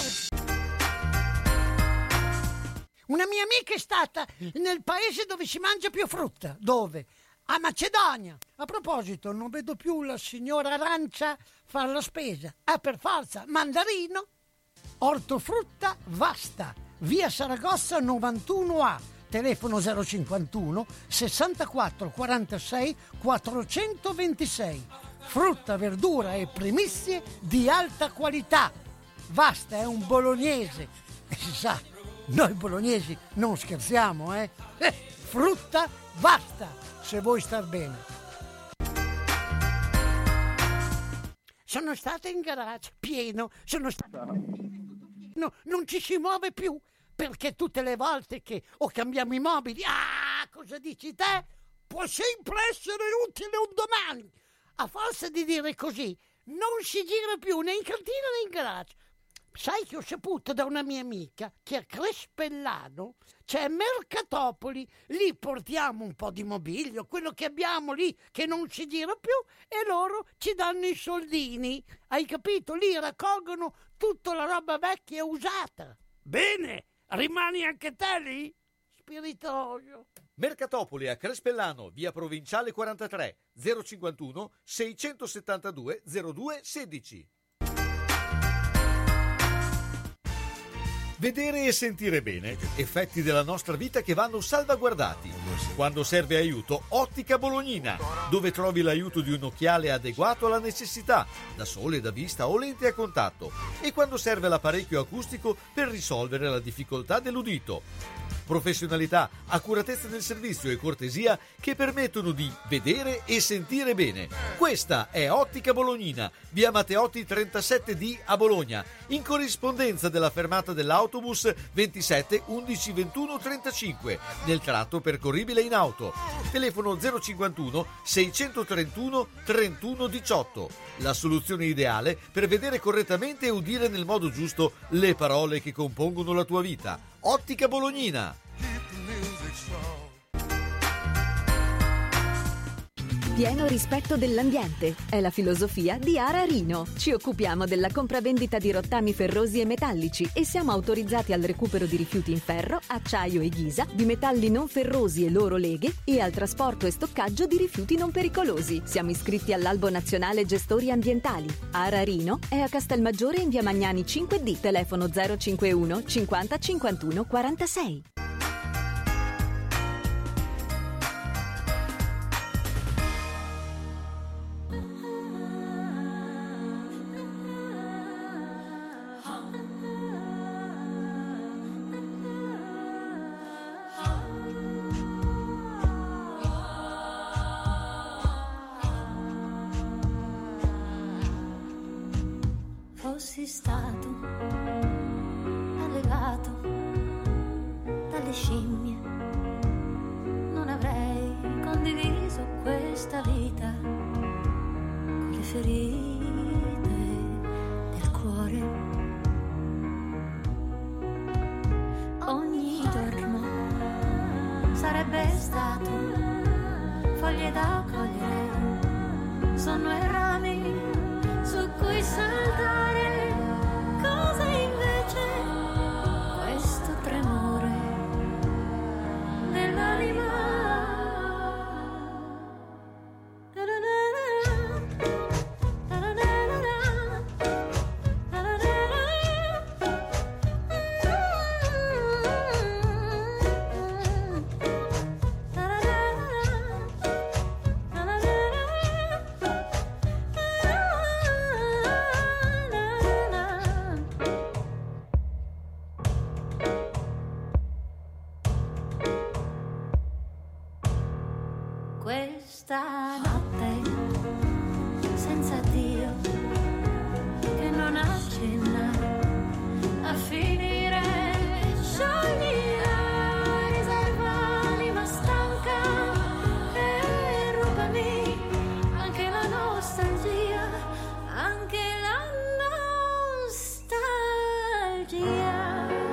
Una mia amica è stata nel paese dove si mangia più frutta. Dove? A Macedonia. A proposito, non vedo più la signora Arancia fare la spesa. Ah, per forza, mandarino. Ortofrutta Vasta, via Saragossa novantuno A, telefono zero cinquantuno sessantaquattro quarantasei quattrocentoventisei. Frutta, verdura e primizie di alta qualità. Vasta è un bolognese. E si sa, noi bolognesi non scherziamo, eh? eh frutta Vasta, se vuoi star bene. Sono stata in garage, pieno, sono stata... No, non ci si muove più, perché tutte le volte che o cambiamo i mobili, ah, cosa dici te? Può sempre essere utile un domani. A forza di dire così, non si gira più né in cantina né in garage. Sai che ho saputo da una mia amica che a Crespellano c'è Mercatopoli, lì portiamo un po' di mobilio, quello che abbiamo lì che non si gira più, e loro ci danno i soldini. Hai capito? Lì raccolgono tutta la roba vecchia e usata. Bene, rimani anche te lì? Spiritoso. Mercatopoli a Crespellano, via Provinciale quarantatré, zero cinquantuno seicentosettantadue zero due sedici. Vedere e sentire bene, effetti della nostra vita che vanno salvaguardati. Quando serve aiuto, Ottica Bolognina, dove trovi l'aiuto di un occhiale adeguato alla necessità, da sole, da vista o lente a contatto, e quando serve l'apparecchio acustico per risolvere la difficoltà dell'udito. Professionalità, accuratezza nel servizio e cortesia che permettono di vedere e sentire bene. Questa è Ottica Bolognina, via Matteotti trentasette D a Bologna, in corrispondenza della fermata dell'autobus ventisette undici ventuno trentacinque, nel tratto percorribile in auto. Telefono zero cinquantuno seicentotrentuno trentuno diciotto. La soluzione ideale per vedere correttamente e udire nel modo giusto le parole che compongono la tua vita. Ottica Bolognina. Pieno rispetto dell'ambiente è la filosofia di Ara Rino. Ci occupiamo della compravendita di rottami ferrosi e metallici e siamo autorizzati al recupero di rifiuti in ferro, acciaio e ghisa, di metalli non ferrosi e loro leghe e al trasporto e stoccaggio di rifiuti non pericolosi. Siamo iscritti all'Albo Nazionale Gestori Ambientali. Ara Rino è a Castelmaggiore in via Magnani cinque D, telefono zero cinquantuno cinquanta cinquantuno quarantasei. Fossi stato allevato dalle scimmie, non avrei condiviso questa vita con le ferite del cuore. Ogni giorno sarebbe stato foglie da cogliere, sonno e rami su cui saltare. Cosa invece questo tremore nell'anima? questa notte senza Dio che non accenna a finire, sciogli la riserva anima stanca e rubami anche la nostalgia, anche la nostalgia.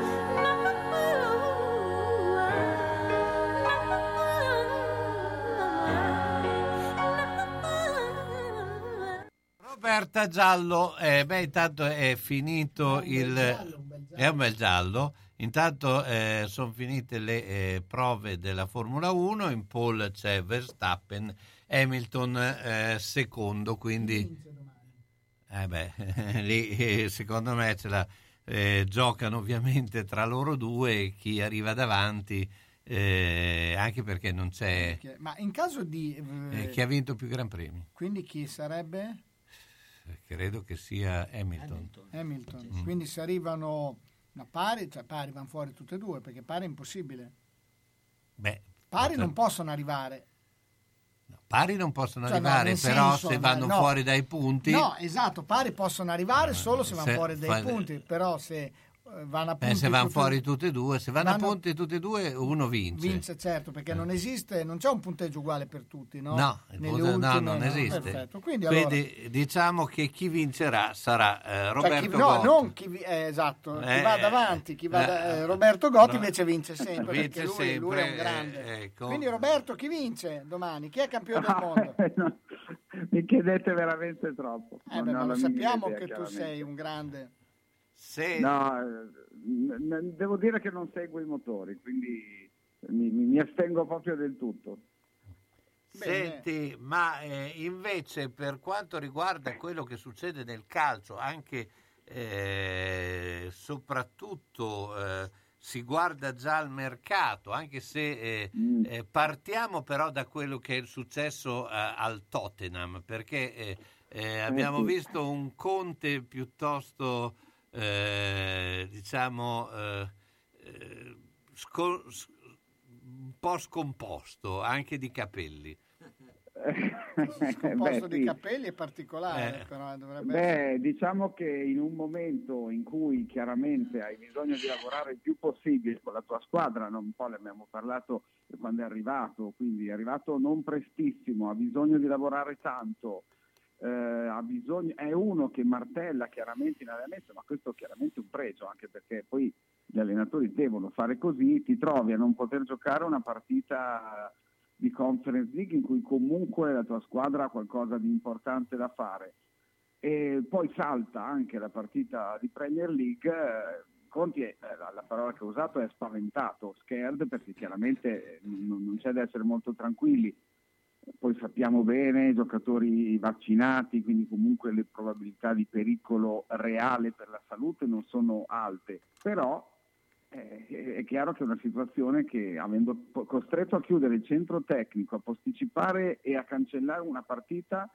Roberta Giallo, eh, beh, intanto è finito il... È un bel giallo. Intanto eh, sono finite le eh, prove della Formula uno, in pole c'è Verstappen, Hamilton eh, secondo, quindi eh beh, lì eh, secondo me ce la eh, giocano ovviamente tra loro due, chi arriva davanti, eh, anche perché non c'è Ma in caso di... eh, eh, chi ha vinto più Gran Premi. Quindi chi sarebbe? Credo che sia Hamilton. Hamilton. Mm. Quindi se arrivano a pari, cioè pari vanno fuori tutte e due, perché pari è impossibile. Beh, Pari potrebbe- non possono arrivare. Pari non possono Cioè, no, arrivare, nel però senso, se vanno no. fuori dai punti... No, esatto, pari possono arrivare solo se vanno se fuori dai fa- punti, però se eh, vanno a Eh, punti se vanno tutti- fuori tutti e due, se vanno, vanno- a punti tutti e due, uno vince. vince, certo, perché non esiste, non c'è un punteggio uguale per tutti, no? No, il Nelle punto- no, ultime, non esiste. Perfetto. Quindi, Quindi, allora, diciamo che chi vincerà sarà eh, cioè, Roberto chi, no, Gotti. non chi, vi- eh, esatto, chi Eh, va davanti, chi va eh, da- eh, Roberto Gotti no. invece vince sempre, Vince perché lui, sempre, lui è un grande. eh, ecco. Quindi Roberto, chi vince domani? Chi è campione del mondo? Mi chiedete veramente troppo. Eh, Non beh, ho ma lo la minima sappiamo idea, che tu chiaramente. sei un grande. Se... No, eh, n- n- devo dire che non seguo i motori, quindi mi, mi- mi astengo proprio del tutto. Senti, ma eh, invece per quanto riguarda quello che succede nel calcio, anche eh, soprattutto eh, si guarda già al mercato, anche se eh, eh, partiamo però da quello che è successo eh, al Tottenham, perché eh, eh, abbiamo sì. visto un Conte piuttosto, eh, diciamo, eh, eh, sco- s- un po' scomposto, anche di capelli. Composto Beh, di sì. capelli è particolare, Eh. però dovrebbe essere. Beh, diciamo che in un momento in cui chiaramente hai bisogno di lavorare il più possibile con la tua squadra, non un po' ne abbiamo parlato quando è arrivato, quindi è arrivato non prestissimo, ha bisogno di lavorare tanto, eh, ha bisogno, è uno che martella chiaramente in allenamento, ma questo chiaramente è un pregio, anche perché poi gli allenatori devono fare così, ti trovi a non poter giocare una partita di Conference League in cui comunque la tua squadra ha qualcosa di importante da fare, e poi salta anche la partita di Premier League. eh, Conti è, eh, la, la parola che ho usato è spaventato, scared, perché chiaramente eh, non, non c'è da essere molto tranquilli. Poi sappiamo bene, i giocatori vaccinati, quindi comunque le probabilità di pericolo reale per la salute non sono alte, però eh, è chiaro che è una situazione che, avendo po- costretto a chiudere il centro tecnico, a posticipare e a cancellare una partita,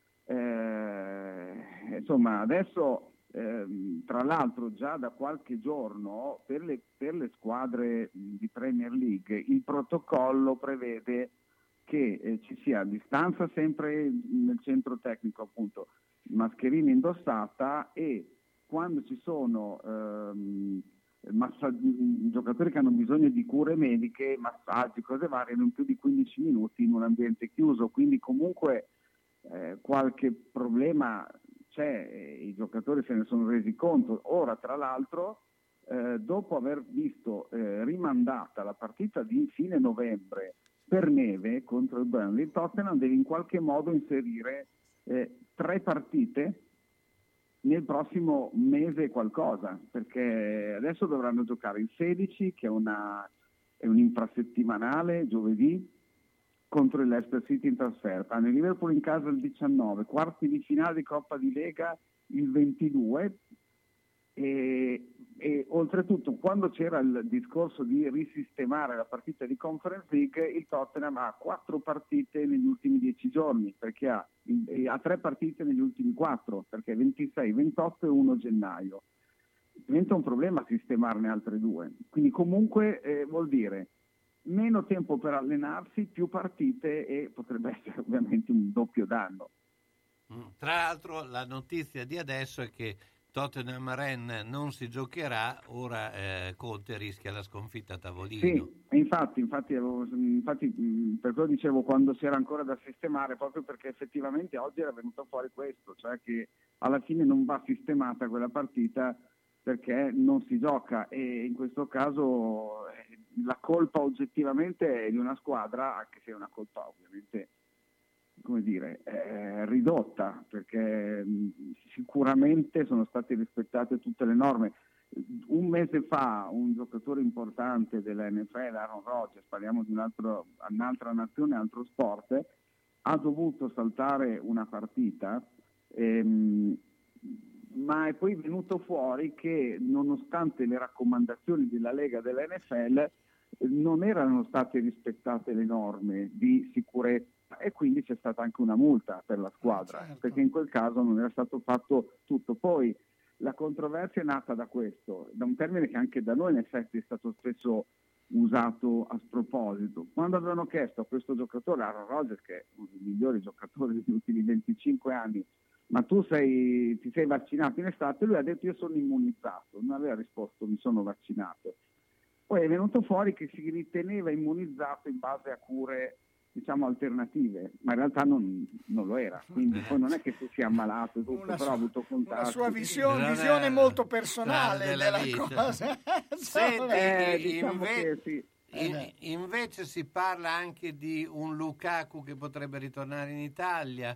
eh, insomma adesso ehm, tra l'altro già da qualche giorno per le, per le squadre di Premier League il protocollo prevede che eh, ci sia distanza sempre nel centro tecnico, appunto, mascherina indossata, e quando ci sono ehm, massa- giocatori che hanno bisogno di cure mediche, massaggi, cose varie, non più di quindici minuti in un ambiente chiuso, quindi comunque eh, qualche problema c'è, eh, i giocatori se ne sono resi conto. Ora, tra l'altro, eh, dopo aver visto eh, rimandata la partita di fine novembre per neve contro il Burnley, Tottenham deve in qualche modo inserire eh, tre partite nel prossimo mese e qualcosa, perché adesso dovranno giocare il sedici, che è, una, è un infrasettimanale, giovedì, contro il Leicester City in trasferta, hanno il Liverpool in casa il diciannove, quarti di finale di Coppa di Lega il ventidue, e, e oltretutto quando c'era il discorso di risistemare la partita di Conference League, il Tottenham ha quattro partite negli ultimi dieci giorni, perché ha, ha tre partite negli ultimi quattro, perché ventisei, ventotto e primo gennaio. Diventa un problema sistemarne altre due, quindi comunque eh, vuol dire meno tempo per allenarsi, più partite e potrebbe essere ovviamente un doppio danno. Tra l'altro la notizia di adesso è che Tottenham-Rennes non si giocherà, ora eh, Conte rischia la sconfitta a tavolino. Sì, infatti, infatti, avevo, infatti mh, per quello dicevo quando si era ancora da sistemare, proprio perché effettivamente oggi era venuto fuori questo, cioè che alla fine non va sistemata quella partita perché non si gioca, e in questo caso eh, la colpa oggettivamente è di una squadra, anche se è una colpa ovviamente, come dire, eh, ridotta, perché mh, sicuramente sono state rispettate tutte le norme. Un mese fa un giocatore importante della N F L, Aaron Rodgers, parliamo di un altro, un'altra nazione, altro sport, ha dovuto saltare una partita, ehm, ma è poi venuto fuori che nonostante le raccomandazioni della Lega della N F L non erano state rispettate le norme di sicurezza, e quindi c'è stata anche una multa per la squadra, certo. perché in quel caso non era stato fatto tutto. Poi la controversia è nata da questo, da un termine che anche da noi in effetti è stato spesso usato a sproposito. Quando avevano chiesto a questo giocatore, Aaron Rodgers, che è uno dei migliori giocatori degli ultimi venticinque anni, ma tu sei, ti sei vaccinato in estate? Lui ha detto io sono immunizzato, non aveva risposto mi sono vaccinato. Poi è venuto fuori che si riteneva immunizzato in base a cure, diciamo, alternative, ma in realtà non, non lo era, quindi poi non è che si sia ammalato e tutto, Una però sua- ha avuto contatti. Una sua visione, visione molto personale della della vita. cosa. Senti, Eh, i- diciamo inve- che sì. in- invece si parla anche di un Lukaku che potrebbe ritornare in Italia,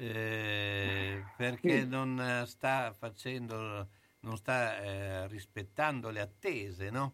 eh, perché Sì. non eh, sta facendo, non sta eh, rispettando le attese, no?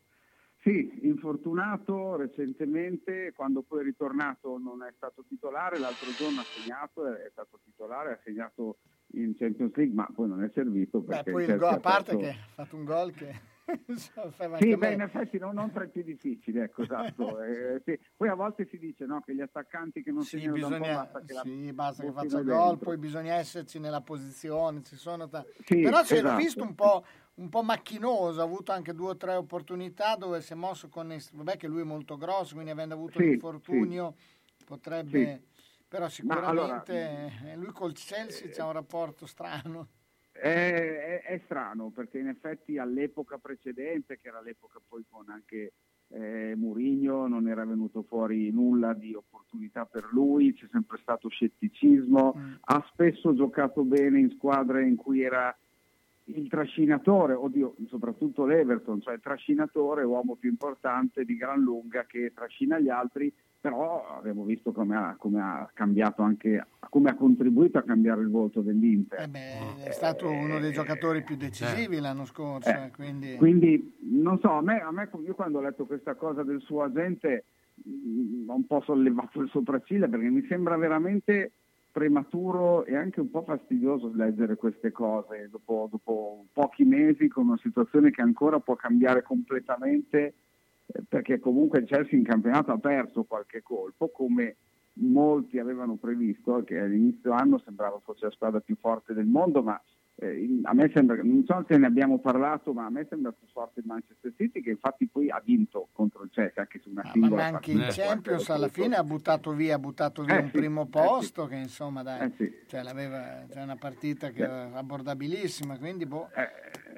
Sì, infortunato recentemente, quando poi è ritornato non è stato titolare, l'altro giorno ha segnato, è stato titolare, ha segnato in Champions League, ma poi non è servito Beh, perché poi il Chelsea gol, ha a parte perso- che ha fatto un gol che insomma, faceva Sì, anche beh, me. in effetti non, non tra i più difficili, ecco, esatto. Eh, sì. Poi a volte si dice no, che gli attaccanti che non Sì, segnano da un po' bisogna, basta che la sì, basta che buttino faccia dentro. gol, poi bisogna esserci nella posizione, ci sono ta- Sì, però si era esatto. visto un po', un po' macchinoso, ha avuto anche due o tre opportunità dove si è mosso con, est- vabbè che lui è molto grosso, quindi avendo avuto Sì, l'infortunio potrebbe, però Ma allora- sicuramente eh, lui col Chelsea c'ha un rapporto strano. È, è- è strano perché in effetti all'epoca precedente, che era l'epoca poi con anche eh, Mourinho, non era venuto fuori nulla di opportunità per lui, c'è sempre stato scetticismo, ha spesso giocato bene in squadre in cui era il trascinatore, oddio, soprattutto l'Everton, cioè il trascinatore, uomo più importante di gran lunga che trascina gli altri, però abbiamo visto come ha, come ha cambiato anche, come ha contribuito a cambiare il volto dell'Inter. Eh beh, è stato uno dei giocatori più decisivi l'anno scorso, Eh, eh, quindi... Quindi non so, a me, a me io quando ho letto questa cosa del suo agente mh, ho un po' sollevato le sopracciglia perché mi sembra veramente prematuro e anche un po' fastidioso leggere queste cose dopo, dopo pochi mesi con una situazione che ancora può cambiare completamente, eh, perché comunque il Chelsea in campionato ha perso qualche colpo come molti avevano previsto, che all'inizio anno sembrava fosse la squadra più forte del mondo, ma eh, in- a me sembra, non so se ne abbiamo parlato, ma a me sembra più forte il Manchester City, che infatti poi ha vinto contro il Chelsea anche su una Ma singola anche partita. in Champions alla fine ha buttato via, ha buttato via Eh un sì, primo eh posto che insomma dai, Eh sì. cioè, l'aveva, cioè una partita che era abbordabilissima, quindi boh. È,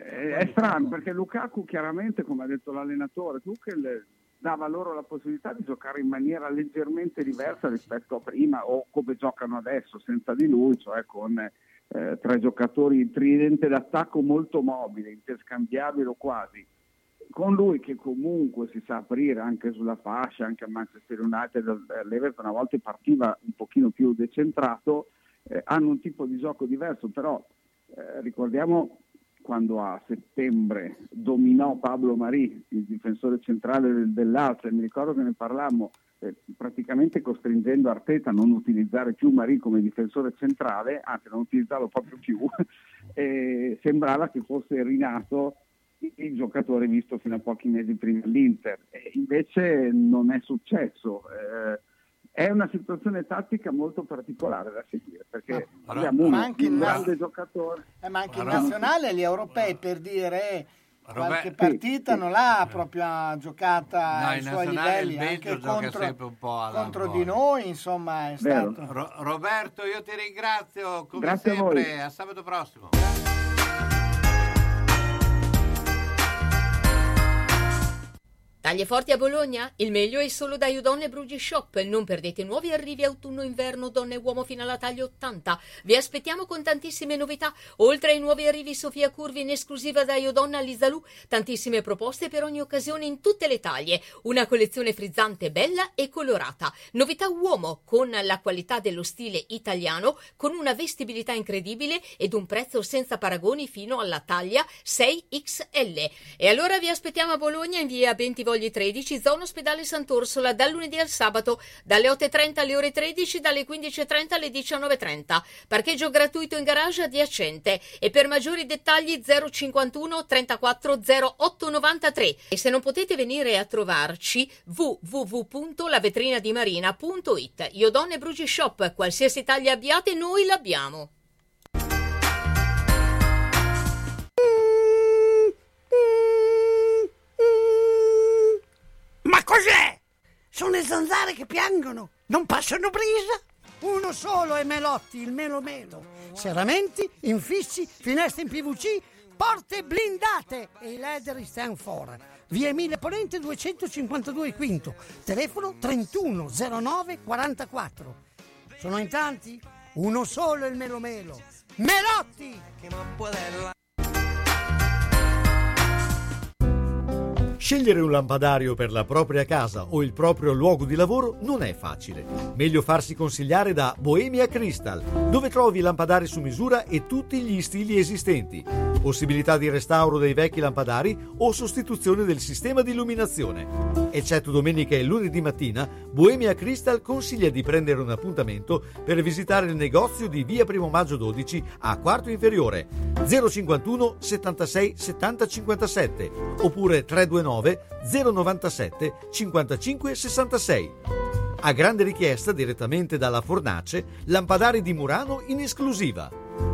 è strano perché Lukaku chiaramente, come ha detto l'allenatore Tuchel, dava loro la possibilità di giocare in maniera leggermente diversa rispetto a prima o come giocano adesso senza di lui, cioè con eh, tre giocatori tridente d'attacco molto mobile, interscambiabile o quasi. Con lui che comunque si sa aprire anche sulla fascia, anche a Manchester United, all'Everton a volte partiva un pochino più decentrato, eh, hanno un tipo di gioco diverso, però eh, ricordiamo quando a settembre dominò Pablo Marí, il difensore centrale del, dell'Arsenal, mi ricordo che ne parlammo, eh, praticamente costringendo Arteta a non utilizzare più Marí come difensore centrale, anzi non utilizzarlo proprio più, e sembrava che fosse rinato il giocatore visto fino a pochi mesi prima all'Inter, e invece non è successo. Eh, è una situazione tattica molto particolare da seguire, perché abbiamo ma uno, anche un in grande naz- giocatore. Eh, ma anche in Allora- nazionale gli europei per dire eh, qualche Robert- partita non l'ha proprio giocata No, ai in suoi nazionale livelli, il anche Belgio gioca contro, sempre un po' alla contro memoria. di noi, insomma, è Vero. stato... Ro- Roberto, io ti ringrazio come Grazie a voi. sempre, a sabato prossimo. Taglie forti a Bologna? Il meglio è solo da Iudonne Brugi Shop. Non perdete nuovi arrivi autunno-inverno donna e uomo fino alla taglia ottanta. Vi aspettiamo con tantissime novità. Oltre ai nuovi arrivi Sofia Curvi in esclusiva da Iudonna all'Isalù, tantissime proposte per ogni occasione in tutte le taglie. Una collezione frizzante, bella e colorata. Novità uomo con la qualità dello stile italiano, con una vestibilità incredibile ed un prezzo senza paragoni fino alla taglia sei X L. E allora vi aspettiamo a Bologna in via Bentivogli tredici, zona ospedale Sant'Orsola, dal lunedì al sabato, dalle otto e trenta alle ore tredici, dalle quindici e trenta alle diciannove e trenta. Parcheggio gratuito in garage adiacente. E per maggiori dettagli zero cinquantuno trentaquattro zero otto novantatré. E se non potete venire a trovarci, w w w punto la vetrina di marina punto it. Iodonne Brugi Shop, qualsiasi taglia abbiate noi l'abbiamo. Ma cos'è? Sono le zanzare che piangono, non passano brisa? Uno solo è Melotti, il Melo Melo. Serramenti, infissi, finestre in P V C, porte blindate e i leder stand for. Via Emile Ponente duecentocinquantadue Quinto, telefono trentuno zero nove quarantaquattro. Sono in tanti? Uno solo è il Melo Melo. Melotti! Scegliere un lampadario per la propria casa o il proprio luogo di lavoro non è facile. Meglio farsi consigliare da Bohemia Crystal, dove trovi lampadari su misura e tutti gli stili esistenti. Possibilità di restauro dei vecchi lampadari o sostituzione del sistema di illuminazione. Eccetto domenica e lunedì mattina, Bohemia Crystal consiglia di prendere un appuntamento per visitare il negozio di via Primo Maggio dodici a Quarto Inferiore, zero cinquantuno settantasei settanta cinquantasette oppure trecentonovantanove zero novantasette cinquantacinque sessantasei. A grande richiesta direttamente dalla Fornace, lampadari di Murano in esclusiva.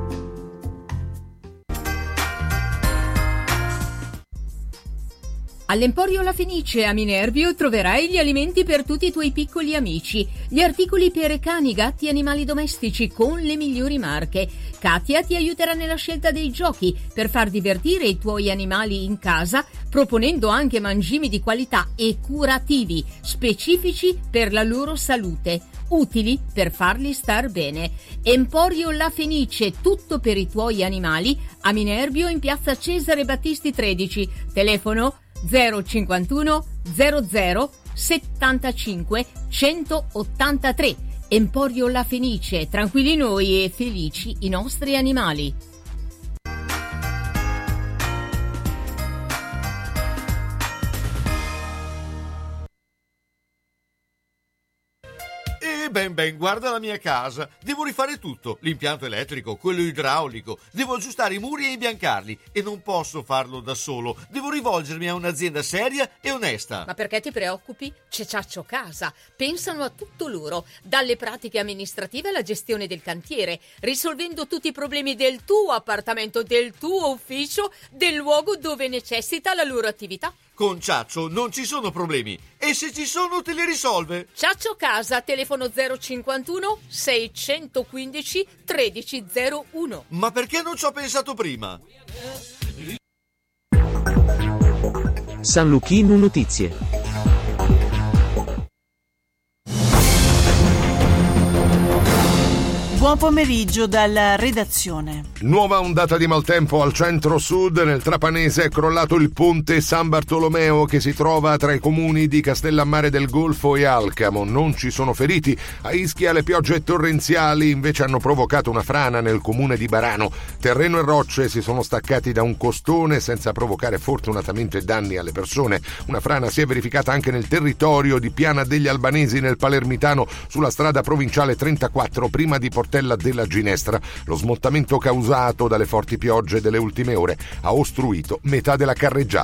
All'Emporio La Fenice a Minervio troverai gli alimenti per tutti i tuoi piccoli amici, gli articoli per cani, gatti e animali domestici con le migliori marche. Katia ti aiuterà nella scelta dei giochi per far divertire i tuoi animali in casa, proponendo anche mangimi di qualità e curativi, specifici per la loro salute, utili per farli star bene. Emporio La Fenice, tutto per i tuoi animali, a Minervio in piazza Cesare Battisti tredici, telefono zero cinquantuno zero zero settantacinque centottantatré. Emporio La Fenice, tranquilli noi e felici i nostri animali. E ben ben, guarda la mia casa. Devo rifare tutto, l'impianto elettrico, quello idraulico. Devo aggiustare i muri e imbiancarli e non posso farlo da solo. Devo rivolgermi a un'azienda seria e onesta. Ma perché ti preoccupi? C'è Ciaccio Casa. Pensano a tutto loro, dalle pratiche amministrative alla gestione del cantiere, risolvendo tutti i problemi del tuo appartamento, del tuo ufficio, del luogo dove necessita la loro attività. Con Ciaccio non ci sono problemi e se ci sono te li risolve. Ciaccio Casa, telefono zero cinquantuno seicentoquindici tredici zero uno. Ma perché non ci ho pensato prima? San Luchino Notizie. Buon pomeriggio dalla redazione. Nuova ondata di maltempo al centro-sud. Nel Trapanese è crollato il ponte San Bartolomeo che si trova tra i comuni di Castellammare del Golfo e Alcamo. Non ci sono feriti. A Ischia le piogge torrenziali invece hanno provocato una frana nel comune di Barano. Terreno e rocce si sono staccati da un costone senza provocare fortunatamente danni alle persone. Una frana si è verificata anche nel territorio di Piana degli Albanesi nel Palermitano sulla strada provinciale trentaquattro prima di Portella della Ginestra. Lo smottamento causato dalle forti piogge delle ultime ore ha ostruito metà della carreggiata.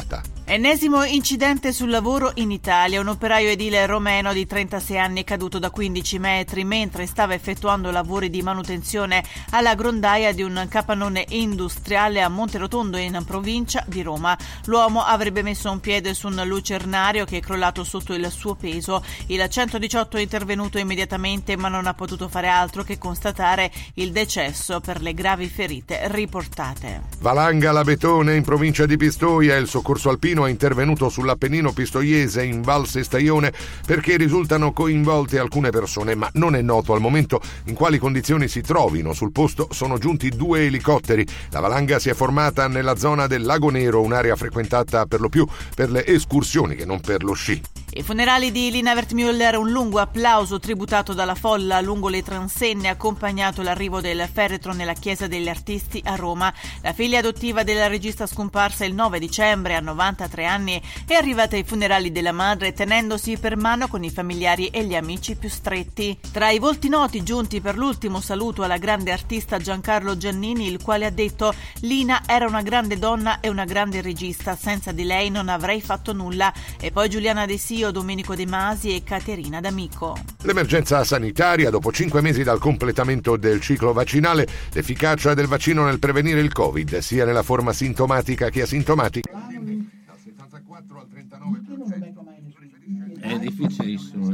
Ennesimo incidente sul lavoro in Italia. Un operaio edile romeno di trentasei anni è caduto da quindici metri mentre stava effettuando lavori di manutenzione alla grondaia di un capannone industriale a Monterotondo in provincia di Roma. L'uomo avrebbe messo un piede su un lucernario che è crollato sotto il suo peso. Il centodiciotto è intervenuto immediatamente ma non ha potuto fare altro che constatare il decesso per le gravi ferite riportate. Valanga Labetone in provincia di Pistoia. Il soccorso alpino è intervenuto sull'Appennino pistoiese in Val Sestaione perché risultano coinvolte alcune persone, ma non è noto al momento in quali condizioni si trovino. Sul posto sono giunti due elicotteri. La valanga si è formata nella zona del Lago Nero, un'area frequentata per lo più per le escursioni che non per lo sci. I funerali di Lina Wertmüller, un lungo applauso tributato dalla folla lungo le transenne, accompagnato l'arrivo del feretro nella chiesa degli artisti a Roma. La figlia adottiva della regista scomparsa il nove dicembre a novantatré anni è arrivata ai funerali della madre tenendosi per mano con i familiari e gli amici più stretti. Tra i volti noti giunti per l'ultimo saluto alla grande artista Giancarlo Giannini, il quale ha detto: Lina era una grande donna e una grande regista, senza di lei non avrei fatto nulla. E poi Giuliana De Sio, Domenico De Masi e Caterina D'Amico. L'emergenza sanitaria dopo cinque mesi dal completamento del ciclo vaccinale, l'efficacia del vaccino nel prevenire il Covid, sia nella forma sintomatica che asintomatica. Dal settantaquattro al trentanove per cento. È difficilissimo.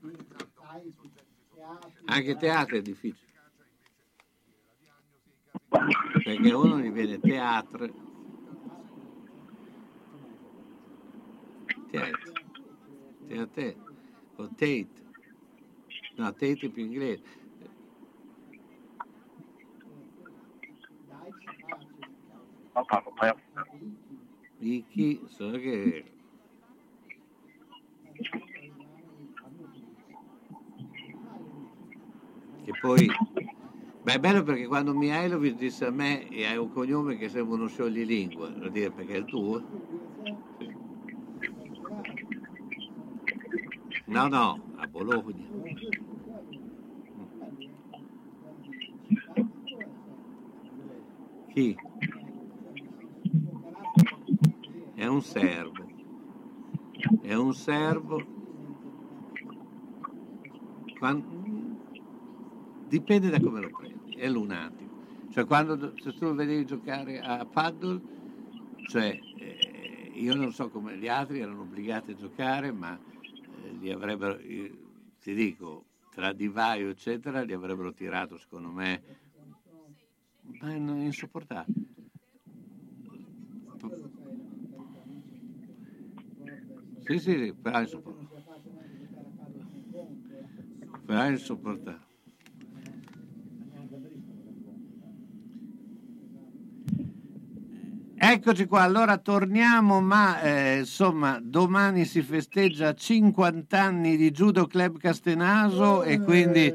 Anche teatro è difficile. Perché uno gli viene teatro. Teatro. Teatro. O Tate. No, Tate è più inglese. Vicky, solo che che poi beh, è bello perché quando Mihailovic disse a me e hai un cognome che sembra uno scioglilingua, vuol dire perché è il tuo. Sì. No, no, a Bologna. Chi? È un serbo. È un serbo. Quando... Dipende da come lo prendi, è lunatico. Cioè quando se tu lo vedevi giocare a paddle, cioè eh, io non so come gli altri erano obbligati a giocare, ma eh, li avrebbero, eh, ti dico, tra Di Vaio eccetera, li avrebbero tirato secondo me, ma è insopportabile. Sì, sì, sì, però è insopportabile. Però è insopportabile. Eccoci qua, allora torniamo, ma eh, insomma domani si festeggia cinquanta anni di Judo Club Castenaso e quindi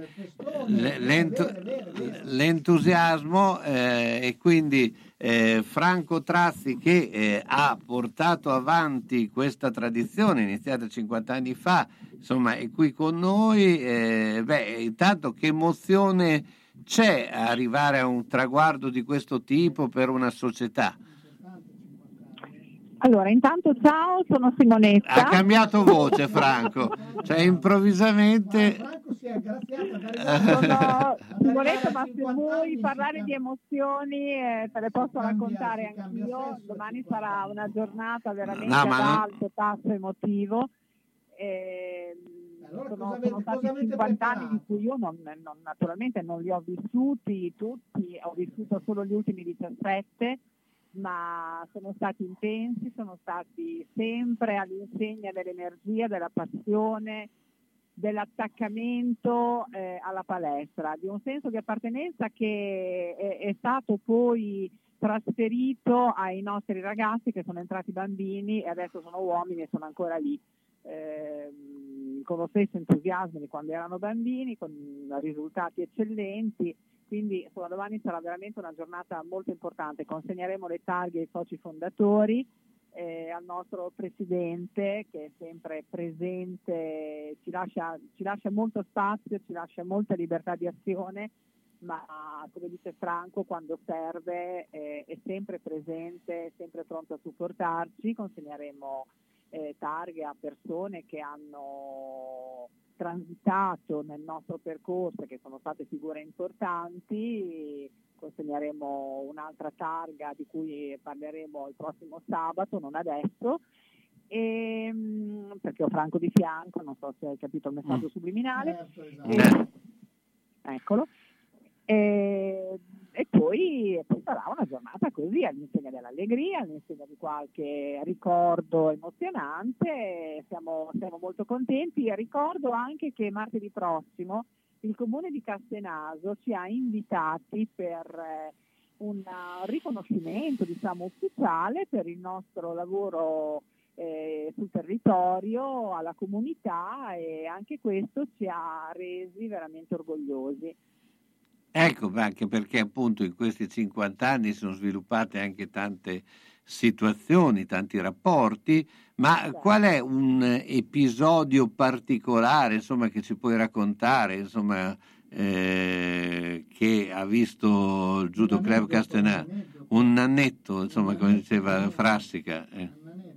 l'ent- l'entusiasmo eh, e quindi eh, Franco Trazzi che eh, ha portato avanti questa tradizione iniziata cinquanta anni fa, insomma è qui con noi. Eh, beh, intanto che emozione c'è arrivare a un traguardo di questo tipo per una società? Allora, intanto ciao, sono Simonetta. Ha cambiato voce Franco, cioè improvvisamente... Franco si è sono Simonetta, ma se vuoi parlare di emozioni eh, te le posso raccontare anch'io. Domani sarà una giornata veramente No, ad ma non- alto tasso emotivo. Eh, Allora, sono, cosa avete- sono stati cosa avete cinquanta anni preparato? di cui io non, non- naturalmente non li ho vissuti tutti, ho vissuto solo gli ultimi diciassette, ma sono stati intensi, sono stati sempre all'insegna dell'energia, della passione, dell'attaccamento eh, alla palestra, di un senso di appartenenza che è, è stato poi trasferito ai nostri ragazzi che sono entrati bambini e adesso sono uomini e sono ancora lì. Ehm, con lo stesso entusiasmo di quando erano bambini, con risultati eccellenti, quindi insomma, domani sarà veramente una giornata molto importante. Consegneremo le targhe ai soci fondatori, eh, al nostro presidente che è sempre presente, ci lascia, ci lascia molto spazio, ci lascia molta libertà di azione ma come dice Franco, quando serve eh, è sempre presente, è sempre pronto a supportarci. Consegneremo eh, targhe a persone che hanno transitato nel nostro percorso, che sono state figure importanti. Consegneremo un'altra targa di cui parleremo il prossimo sabato, non adesso, e, perché ho Franco di fianco, non so se hai capito il messaggio Mm. subliminale. Certo, esatto. E- eccolo. E, e poi, e poi sarà una giornata così, all'insegna dell'allegria, all'insegna di qualche ricordo emozionante. Siamo, siamo molto contenti. E ricordo anche che martedì prossimo il Comune di Castenaso ci ha invitati per eh, un riconoscimento, diciamo, ufficiale per il nostro lavoro eh, sul territorio, alla comunità, e anche questo ci ha resi veramente orgogliosi. Ecco, ma anche perché appunto in questi cinquanta anni sono sviluppate anche tante situazioni, tanti rapporti, ma qual è un episodio particolare, insomma, che ci puoi raccontare, insomma, eh, che ha visto il Judo Club Castenaso? Un annetto, insomma, come diceva Frassica. eh.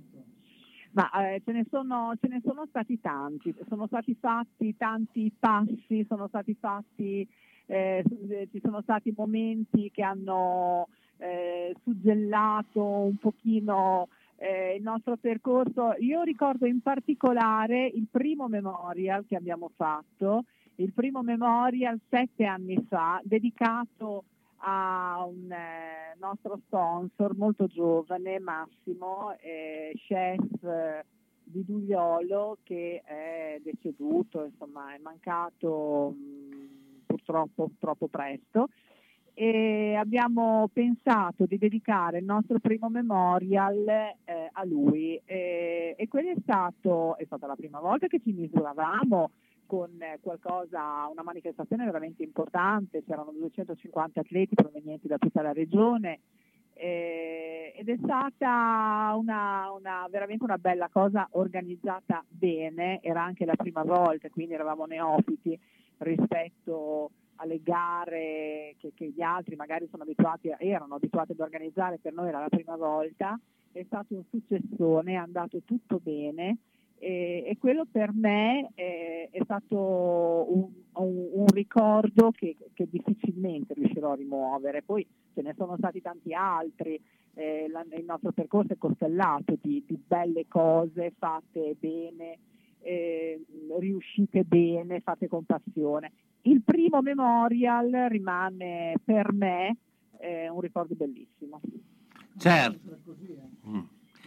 Ma eh, ce ne sono, ce ne sono stati tanti, sono stati fatti tanti passi, sono stati fatti, eh, ci sono stati momenti che hanno eh, suggellato un pochino eh, il nostro percorso. Io ricordo in particolare il primo memorial che abbiamo fatto, il primo memorial sette anni fa, dedicato a un eh, nostro sponsor molto giovane, Massimo, eh, chef eh, di Dugliolo, che è deceduto, insomma è mancato mh, purtroppo troppo presto, e abbiamo pensato di dedicare il nostro primo memorial eh, a lui, e, e quella è, stato, è stata la prima volta che ci misuravamo con qualcosa, una manifestazione veramente importante. C'erano duecentocinquanta atleti provenienti da tutta la regione, eh, ed è stata una, una, veramente una bella cosa, organizzata bene. Era anche la prima volta, quindi eravamo neofiti rispetto alle gare che, che gli altri magari sono abituati a, erano abituati ad organizzare. Per noi era la prima volta, è stato un successone, è andato tutto bene. E, e quello per me è, è stato un, un, un ricordo che, che difficilmente riuscirò a rimuovere. Poi ce ne sono stati tanti altri, eh, la, il nostro percorso è costellato di, di belle cose fatte bene, eh, riuscite bene, fatte con passione. Il primo memorial rimane per me eh, un ricordo bellissimo. Certo. Mm.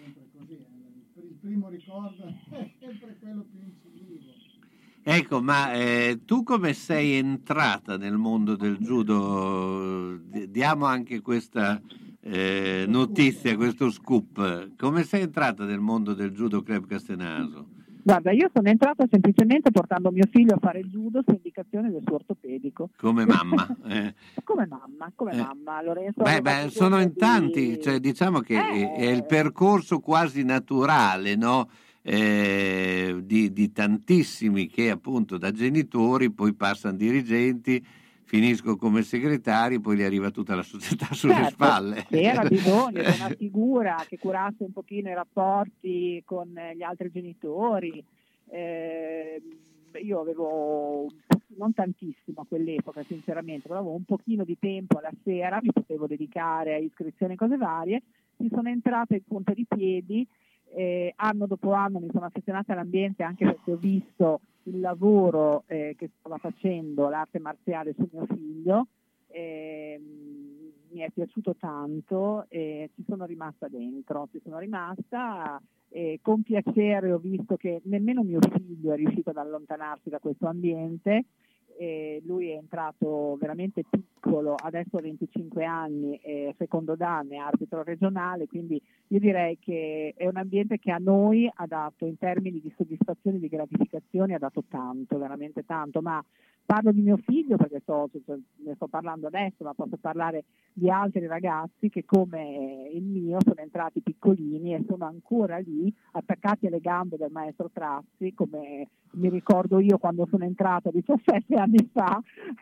Il primo ricordo è sempre quello più incisivo. Ecco, ma eh, tu come sei entrata nel mondo del judo? D- diamo anche questa eh, notizia, questo scoop. Come sei entrata nel mondo del Judo Club Castenaso? Guarda, io sono entrata semplicemente portando mio figlio a fare judo su indicazione del suo ortopedico. Come mamma. Eh. Come mamma, come Eh. mamma. Lorenzo Beh, aveva beh, sono in bisogno tanti, di- cioè, diciamo che Eh. è il percorso quasi naturale, no? Eh, di, di tantissimi che appunto da genitori poi passano dirigenti, finiscono come segretari, poi gli arriva tutta la società sulle Certo, spalle. C'era bisogno di una figura che curasse un pochino i rapporti con gli altri genitori. Eh, io avevo non tantissimo a quell'epoca, sinceramente, però avevo un pochino di tempo alla sera, mi potevo dedicare a iscrizioni e cose varie. Mi sono entrata in punta di piedi. Eh, anno dopo anno mi sono affezionata all'ambiente, anche perché ho visto il lavoro eh, che stava facendo l'arte marziale su mio figlio, eh, mi è piaciuto tanto e ci sono rimasta dentro, ci sono rimasta e con piacere ho visto che nemmeno mio figlio è riuscito ad allontanarsi da questo ambiente. E lui è entrato veramente piccolo, adesso ha venticinque anni, è secondo dan, è arbitro regionale, quindi io direi che è un ambiente che a noi ha dato, in termini di soddisfazione, di gratificazione, ha dato tanto, veramente tanto. Ma parlo di mio figlio perché so, so- ne sto parlando adesso, ma posso parlare di altri ragazzi che come il mio sono entrati piccolini e sono ancora lì attaccati alle gambe del maestro Trazzi, come mi ricordo io quando sono entrata diciassette anni fa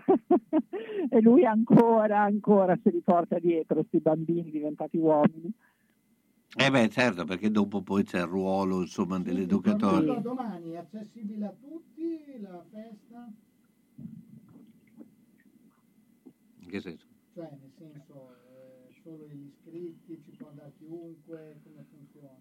e lui ancora, ancora se li porta dietro, questi bambini diventati uomini. Eh beh, certo, perché dopo poi c'è il ruolo, insomma, dell'educatore. Sì, domani è accessibile a tutti la festa? In che senso? Cioè, nel senso, eh, solo gli iscritti, ci può andare chiunque, come funziona?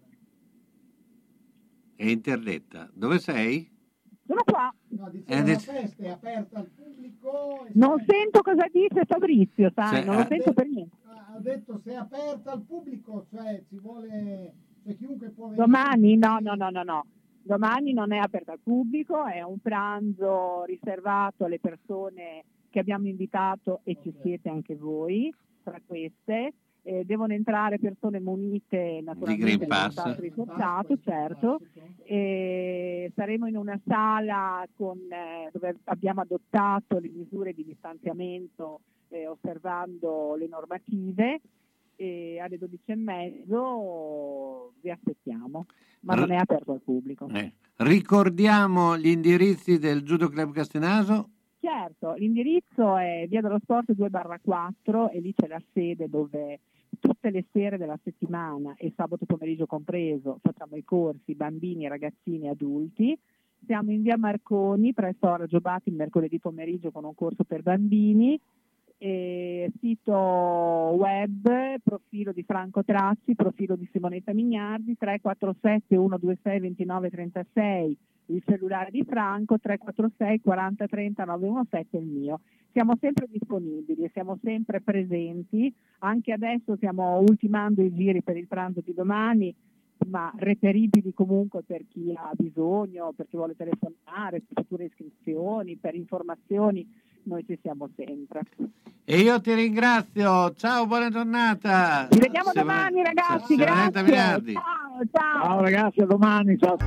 È interdetta. Dove sei? Sono qua. No, dicevo, Eh, la dic- festa è aperta al pubblico? e Non se- sento cosa dice Fabrizio, sai, Sì, non lo ha sento per niente. Ha detto se è aperta al pubblico, cioè ci vuole, cioè chiunque può venire. Domani no, no, no, no, no. Domani non è aperto al pubblico, è un pranzo riservato alle persone che abbiamo invitato e ci siete anche voi, tra queste. Eh, devono entrare persone munite naturalmente Green del Pass. passato riforzato, certo. E saremo in una sala con, eh, dove abbiamo adottato le misure di distanziamento eh, osservando le normative. E alle dodici e mezzo vi aspettiamo, ma non è aperto al pubblico. Eh. Ricordiamo gli indirizzi del Judo Club Castenaso. Certo, l'indirizzo è Via dello Sport due barra quattro e lì c'è la sede dove tutte le sere della settimana e sabato pomeriggio compreso facciamo i corsi bambini, ragazzini e adulti. Siamo in Via Marconi presso Ora Giobati il mercoledì pomeriggio con un corso per bambini. E sito web, profilo di Franco Trazzi, profilo di Simonetta Mignardi, tre quattro sette uno due sei due nove tre sei, il cellulare di Franco, tre quattro sei quaranta trenta nove uno sette il mio. Siamo sempre disponibili e siamo sempre presenti, anche adesso stiamo ultimando i giri per il pranzo di domani, ma reperibili comunque per chi ha bisogno, per chi vuole telefonare, per future iscrizioni, per informazioni. Noi ci siamo sempre. E io ti ringrazio. Ciao, buona giornata. Ci vediamo Siamo- domani ragazzi, Simonetta grazie. Minardi. Ciao, ciao. Ciao ragazzi, a domani. Ciao.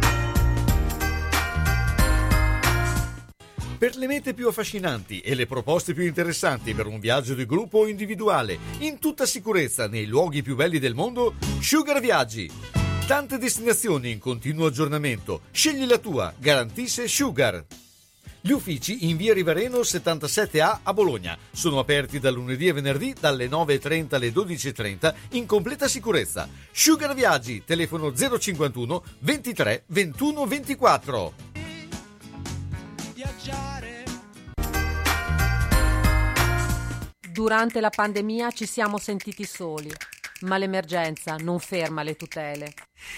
Per le mete più affascinanti e le proposte più interessanti per un viaggio di gruppo o individuale, in tutta sicurezza nei luoghi più belli del mondo, Sugar Viaggi. Tante destinazioni in continuo aggiornamento. Scegli la tua, garantisce Sugar. Gli uffici in via Rivareno settantasette A a Bologna sono aperti dal lunedì e venerdì dalle nove e trenta alle dodici e trenta in completa sicurezza. Sugar Viaggi, telefono zero cinquantuno ventitré ventuno ventiquattro. Durante la pandemia ci siamo sentiti soli, ma l'emergenza non ferma le tutele.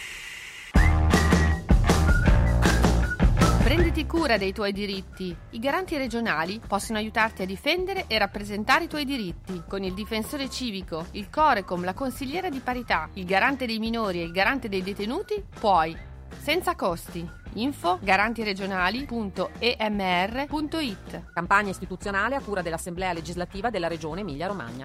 Prenditi cura dei tuoi diritti. I garanti regionali possono aiutarti a difendere e rappresentare i tuoi diritti. Con il difensore civico, il Corecom, la consigliera di parità, il garante dei minori e il garante dei detenuti, puoi. Senza costi. Info garantiregionali punto e m r punto i t. Campagna istituzionale a cura dell'Assemblea legislativa della Regione Emilia-Romagna.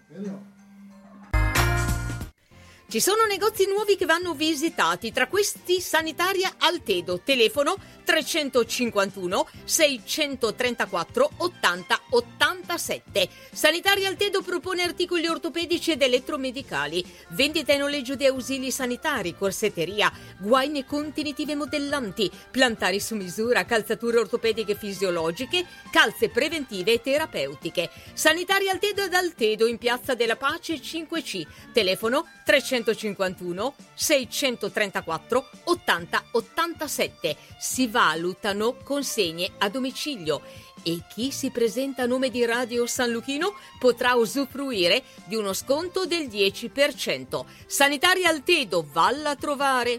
Ci sono negozi nuovi che vanno visitati, tra questi Sanitaria Altedo, telefono trecentocinquantuno seicentotrentaquattro ottanta ottantasette. Sanitaria Altedo propone articoli ortopedici ed elettromedicali, vendita e noleggio di ausili sanitari, corsetteria, guaine contenitive modellanti, plantari su misura, calzature ortopediche fisiologiche, calze preventive e terapeutiche. Sanitaria Altedo ad Altedo in Piazza della Pace cinque C, telefono trecentocinquantuno seicentotrentaquattro ottanta ottantasette. Si valutano consegne a domicilio e chi si presenta a nome di Radio San Luchino potrà usufruire di uno sconto del dieci per cento. Sanitaria Altedo, valla a trovare!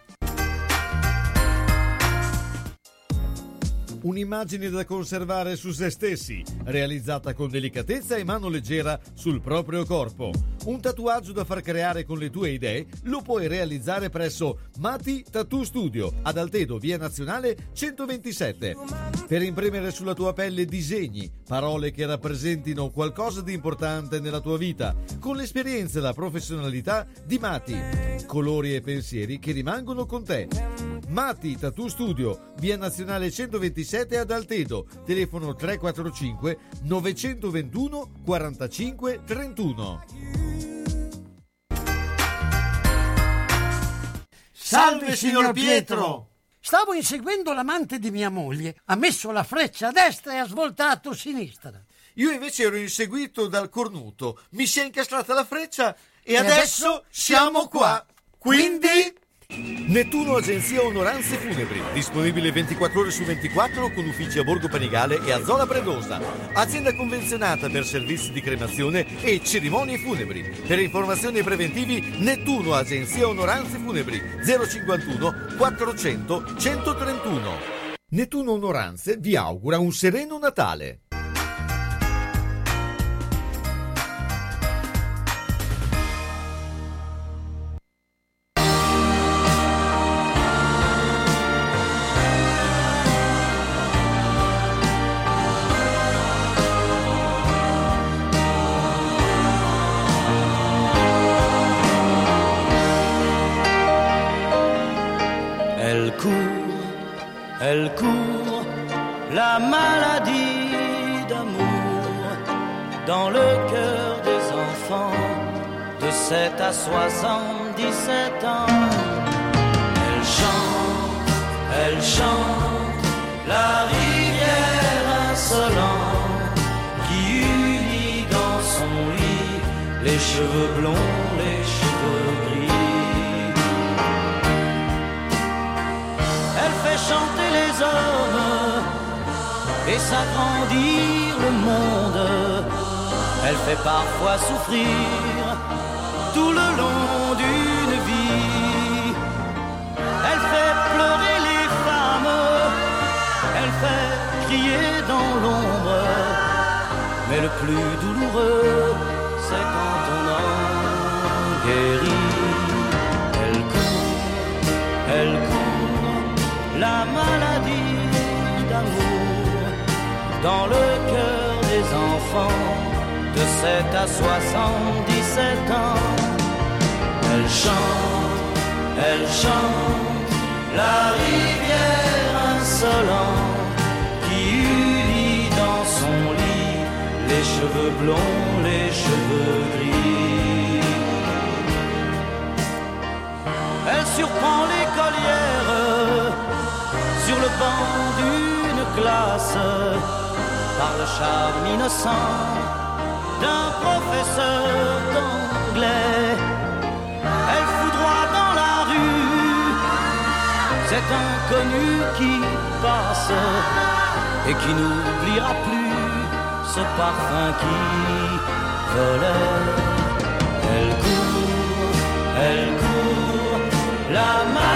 Un'immagine da conservare su se stessi, realizzata con delicatezza e mano leggera sul proprio corpo. Un tatuaggio da far creare con le tue idee lo puoi realizzare presso Mati Tattoo Studio ad Altedo, via Nazionale centoventisette. Per imprimere sulla tua pelle disegni, parole che rappresentino qualcosa di importante nella tua vita, con l'esperienza e la professionalità di Mati. Colori e pensieri che rimangono con te. Mati Tattoo Studio, via Nazionale centoventisette ad Altedo, telefono tre quattro cinque novecentoventuno quarantacinque trentuno. Salve signor Pietro! Stavo inseguendo l'amante di mia moglie, ha messo la freccia a destra e ha svoltato a sinistra. Io invece ero inseguito dal cornuto, mi si è incastrata la freccia e, E adesso, adesso siamo qua. Quindi... Nettuno Agenzia Onoranze Funebri, disponibile ventiquattro ore su ventiquattro con uffici a Borgo Panigale e a Zola Predosa. Azienda convenzionata per servizi di cremazione e cerimonie funebri. Per informazioni e preventivi Nettuno Agenzia Onoranze Funebri zero cinquantuno quattrocento centotrentuno. Nettuno Onoranze vi augura un sereno Natale. Elle court, elle court, la maladie d'amour dans le cœur des enfants de sept à soixante-dix-sept ans. Elle chante, elle chante, la rivière insolente qui unit dans son lit les cheveux blonds, les cheveux gris. Elle fait chanter les hommes et s'agrandir le monde. Elle fait parfois souffrir tout le long d'une vie. Elle fait pleurer les femmes, elle fait crier dans l'ombre. Mais le plus douloureux, c'est quand on en guérit. Elle court, elle court, la maladie d'amour dans le cœur des enfants de sept à soixante-dix-sept ans. Elle chante, elle chante, la rivière insolente qui unit dans son lit les cheveux blonds, les cheveux gris. Elle surprend l'écolière sur le banc d'une classe par le charme innocent d'un professeur d'anglais. Elle foudroie dans la rue cet inconnu qui passe et qui n'oubliera plus ce parfum qui volait. Elle court, elle court, la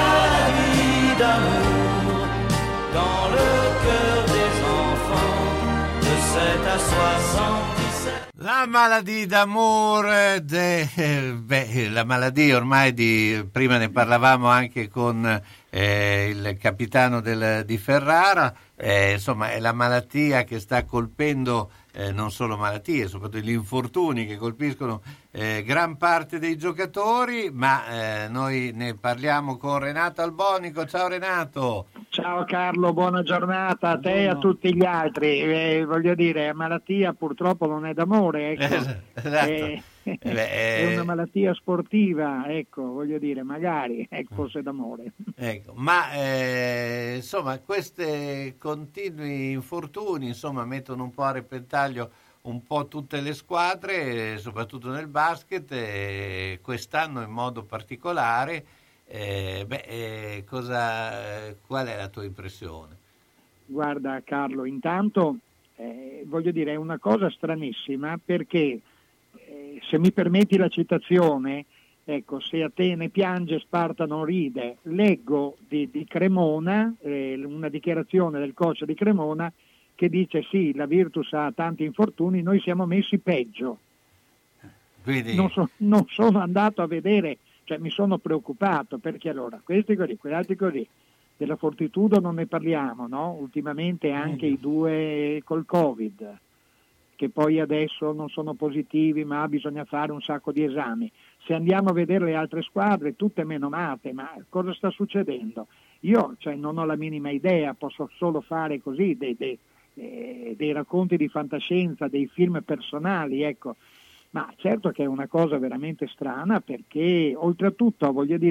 maladie d'amour dans le cœur des enfants de sept à soixante-dix-sept. La maladie d'amour, de, beh, la maladie ormai di, prima ne parlavamo anche con eh, il capitano del, di Ferrara, eh, insomma è la malattia che sta colpendo eh, non solo malattie, soprattutto gli infortuni che colpiscono eh, gran parte dei giocatori, ma eh, noi ne parliamo con Renato Albonico. Ciao Renato. Ciao Carlo, buona giornata a te e a tutti gli altri. Eh, voglio dire, la malattia purtroppo non è d'amore, ecco. Esatto. Eh, Eh beh, è eh, una malattia sportiva, ecco, voglio dire, magari ecco, fosse d'amore. Ecco, ma eh, insomma questi continui infortuni insomma mettono un po' a repentaglio un po' tutte le squadre, soprattutto nel basket, e quest'anno in modo particolare. Eh, beh, eh, cosa, eh, qual è la tua impressione? Guarda Carlo, intanto eh, voglio dire, è una cosa stranissima perché eh, se mi permetti la citazione, ecco, se Atene piange Sparta non ride, leggo di, di Cremona, eh, una dichiarazione del coach di Cremona che dice sì, la Virtus ha tanti infortuni, noi siamo messi peggio. Quindi... Non, so, non sono andato a vedere, cioè mi sono preoccupato perché allora questi così, quegli altri così, della Fortitudo non ne parliamo, no? Ultimamente anche mm. i due col Covid, che poi adesso non sono positivi ma bisogna fare un sacco di esami. Se andiamo a vedere le altre squadre, tutte menomate, ma cosa sta succedendo? Io cioè, non ho la minima idea, posso solo fare così dei, dei, eh, dei racconti di fantascienza, dei film personali, ecco. Ma certo che è una cosa veramente strana perché oltretutto, voglio dire,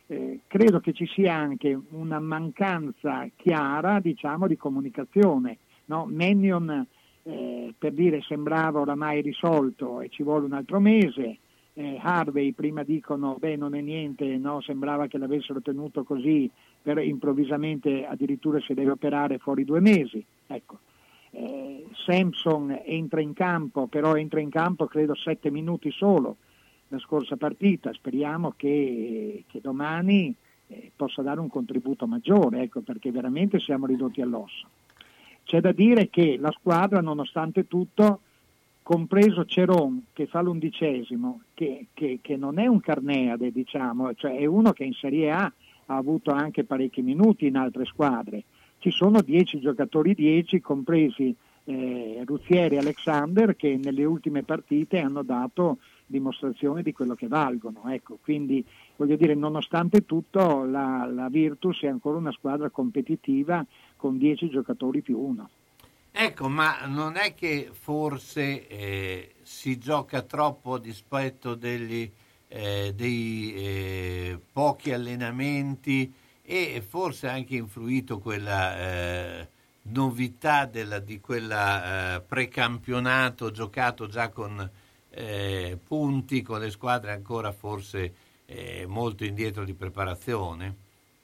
eh, credo che ci sia anche una mancanza chiara, diciamo, di comunicazione, no? Mannion, eh, per dire, sembrava oramai risolto e ci vuole un altro mese. Eh, Harvey prima dicono beh non è niente, no? Sembrava che l'avessero tenuto così, però improvvisamente addirittura si deve operare fuori due mesi. Ecco. Eh, Sampson entra in campo, però entra in campo credo sette minuti solo la scorsa partita, speriamo che, che domani eh, possa dare un contributo maggiore, ecco, perché veramente siamo ridotti all'osso. C'è da dire che la squadra, nonostante tutto, compreso Ceron che fa l'undicesimo, che, che, che non è un Carneade, diciamo, cioè è uno che in Serie A ha avuto anche parecchi minuti in altre squadre. Ci sono dieci giocatori dieci, compresi eh, Ruzzieri e Alexander, che nelle ultime partite hanno dato dimostrazione di quello che valgono. Ecco, quindi voglio dire, nonostante tutto la, la Virtus è ancora una squadra competitiva con dieci giocatori più uno. Ecco, ma non è che forse eh, si gioca troppo a dispetto degli, eh, dei eh, pochi allenamenti e forse ha anche influito quella eh, novità della, di quella eh, precampionato giocato già con eh, punti, con le squadre ancora forse eh, molto indietro di preparazione?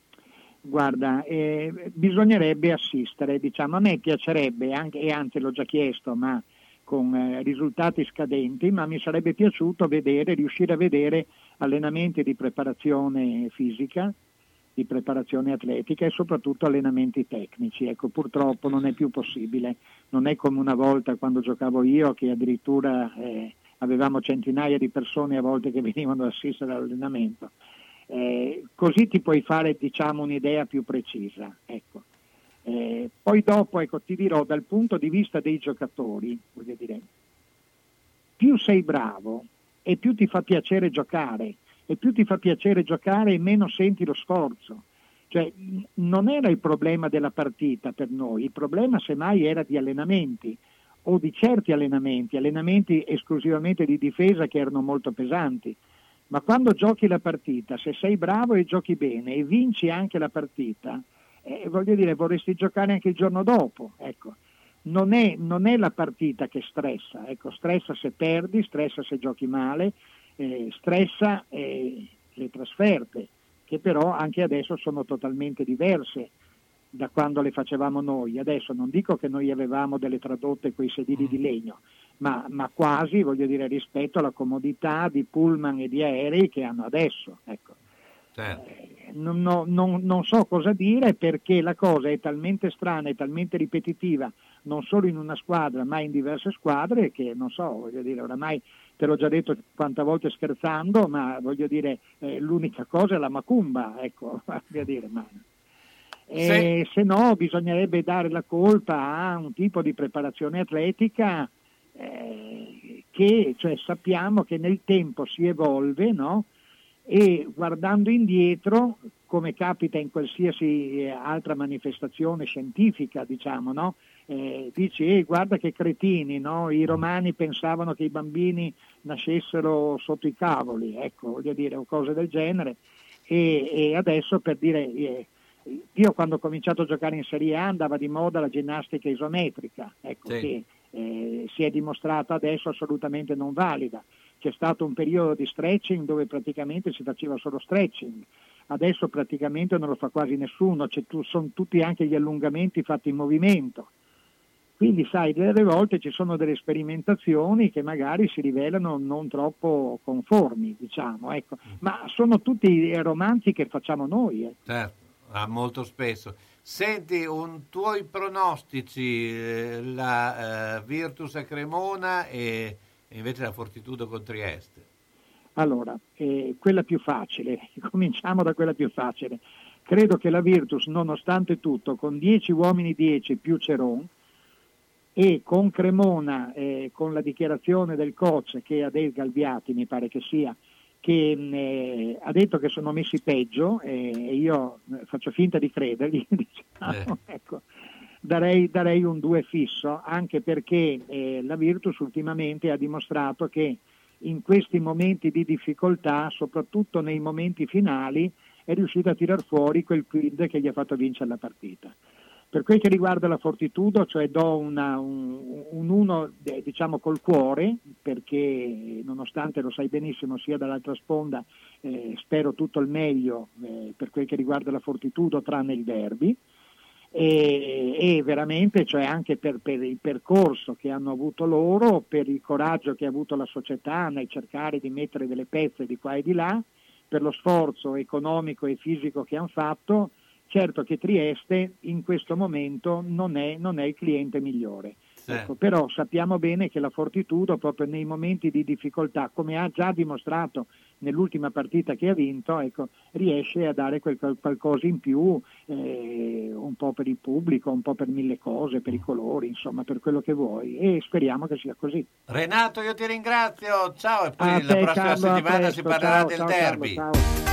Guarda, eh, bisognerebbe assistere, diciamo, a me piacerebbe, anche, e anzi l'ho già chiesto, ma con eh, risultati scadenti, ma mi sarebbe piaciuto vedere, riuscire a vedere allenamenti di preparazione fisica, di preparazione atletica e soprattutto allenamenti tecnici. Ecco, purtroppo non è più possibile, non è come una volta quando giocavo io che addirittura eh, avevamo centinaia di persone a volte che venivano ad assistere all'allenamento. Eh, così ti puoi fare, diciamo, un'idea più precisa. Ecco. Eh, poi dopo, ecco, ti dirò, dal punto di vista dei giocatori, voglio dire, più sei bravo e più ti fa piacere giocare, e più ti fa piacere giocare e meno senti lo sforzo. Cioè, non era il problema della partita per noi, il problema semmai era di allenamenti, o di certi allenamenti, allenamenti esclusivamente di difesa che erano molto pesanti. Ma quando giochi la partita, se sei bravo e giochi bene e vinci anche la partita, eh, voglio dire, vorresti giocare anche il giorno dopo. Ecco. Non è, non è la partita che stressa, ecco, stressa se perdi, stressa se giochi male, eh, stressa eh, le trasferte, che però anche adesso sono totalmente diverse da quando le facevamo noi. Adesso non dico che noi avevamo delle tradotte coi sedili di legno, ma, ma quasi, voglio dire, rispetto alla comodità di pullman e di aerei che hanno adesso. Ecco. Certo. Eh, non, non, non, non so cosa dire, perché la cosa è talmente strana e talmente ripetitiva, non solo in una squadra ma in diverse squadre, che non so, voglio dire, oramai te l'ho già detto quante volte scherzando, ma voglio dire, eh, l'unica cosa è la macumba, ecco, voglio dire, ma... E se no bisognerebbe dare la colpa a un tipo di preparazione atletica eh, che, cioè, sappiamo che nel tempo si evolve, no? E guardando indietro, come capita in qualsiasi altra manifestazione scientifica, diciamo, no? Eh, dici, eh, guarda che cretini, no? I romani pensavano che i bambini nascessero sotto i cavoli, ecco, voglio dire, o cose del genere, e, e adesso, per dire... Eh, io quando ho cominciato a giocare in Serie A andava di moda la ginnastica isometrica, ecco, sì, che eh, si è dimostrata adesso assolutamente non valida. C'è stato un periodo di stretching dove praticamente si faceva solo stretching, adesso praticamente non lo fa quasi nessuno, c'è tu, sono tutti anche gli allungamenti fatti in movimento. Quindi sai, delle volte ci sono delle sperimentazioni che magari si rivelano non troppo conformi, diciamo, ecco. Ma sono tutti romanzi che facciamo noi. Eh. Certo. Ah, molto spesso. Senti, un tuoi pronostici, eh, la eh, Virtus a Cremona e, e invece la Fortitudo con Trieste. Allora, eh, quella più facile, cominciamo da quella più facile. Credo che la Virtus, nonostante tutto, con dieci uomini dieci più Ceron e con Cremona, eh, con la dichiarazione del coach, che è Adel Galbiati, mi pare che sia, che eh, ha detto che sono messi peggio e eh, io faccio finta di credergli, diciamo, eh. ecco, darei, darei un due fisso, anche perché eh, la Virtus ultimamente ha dimostrato che in questi momenti di difficoltà, soprattutto nei momenti finali, è riuscito a tirar fuori quel quid che gli ha fatto vincere la partita. Per quel che riguarda la Fortitudo, cioè do una, un, un uno diciamo col cuore, perché nonostante lo sai benissimo sia dall'altra sponda, eh, spero tutto il meglio eh, per quel che riguarda la Fortitudo tranne il derby, e, e veramente cioè anche per, per il percorso che hanno avuto loro, per il coraggio che ha avuto la società nel cercare di mettere delle pezze di qua e di là, per lo sforzo economico e fisico che hanno fatto. Certo che Trieste in questo momento non è, non è il cliente migliore, sì. Ecco, però sappiamo bene che la Fortitudo proprio nei momenti di difficoltà, come ha già dimostrato nell'ultima partita che ha vinto, ecco, riesce a dare quel, qualcosa in più, eh, un po' per il pubblico, un po' per mille cose, per i colori, insomma per quello che vuoi, e speriamo che sia così. Renato, io ti ringrazio, ciao, e poi a la te, prossima Carlo, settimana presto, si parlerà ciao, del ciao, derby. Carlo, ciao.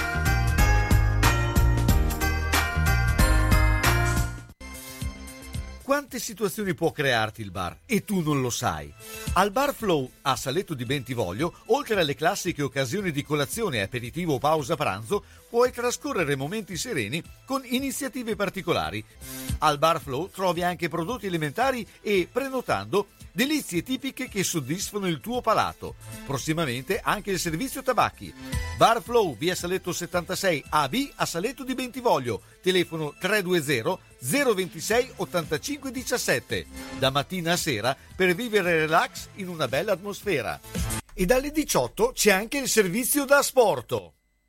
Quante situazioni può crearti il bar e tu non lo sai? Al Bar Flow a Saletto di Bentivoglio, oltre alle classiche occasioni di colazione, aperitivo o pausa pranzo, puoi trascorrere momenti sereni con iniziative particolari. Al Bar Flow trovi anche prodotti alimentari e, prenotando, delizie tipiche che soddisfano il tuo palato. Prossimamente anche il servizio tabacchi. Bar Flow, via Saletto settantasei A B a Saletto di Bentivoglio. Telefono tre due zero zero ventisei ottantacinque diciassette. Da mattina a sera per vivere relax in una bella atmosfera. E dalle diciotto c'è anche il servizio da asporto.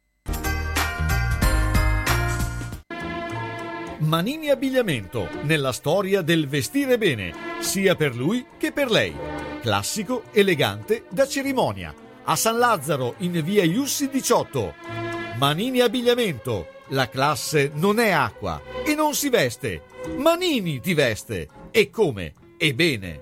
Manini Abbigliamento, nella storia del vestire bene, sia per lui che per lei. Classico, elegante, da cerimonia. A San Lazzaro, in via Iussi diciotto. Manini Abbigliamento, la classe non è acqua e non si veste. Manini ti veste. E come? E bene.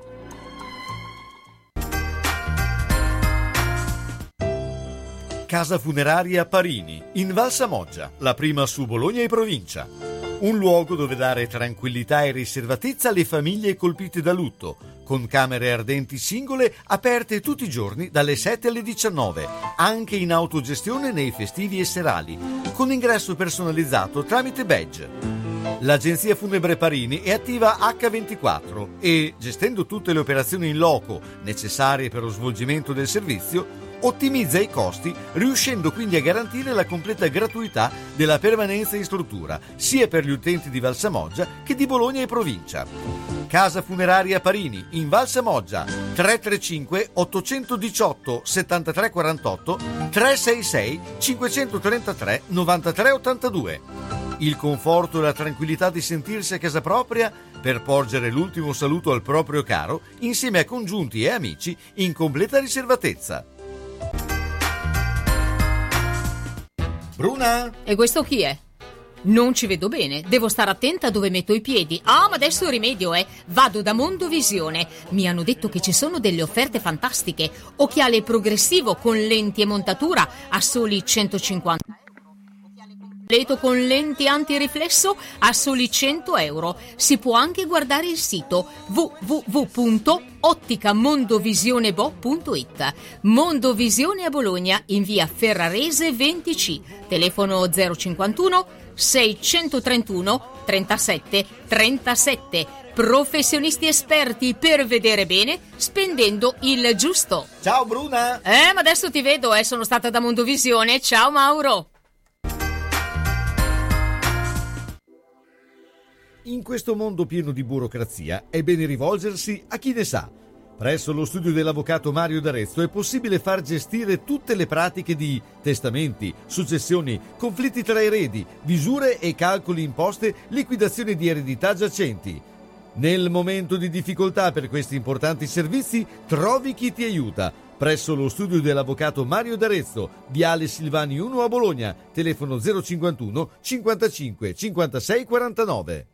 Casa funeraria Parini, in Val Samoggia, la prima su Bologna e provincia. Un luogo dove dare tranquillità e riservatezza alle famiglie colpite da lutto, con camere ardenti singole aperte tutti i giorni dalle sette alle diciannove, anche in autogestione nei festivi e serali, con ingresso personalizzato tramite badge. L'agenzia Funebre Parini è attiva acca ventiquattro e, gestendo tutte le operazioni in loco necessarie per lo svolgimento del servizio, ottimizza i costi, riuscendo quindi a garantire la completa gratuità della permanenza in struttura, sia per gli utenti di Val Samoggia che di Bologna e provincia. Casa funeraria Parini, in Val Samoggia, tre tre cinque otto uno otto sette tre quattro otto, tre sei sei cinque tre tre nove tre otto due. Il conforto e la tranquillità di sentirsi a casa propria per porgere l'ultimo saluto al proprio caro, insieme a congiunti e amici in completa riservatezza. Bruna? E questo chi è? Non ci vedo bene, devo stare attenta dove metto i piedi. Ah, ma adesso rimedio, eh. Vado da Mondovisione. Mi hanno detto che ci sono delle offerte fantastiche. Occhiale progressivo con lenti e montatura a soli centocinquanta euro. Letto con lenti antiriflesso a soli cento euro. Si può anche guardare il sito w w w punto ottica mondovisionebo punto it. Mondovisione a Bologna, in via Ferrarese venti C. Telefono zero cinquantuno seicentotrentuno trentasette trentasette. Professionisti esperti per vedere bene spendendo il giusto. Ciao Bruna! Eh, ma adesso ti vedo, eh, sono stata da Mondovisione. Ciao Mauro! In questo mondo pieno di burocrazia è bene rivolgersi a chi ne sa. Presso lo studio dell'avvocato Mario D'Arezzo è possibile far gestire tutte le pratiche di testamenti, successioni, conflitti tra eredi, visure e calcoli imposte, liquidazione di eredità giacenti. Nel momento di difficoltà per questi importanti servizi, trovi chi ti aiuta. Presso lo studio dell'avvocato Mario D'Arezzo, viale Silvani uno a Bologna, telefono zero cinquantuno cinquantacinque cinquantasei quarantanove.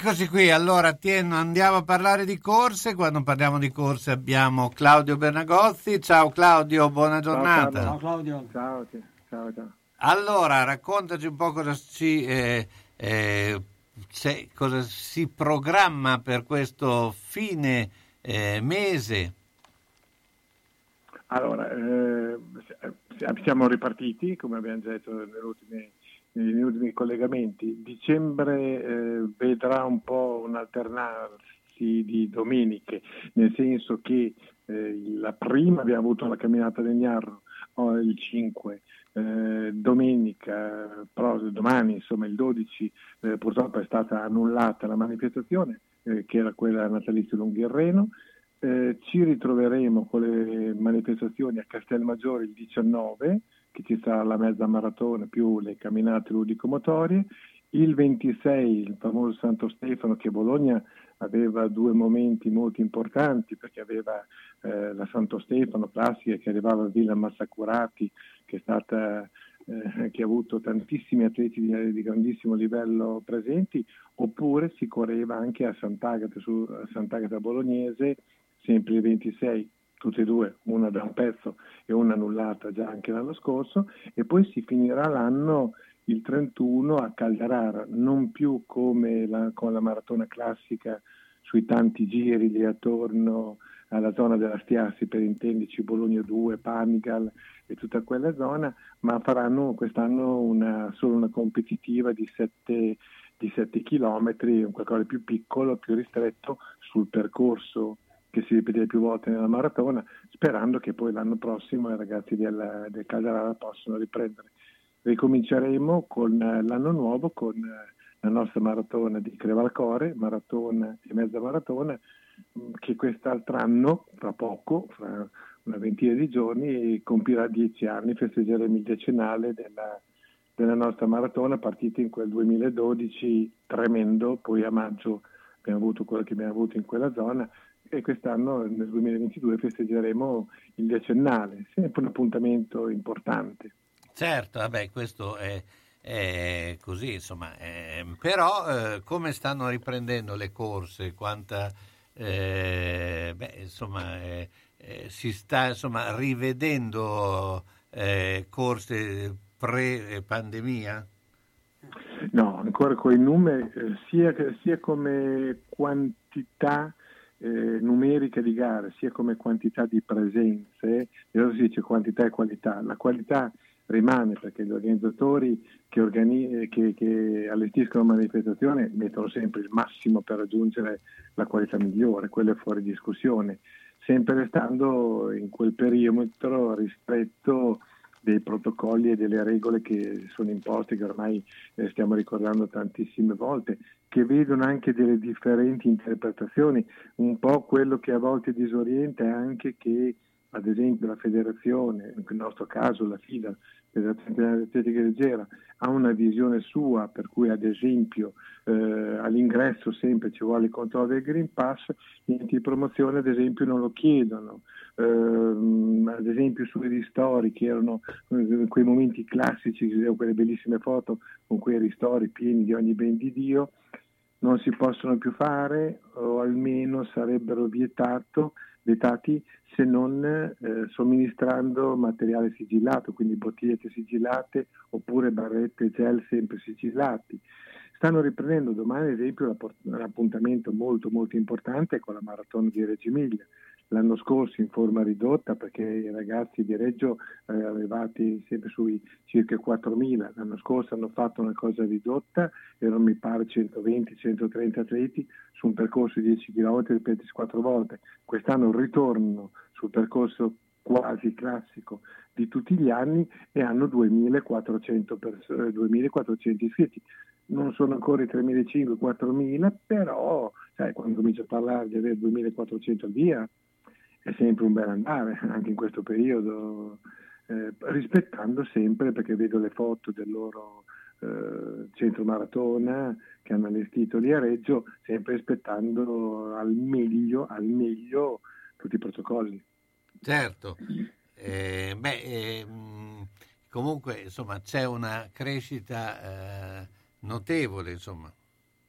Eccoci qui, allora Tien, andiamo a parlare di corse. Quando parliamo di corse abbiamo Claudio Bernagozzi. Ciao Claudio, buona giornata. Ciao Claudio. Ciao, ciao, ciao. Allora, raccontaci un po' cosa ci eh, eh, se, cosa si programma per questo fine eh, mese. Allora, eh, siamo ripartiti, come abbiamo già detto nelle ultime negli ultimi collegamenti. Dicembre eh, vedrà un po' un alternarsi di domeniche, nel senso che eh, la prima abbiamo avuto la camminata del Gnarro oh, il cinque, eh, domenica, però, domani insomma il dodici eh, purtroppo è stata annullata la manifestazione eh, che era quella natalizia Lunghirreno. Eh, ci ritroveremo con le manifestazioni a Castelmaggiore il diciannove, che ci sarà la mezza maratona più le camminate ludico-motorie. Il ventisei il famoso Santo Stefano, che Bologna aveva due momenti molto importanti, perché aveva eh, la Santo Stefano classica che arrivava a Villa Massacurati, che è stata eh, che ha avuto tantissimi atleti di, di grandissimo livello presenti, oppure si correva anche a Sant'Agata, su, a Sant'Agata Bolognese, sempre il ventisei, tutte e due, una da un pezzo e una annullata già anche l'anno scorso, e poi si finirà l'anno il trentuno a Caldarara, non più come la, con la maratona classica sui tanti giri lì attorno alla zona della Stiassi, per intenderci Bologna due, Panigal e tutta quella zona, ma faranno quest'anno una, solo una competitiva di sette di sette chilometri, un qualcosa più piccolo, più ristretto sul percorso che si ripete più volte nella maratona, sperando che poi l'anno prossimo i ragazzi del, del Caldarara possano riprendere. Ricominceremo con l'anno nuovo con la nostra maratona di Crevalcore, maratona e mezza maratona, che quest'altro anno, fra poco, fra una ventina di giorni, compirà dieci anni, festeggeremo il decennale della, della nostra maratona, partita in quel duemiladodici tremendo, poi a maggio abbiamo avuto quello che abbiamo avuto in quella zona, e quest'anno nel duemilaventidue festeggeremo il decennale, sempre un appuntamento importante. Certo, vabbè, questo è, è così, insomma, è, però eh, come stanno riprendendo le corse, quanta, eh, beh, insomma, eh, eh, si sta insomma rivedendo eh, corse pre-pandemia? No, ancora con i numeri, eh, sia, sia come quantità Eh, numerica di gare, sia come quantità di presenze, e allora si dice quantità e qualità. La qualità rimane, perché gli organizzatori che, organi- che, che allestiscono una manifestazione mettono sempre il massimo per raggiungere la qualità migliore, quello è fuori discussione, sempre restando in quel perimetro ristretto dei protocolli e delle regole che sono imposte, che ormai eh, stiamo ricordando tantissime volte, che vedono anche delle differenti interpretazioni. Un po' quello che a volte disorienta è anche che, ad esempio, la federazione, nel nostro caso la FIDA, Federazione Atletica Leggera, ha una visione sua, per cui ad esempio eh, all'ingresso sempre ci vuole il controllo del Green Pass, gli enti di promozione ad esempio non lo chiedono. Uh, ad esempio sui ristori, che erano uh, quei momenti classici, quelle bellissime foto con quei ristori pieni di ogni ben di Dio, non si possono più fare, o almeno sarebbero vietato, vietati se non eh, somministrando materiale sigillato, quindi bottigliette sigillate oppure barrette gel sempre sigillati. Stanno riprendendo domani ad esempio l'appuntamento molto molto importante con la maratona di Reggio Emilia. L'anno scorso in forma ridotta, perché i ragazzi di Reggio eh, arrivati sempre sui circa quattromila, l'anno scorso hanno fatto una cosa ridotta, erano mi pare centoventi centotrenta atleti su un percorso di dieci chilometri ripetisi quattro volte. Quest'anno ritornano sul percorso quasi classico di tutti gli anni e hanno duemilaquattrocento, pers- duemilaquattrocento iscritti. Non sono ancora i tremilacinquecento quattromila, però sai, quando comincio a parlare di avere duemilaquattrocento al via è sempre un bel andare, anche in questo periodo, eh, rispettando sempre, perché vedo le foto del loro eh, centro maratona che hanno allestito lì a Reggio, sempre rispettando al meglio, al meglio tutti i protocolli. Certo, eh, beh, eh, comunque insomma c'è una crescita eh, notevole, insomma.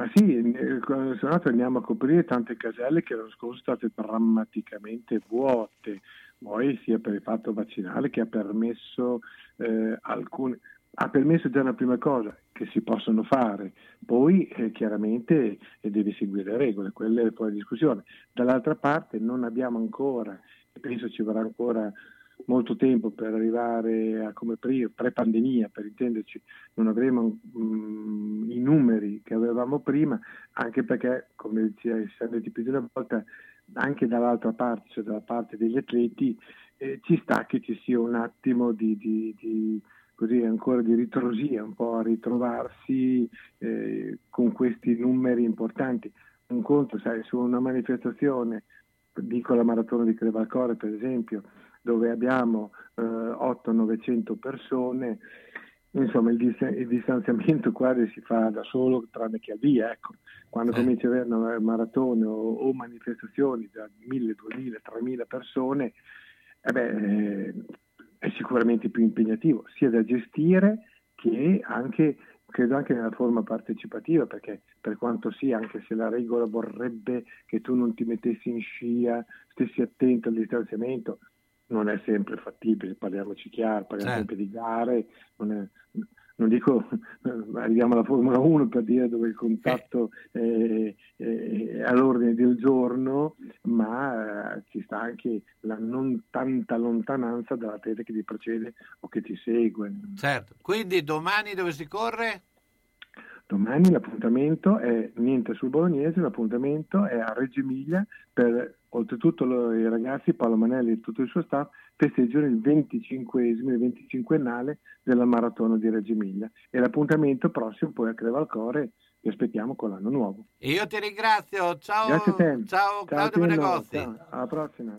Ma sì, eh, sono andato, andiamo a coprire tante caselle che l'anno scorso sono state drammaticamente vuote, poi sia per il fatto vaccinale che ha permesso eh, alcune, ha permesso già una prima cosa, che si possono fare, poi eh, chiaramente eh, devi seguire le regole, quella è poi la discussione. Dall'altra parte non abbiamo ancora, e penso ci vorrà ancora molto tempo per arrivare a come pre- pre-pandemia, per intenderci, non avremo mh, i numeri che avevamo prima, anche perché, come diceva, siamo detto più di una volta, anche dall'altra parte, cioè dalla parte degli atleti, eh, ci sta che ci sia un attimo di, di, di così ancora di ritrosia, un po' a ritrovarsi eh, con questi numeri importanti. Un conto, sai, su una manifestazione, dico la maratona di Crevalcore per esempio, dove abbiamo eh, ottocento novecento persone, insomma il, dis- il distanziamento quasi si fa da solo, tranne che al via, ecco. Quando eh. cominci ad avere una maratona o, o manifestazioni da mille, duemila, tremila persone, eh beh, è sicuramente più impegnativo, sia da gestire che anche, credo anche nella forma partecipativa, perché per quanto sia, anche se la regola vorrebbe che tu non ti mettessi in scia, stessi attento al distanziamento, non è sempre fattibile, parliamoci chiaro, parliamo certo. sempre di gare, non, è, non dico arriviamo alla Formula uno per dire dove il contatto è, è all'ordine del giorno, ma eh, ci sta anche la non tanta lontananza dall'atleta che ti precede o che ti segue. Certo, quindi domani dove si corre? Domani l'appuntamento è niente sul Bolognese, l'appuntamento è a Reggio Emilia per, oltretutto lo, i ragazzi, Paolo Manelli e tutto il suo staff festeggiano il venticinquesimo, il venticinquennale della maratona di Reggio Emilia, e l'appuntamento prossimo poi a Crevalcore vi aspettiamo con l'anno nuovo. E io ti ringrazio, ciao, Grazie a te. ciao Claudio Ciao, Menegozzi. ciao. Alla prossima.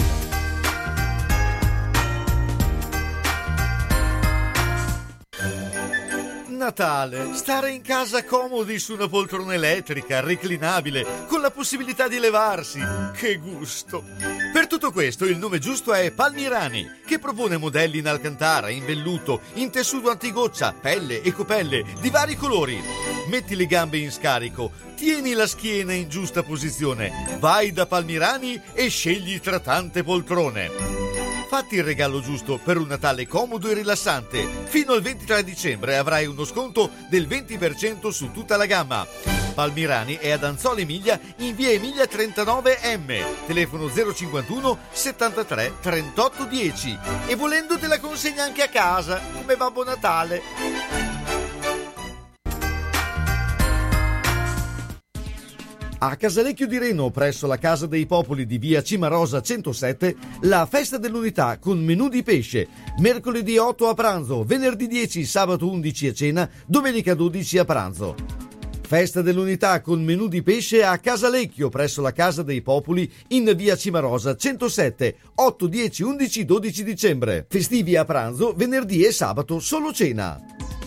Natale, stare in casa comodi su una poltrona elettrica, reclinabile, con la possibilità di levarsi. Che gusto! Per tutto questo il nome giusto è Palmirani, che propone modelli in alcantara, in velluto, in tessuto antigoccia, pelle e copelle di vari colori. Metti le gambe in scarico, tieni la schiena in giusta posizione, vai da Palmirani e scegli tra tante poltrone. Fatti il regalo giusto per un Natale comodo e rilassante. Fino al ventitré dicembre avrai uno sconto del venti per cento su tutta la gamma. Palmirani è ad Anzola Emilia in via Emilia trentanove M, telefono zero cinquantuno settantatré trentotto dieci, e volendo te la consegna anche a casa come Babbo Natale. A Casalecchio di Reno, presso la Casa dei Popoli di via Cimarosa centosette, la festa dell'unità con menù di pesce. Mercoledì otto a pranzo, venerdì dieci, sabato undici a cena, domenica dodici a pranzo. Festa dell'unità con menù di pesce a Casalecchio, presso la Casa dei Popoli in via Cimarosa centosette, otto, dieci, undici, dodici dicembre. Festivi a pranzo, venerdì e sabato solo cena.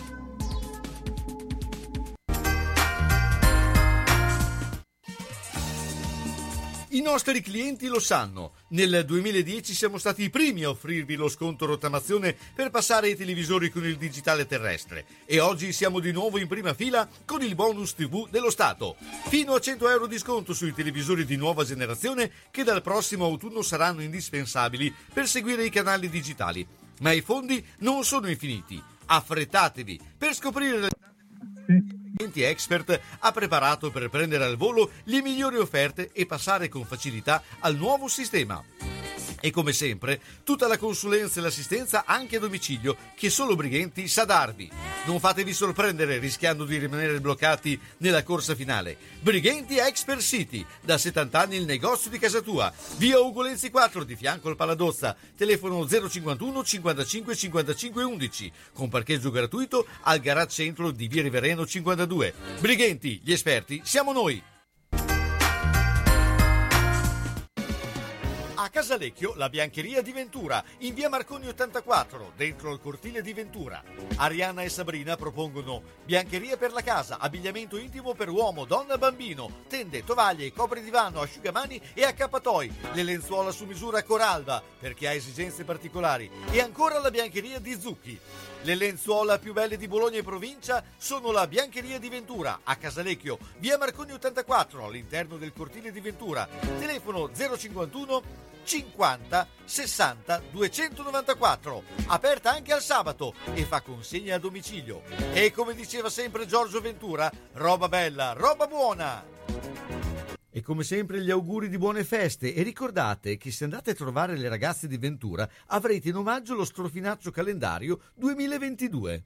I nostri clienti lo sanno. Nel duemiladieci siamo stati i primi a offrirvi lo sconto rottamazione per passare ai televisori con il digitale terrestre, e oggi siamo di nuovo in prima fila con il bonus tivù dello Stato. Fino a cento euro di sconto sui televisori di nuova generazione che dal prossimo autunno saranno indispensabili per seguire i canali digitali. Ma i fondi non sono infiniti. Affrettatevi per scoprire le Clienti Expert ha preparato per prendere al volo le migliori offerte e passare con facilità al nuovo sistema. E come sempre, tutta la consulenza e l'assistenza anche a domicilio che solo Brighenti sa darvi. Non fatevi sorprendere rischiando di rimanere bloccati nella corsa finale. Brighenti Expert City, da settanta anni il negozio di casa tua. Via Ugolenzi quattro, di fianco al Paladozza. Telefono zero cinquantuno cinquantacinque cinquantacinque undici, con parcheggio gratuito al garage centro di via Rivereno cinquantadue. Brighenti, gli esperti siamo noi. A Casalecchio, la Biancheria di Ventura, in via Marconi ottantaquattro, dentro il cortile di Ventura. Arianna e Sabrina propongono biancheria per la casa, abbigliamento intimo per uomo, donna, bambino, tende, tovaglie, copridivano, asciugamani e accappatoi, le lenzuola su misura Coralba per chi ha esigenze particolari e ancora la Biancheria di Zucchi. Le lenzuola più belle di Bologna e provincia sono la Biancheria di Ventura, a Casalecchio, via Marconi ottantaquattro, all'interno del cortile di Ventura. Telefono zero cinquantuno cinquanta sessanta duecentonovantaquattro, aperta anche al sabato e fa consegna a domicilio. E come diceva sempre Giorgio Ventura, roba bella, roba buona! E come sempre gli auguri di buone feste e ricordate che se andate a trovare le ragazze di Ventura avrete in omaggio lo strofinaccio calendario duemilaventidue.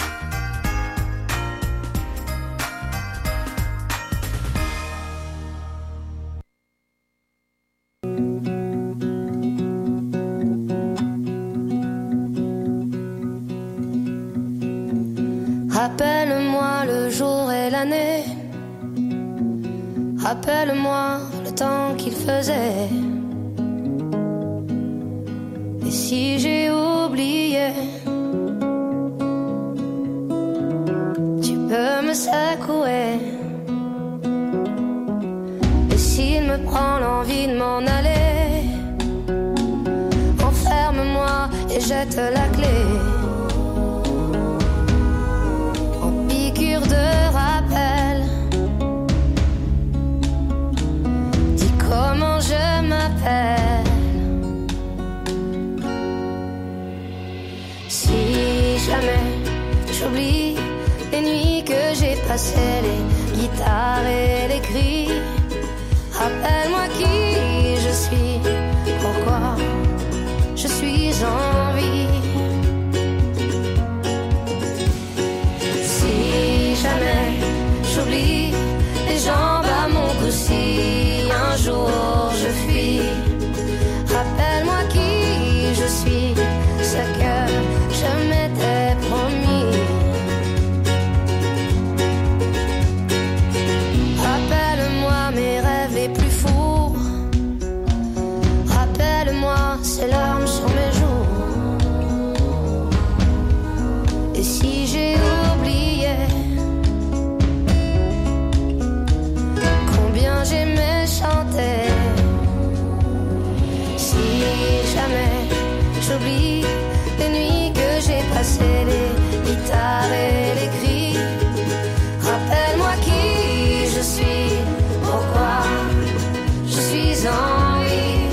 Rappelle-moi le jour et l'année, rappelle-moi le temps qu'il faisait. Et si j'ai oublié, tu peux me secouer. Et s'il me prend l'envie de m'en aller, enferme-moi et jette la clé. De rappel, dis comment je m'appelle. Si jamais j'oublie les nuits que j'ai passées, les guitares et les cris, rappelle-moi qui je suis, pourquoi je suis en vie. Jamais j'oublie les jambes à mon cou si un jour je fuis. Rappelle-moi qui je suis, ce que je m'étais promis. Rappelle-moi mes rêves les plus fous. Rappelle-moi ces larmes sur mes joues. Et si j'ai oublié j'aimais chanter, si jamais j'oublie les nuits que j'ai passées, les guitares et les cris, rappelle-moi qui je suis, pourquoi je suis en vie.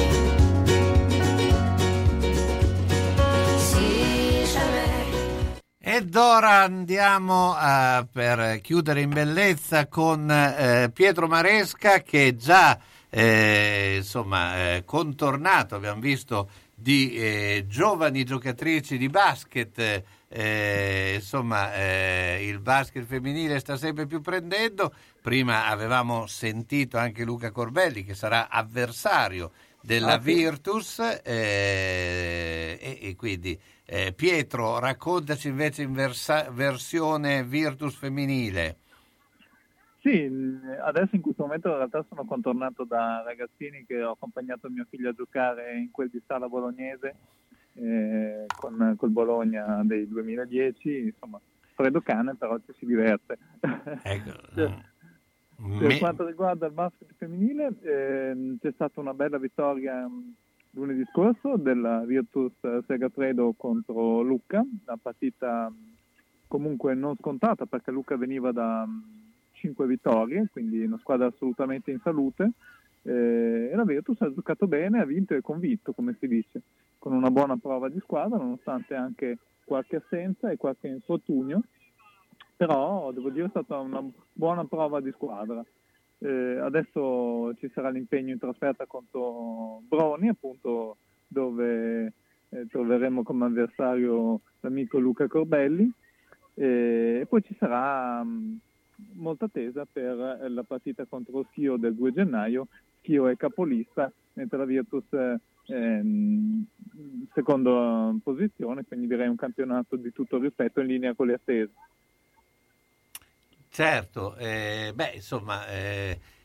Si jamais. Ed ora andiamo a, per chiudere in bellezza con eh, Pietro Maresca, che già eh, insomma eh, contornato, abbiamo visto, di eh, giovani giocatrici di basket. Eh, insomma eh, il basket femminile sta sempre più prendendo. Prima avevamo sentito anche Luca Corbelli, che sarà avversario della Ah, sì. Virtus, eh, e, e quindi eh, Pietro, raccontaci invece in versa- versione Virtus femminile. Sì, adesso in questo momento in realtà sono contornato da ragazzini che ho accompagnato mio figlio a giocare in quel di Sala Bolognese eh, con col Bologna dei duemiladieci, insomma, freddo cane, però ci si diverte. Ecco. Cioè, per Me- quanto riguarda il basket femminile, ehm, c'è stata una bella vittoria mh, lunedì scorso della Virtus Segafredo contro Lucca, una partita mh, comunque non scontata perché Lucca veniva da mh, cinque vittorie, quindi una squadra assolutamente in salute, eh, e la Virtus ha giocato bene, ha vinto e convinto, come si dice, con una buona prova di squadra, nonostante anche qualche assenza e qualche infortunio. Però devo dire è stata una buona prova di squadra. Eh, adesso ci sarà l'impegno in trasferta contro Broni, appunto, dove eh, troveremo come avversario l'amico Luca Corbelli, eh, e poi ci sarà mh, molta attesa per eh, la partita contro Schio del due gennaio. Schio è capolista, mentre la Virtus è in seconda posizione, quindi direi un campionato di tutto rispetto in linea con le attese. Certo, eh, beh, insomma, eh,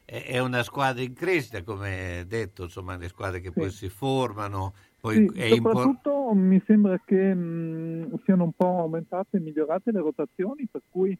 è, è una squadra in crescita, come detto, insomma, le squadre che Sì. poi si formano, poi Sì, è importante. soprattutto mi sembra che mh, siano un po' aumentate e migliorate le rotazioni, per cui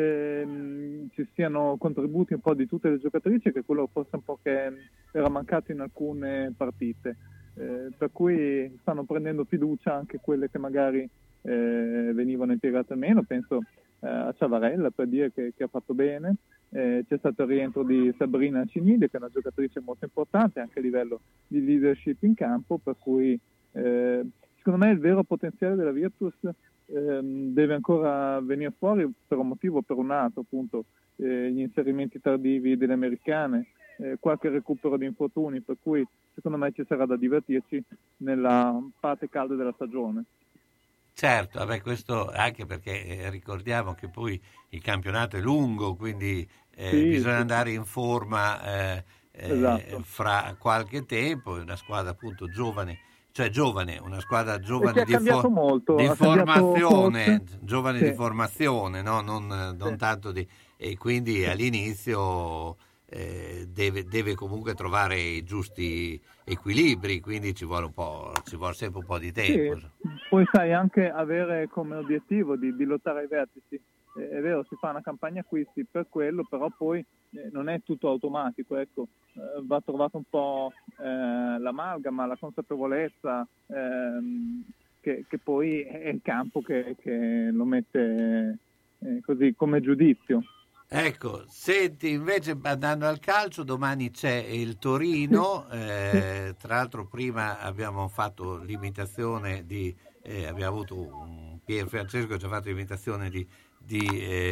ehm, ci siano contributi un po' di tutte le giocatrici, che è quello forse un po' che era mancato in alcune partite. Eh, per cui stanno prendendo fiducia anche quelle che magari eh, venivano impiegate meno, penso eh, a Ciavarella, per dire che, che ha fatto bene. Eh, c'è stato il rientro di Sabrina Cinidi, che è una giocatrice molto importante anche a livello di leadership in campo, per cui eh, secondo me il vero potenziale della Virtus ehm, deve ancora venire fuori per un motivo o per un altro, appunto eh, gli inserimenti tardivi delle americane, eh, qualche recupero di infortuni, per cui secondo me ci sarà da divertirci nella parte calda della stagione. Certo, vabbè, questo anche perché eh, ricordiamo che poi il campionato è lungo, quindi eh, Sì, bisogna sì. andare in forma eh, eh, Esatto. fra qualche tempo. È una squadra appunto giovane, cioè giovane, una squadra giovane che ha di, cambiato molto, di ha cambiato formazione, coach. giovane Sì. di formazione, no? non, non Sì. tanto di... E quindi all'inizio eh, deve, deve comunque trovare i giusti equilibri, quindi ci vuole un po', ci vuole sempre un po' di tempo. Sì, poi sai anche avere come obiettivo di, di lottare ai vertici. Eh, è vero, si fa una campagna acquisti per quello, però poi eh, non è tutto automatico, ecco. Eh, va trovato un po' eh, l'amalgama, la consapevolezza ehm, che, che poi è il campo che, che lo mette eh, così come giudizio. Ecco, senti, invece andando al calcio, domani c'è il Torino, eh, tra l'altro prima abbiamo fatto l'imitazione di, eh, abbiamo avuto un Pier Francesco che ci ha fatto l'imitazione di, di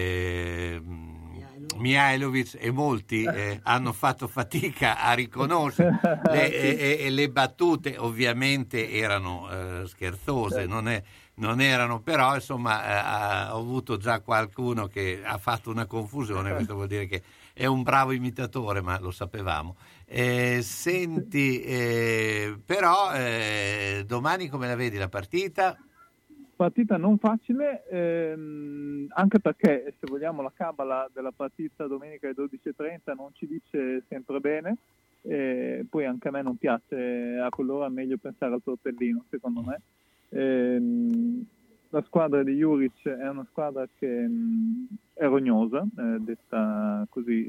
eh, Mihailovic e molti eh, hanno fatto fatica a riconoscere le, e, e le battute ovviamente erano eh, scherzose, non è... Non erano, però insomma eh, ha- ho avuto già qualcuno che ha fatto una confusione, questo vuol dire che è un bravo imitatore, ma lo sapevamo. Eh, senti, eh, però eh, domani come la vedi la partita? Partita non facile, ehm, anche perché se vogliamo la cabala della partita domenica alle dodici e trenta non ci dice sempre bene, e poi anche a me non piace, a quell'ora è meglio pensare al tortellino secondo me. Ehm, la squadra di Juric è una squadra che mh, è rognosa, eh, detta così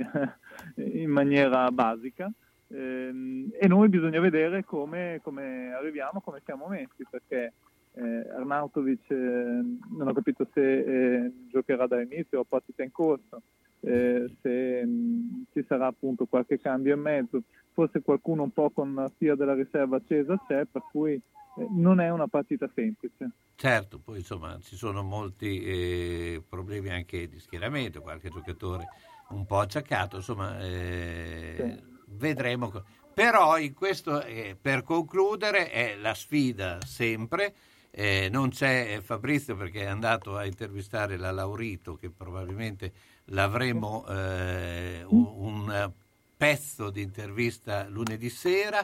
in maniera basica, ehm, e noi bisogna vedere come, come arriviamo, come siamo messi, perché eh, Arnautovic eh, non ho capito se eh, giocherà dall'inizio o partita in corso, eh, se mh, ci sarà appunto qualche cambio in mezzo, forse qualcuno un po' con la spia della riserva accesa c'è, per cui non è una partita semplice. Certo, poi insomma ci sono molti eh, problemi anche di schieramento, qualche giocatore un po' acciaccato, insomma eh, Sì. vedremo. co- Però in questo, eh, per concludere, è la sfida sempre. Eh, non c'è eh, Fabrizio perché è andato a intervistare la Laurito, che probabilmente l'avremo eh, un, un pezzo di intervista lunedì sera.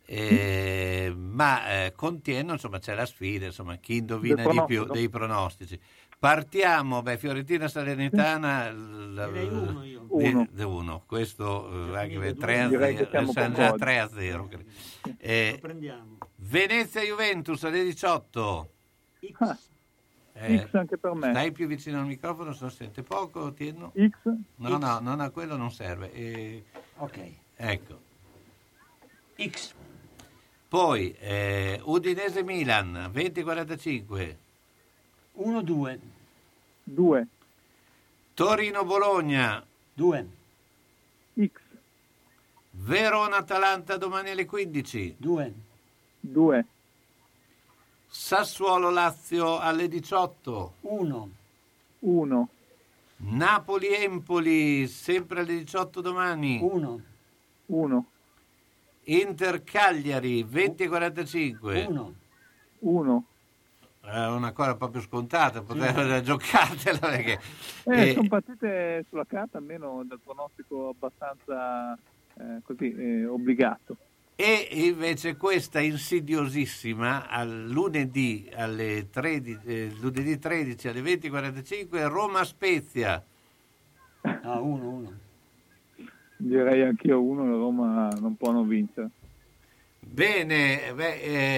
Eh, ma eh, contiene, insomma, c'è la sfida, insomma, chi indovina Del di più pronostico. dei pronostici. Partiamo, beh, Fiorentina Salernitana l- Direi uno io. di- Uno. di uno. Questo eh, anche per due. tre a Direi che zero, siamo siamo già concordi. tre a zero. credo. Eh, Lo prendiamo. Venezia Juventus alle diciotto. Ah, Eh, X anche per me. Stai più vicino al microfono, se no sente poco, Tieno. X? No, no, no, no, quello non serve. Eh, Ok. ecco. X. Poi eh, Udinese Milan venti quarantacinque, uno due. due. Torino Bologna, due. X. Verona Atalanta domani alle quindici, due. due. Sassuolo Lazio alle diciotto, uno. uno. Napoli Empoli sempre alle diciotto domani, uno. uno. Inter Cagliari venti quarantacinque, uno. uno. È una cosa proprio scontata, potete giocatela perché Eh, eh, sono partite sulla carta, almeno dal pronostico abbastanza eh, così eh, obbligato. E invece questa insidiosissima al lunedì alle tredici, eh, lunedì tredici alle venti quarantacinque Roma Spezia. Ah, uno, uno. direi anch'io uno, la Roma non può non vincere. Bene, beh,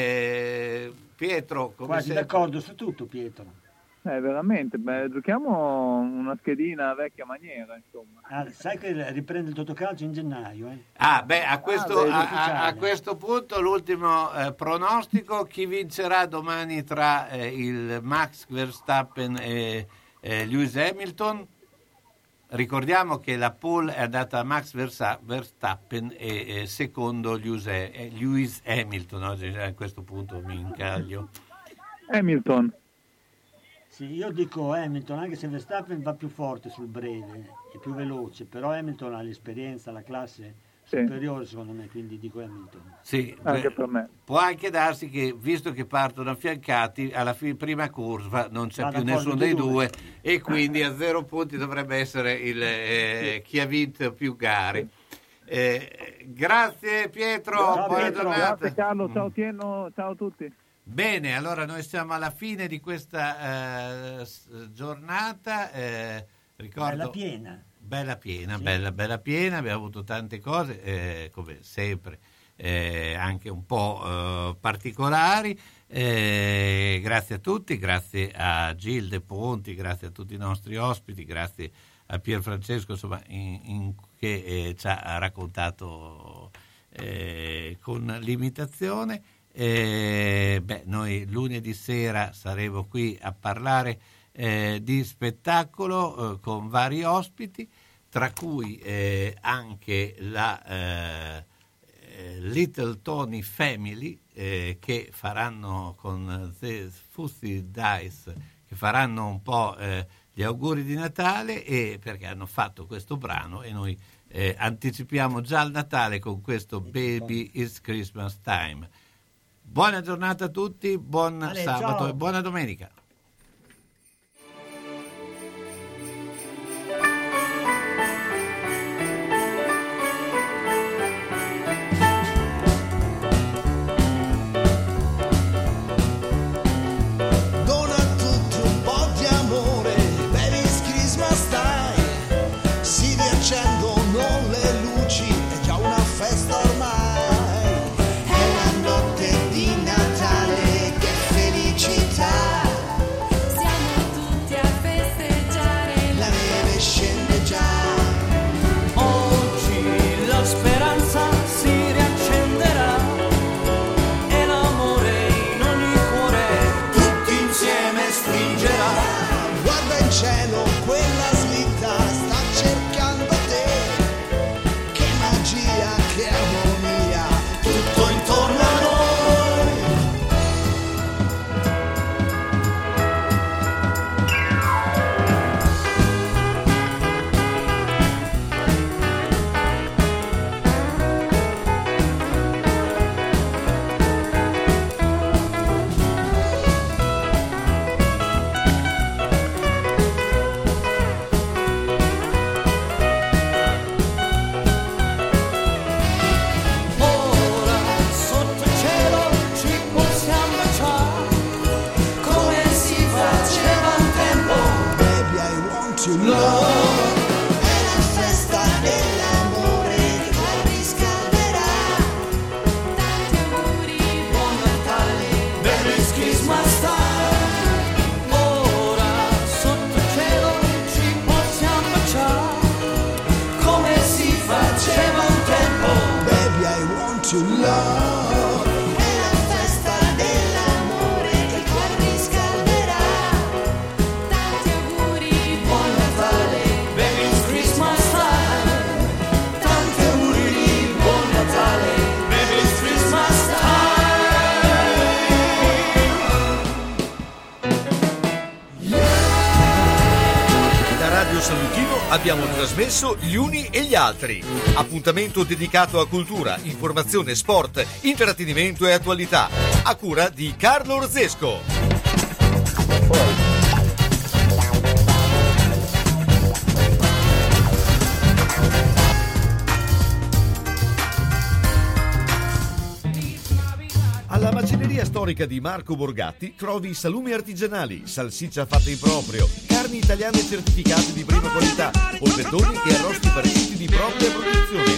eh, Pietro, come Quasi sei? d'accordo su tutto, Pietro. Eh, veramente, beh, giochiamo una schedina vecchia maniera, insomma. Ah, sai che riprende il Totocalcio in gennaio, eh? Ah, beh, a questo, Ah, beh, a- a, ufficiale. a questo punto l'ultimo eh, pronostico: chi vincerà domani tra eh, il Max Verstappen e eh, Lewis Hamilton? Ricordiamo che la pole è andata a Max Versa- Verstappen e eh, secondo Lewis, eh, Lewis Hamilton. Oggi a questo punto mi incaglio. Hamilton. Sì, io dico Hamilton, anche se Verstappen va più forte sul breve, è più veloce, però Hamilton ha l'esperienza, la classe Sì. superiore secondo me, quindi dico Hamilton. Sì, Anche beh, per me. può anche darsi che, visto che partono affiancati, alla fi- prima curva non c'è Vada più fuori nessuno tutti dei e due. due e quindi a zero punti dovrebbe essere il, eh, chi ha vinto più gare. Eh, grazie Pietro, Ciao, buona Pietro, giornata. grazie Carlo, ciao Tieno, ciao a tutti. Bene, allora noi siamo alla fine di questa eh, s- giornata. eh, ricordo, Bella piena. Bella piena, Sì. bella, bella piena, abbiamo avuto tante cose, eh, come sempre, eh, anche un po' eh, particolari. Eh, grazie a tutti, grazie a Gilde Ponti, grazie a tutti i nostri ospiti, grazie a Pier Francesco, insomma, in- in- che eh, ci ha raccontato eh, con l'imitazione. Eh, beh, noi lunedì sera saremo qui a parlare eh, di spettacolo eh, con vari ospiti, tra cui eh, anche la eh, eh, Little Tony Family eh, che faranno con The Fuzzy Dice, che faranno un po' eh, gli auguri di Natale, e perché hanno fatto questo brano e noi eh, anticipiamo già il Natale con questo Baby It's Christmas Time. Buona giornata a tutti, buon Ale, sabato ciao. e buona domenica. Dona a tutti un po' di amore, baby it's Christmas time. Si riaccendono le luci, è già una festa ormai. È la notte di Natale, che felicità. Siamo tutti a festeggiare. La neve scende già. Oggi la speranza si riaccenderà e l'amore in ogni cuore tutti insieme stringerà. Guarda in cielo, quella slitta sta cercando te. Che magia, che armonia, tutto intorno a noi. Ora sotto il cielo ci possiamo baciare come si faceva un tempo. Baby, I want to love. È la festa dell'amore che poi riscalderà. Tanti auguri, buon Natale. Merry Christmas time. Ora sotto il cielo ci possiamo baciare come si faceva un tempo. Baby, I want to love. È la festa dell'amore che poi riscalderà. Tanti auguri, Buon Natale, baby it's Christmas time. Tanti auguri, buon Natale, baby it's Christmas Da Radio Salutino abbiamo trasmesso Gli Uni e gli Altri. Appuntamento dedicato a cultura, informazione, sport, intrattenimento e attualità. A cura di Carlo Orzesco. Alla macelleria Storia storica di Marco Borgatti trovi salumi artigianali, salsiccia fatta in proprio, carni italiane certificate di prima qualità, polpettoni e arrosti farciti di propria produzione.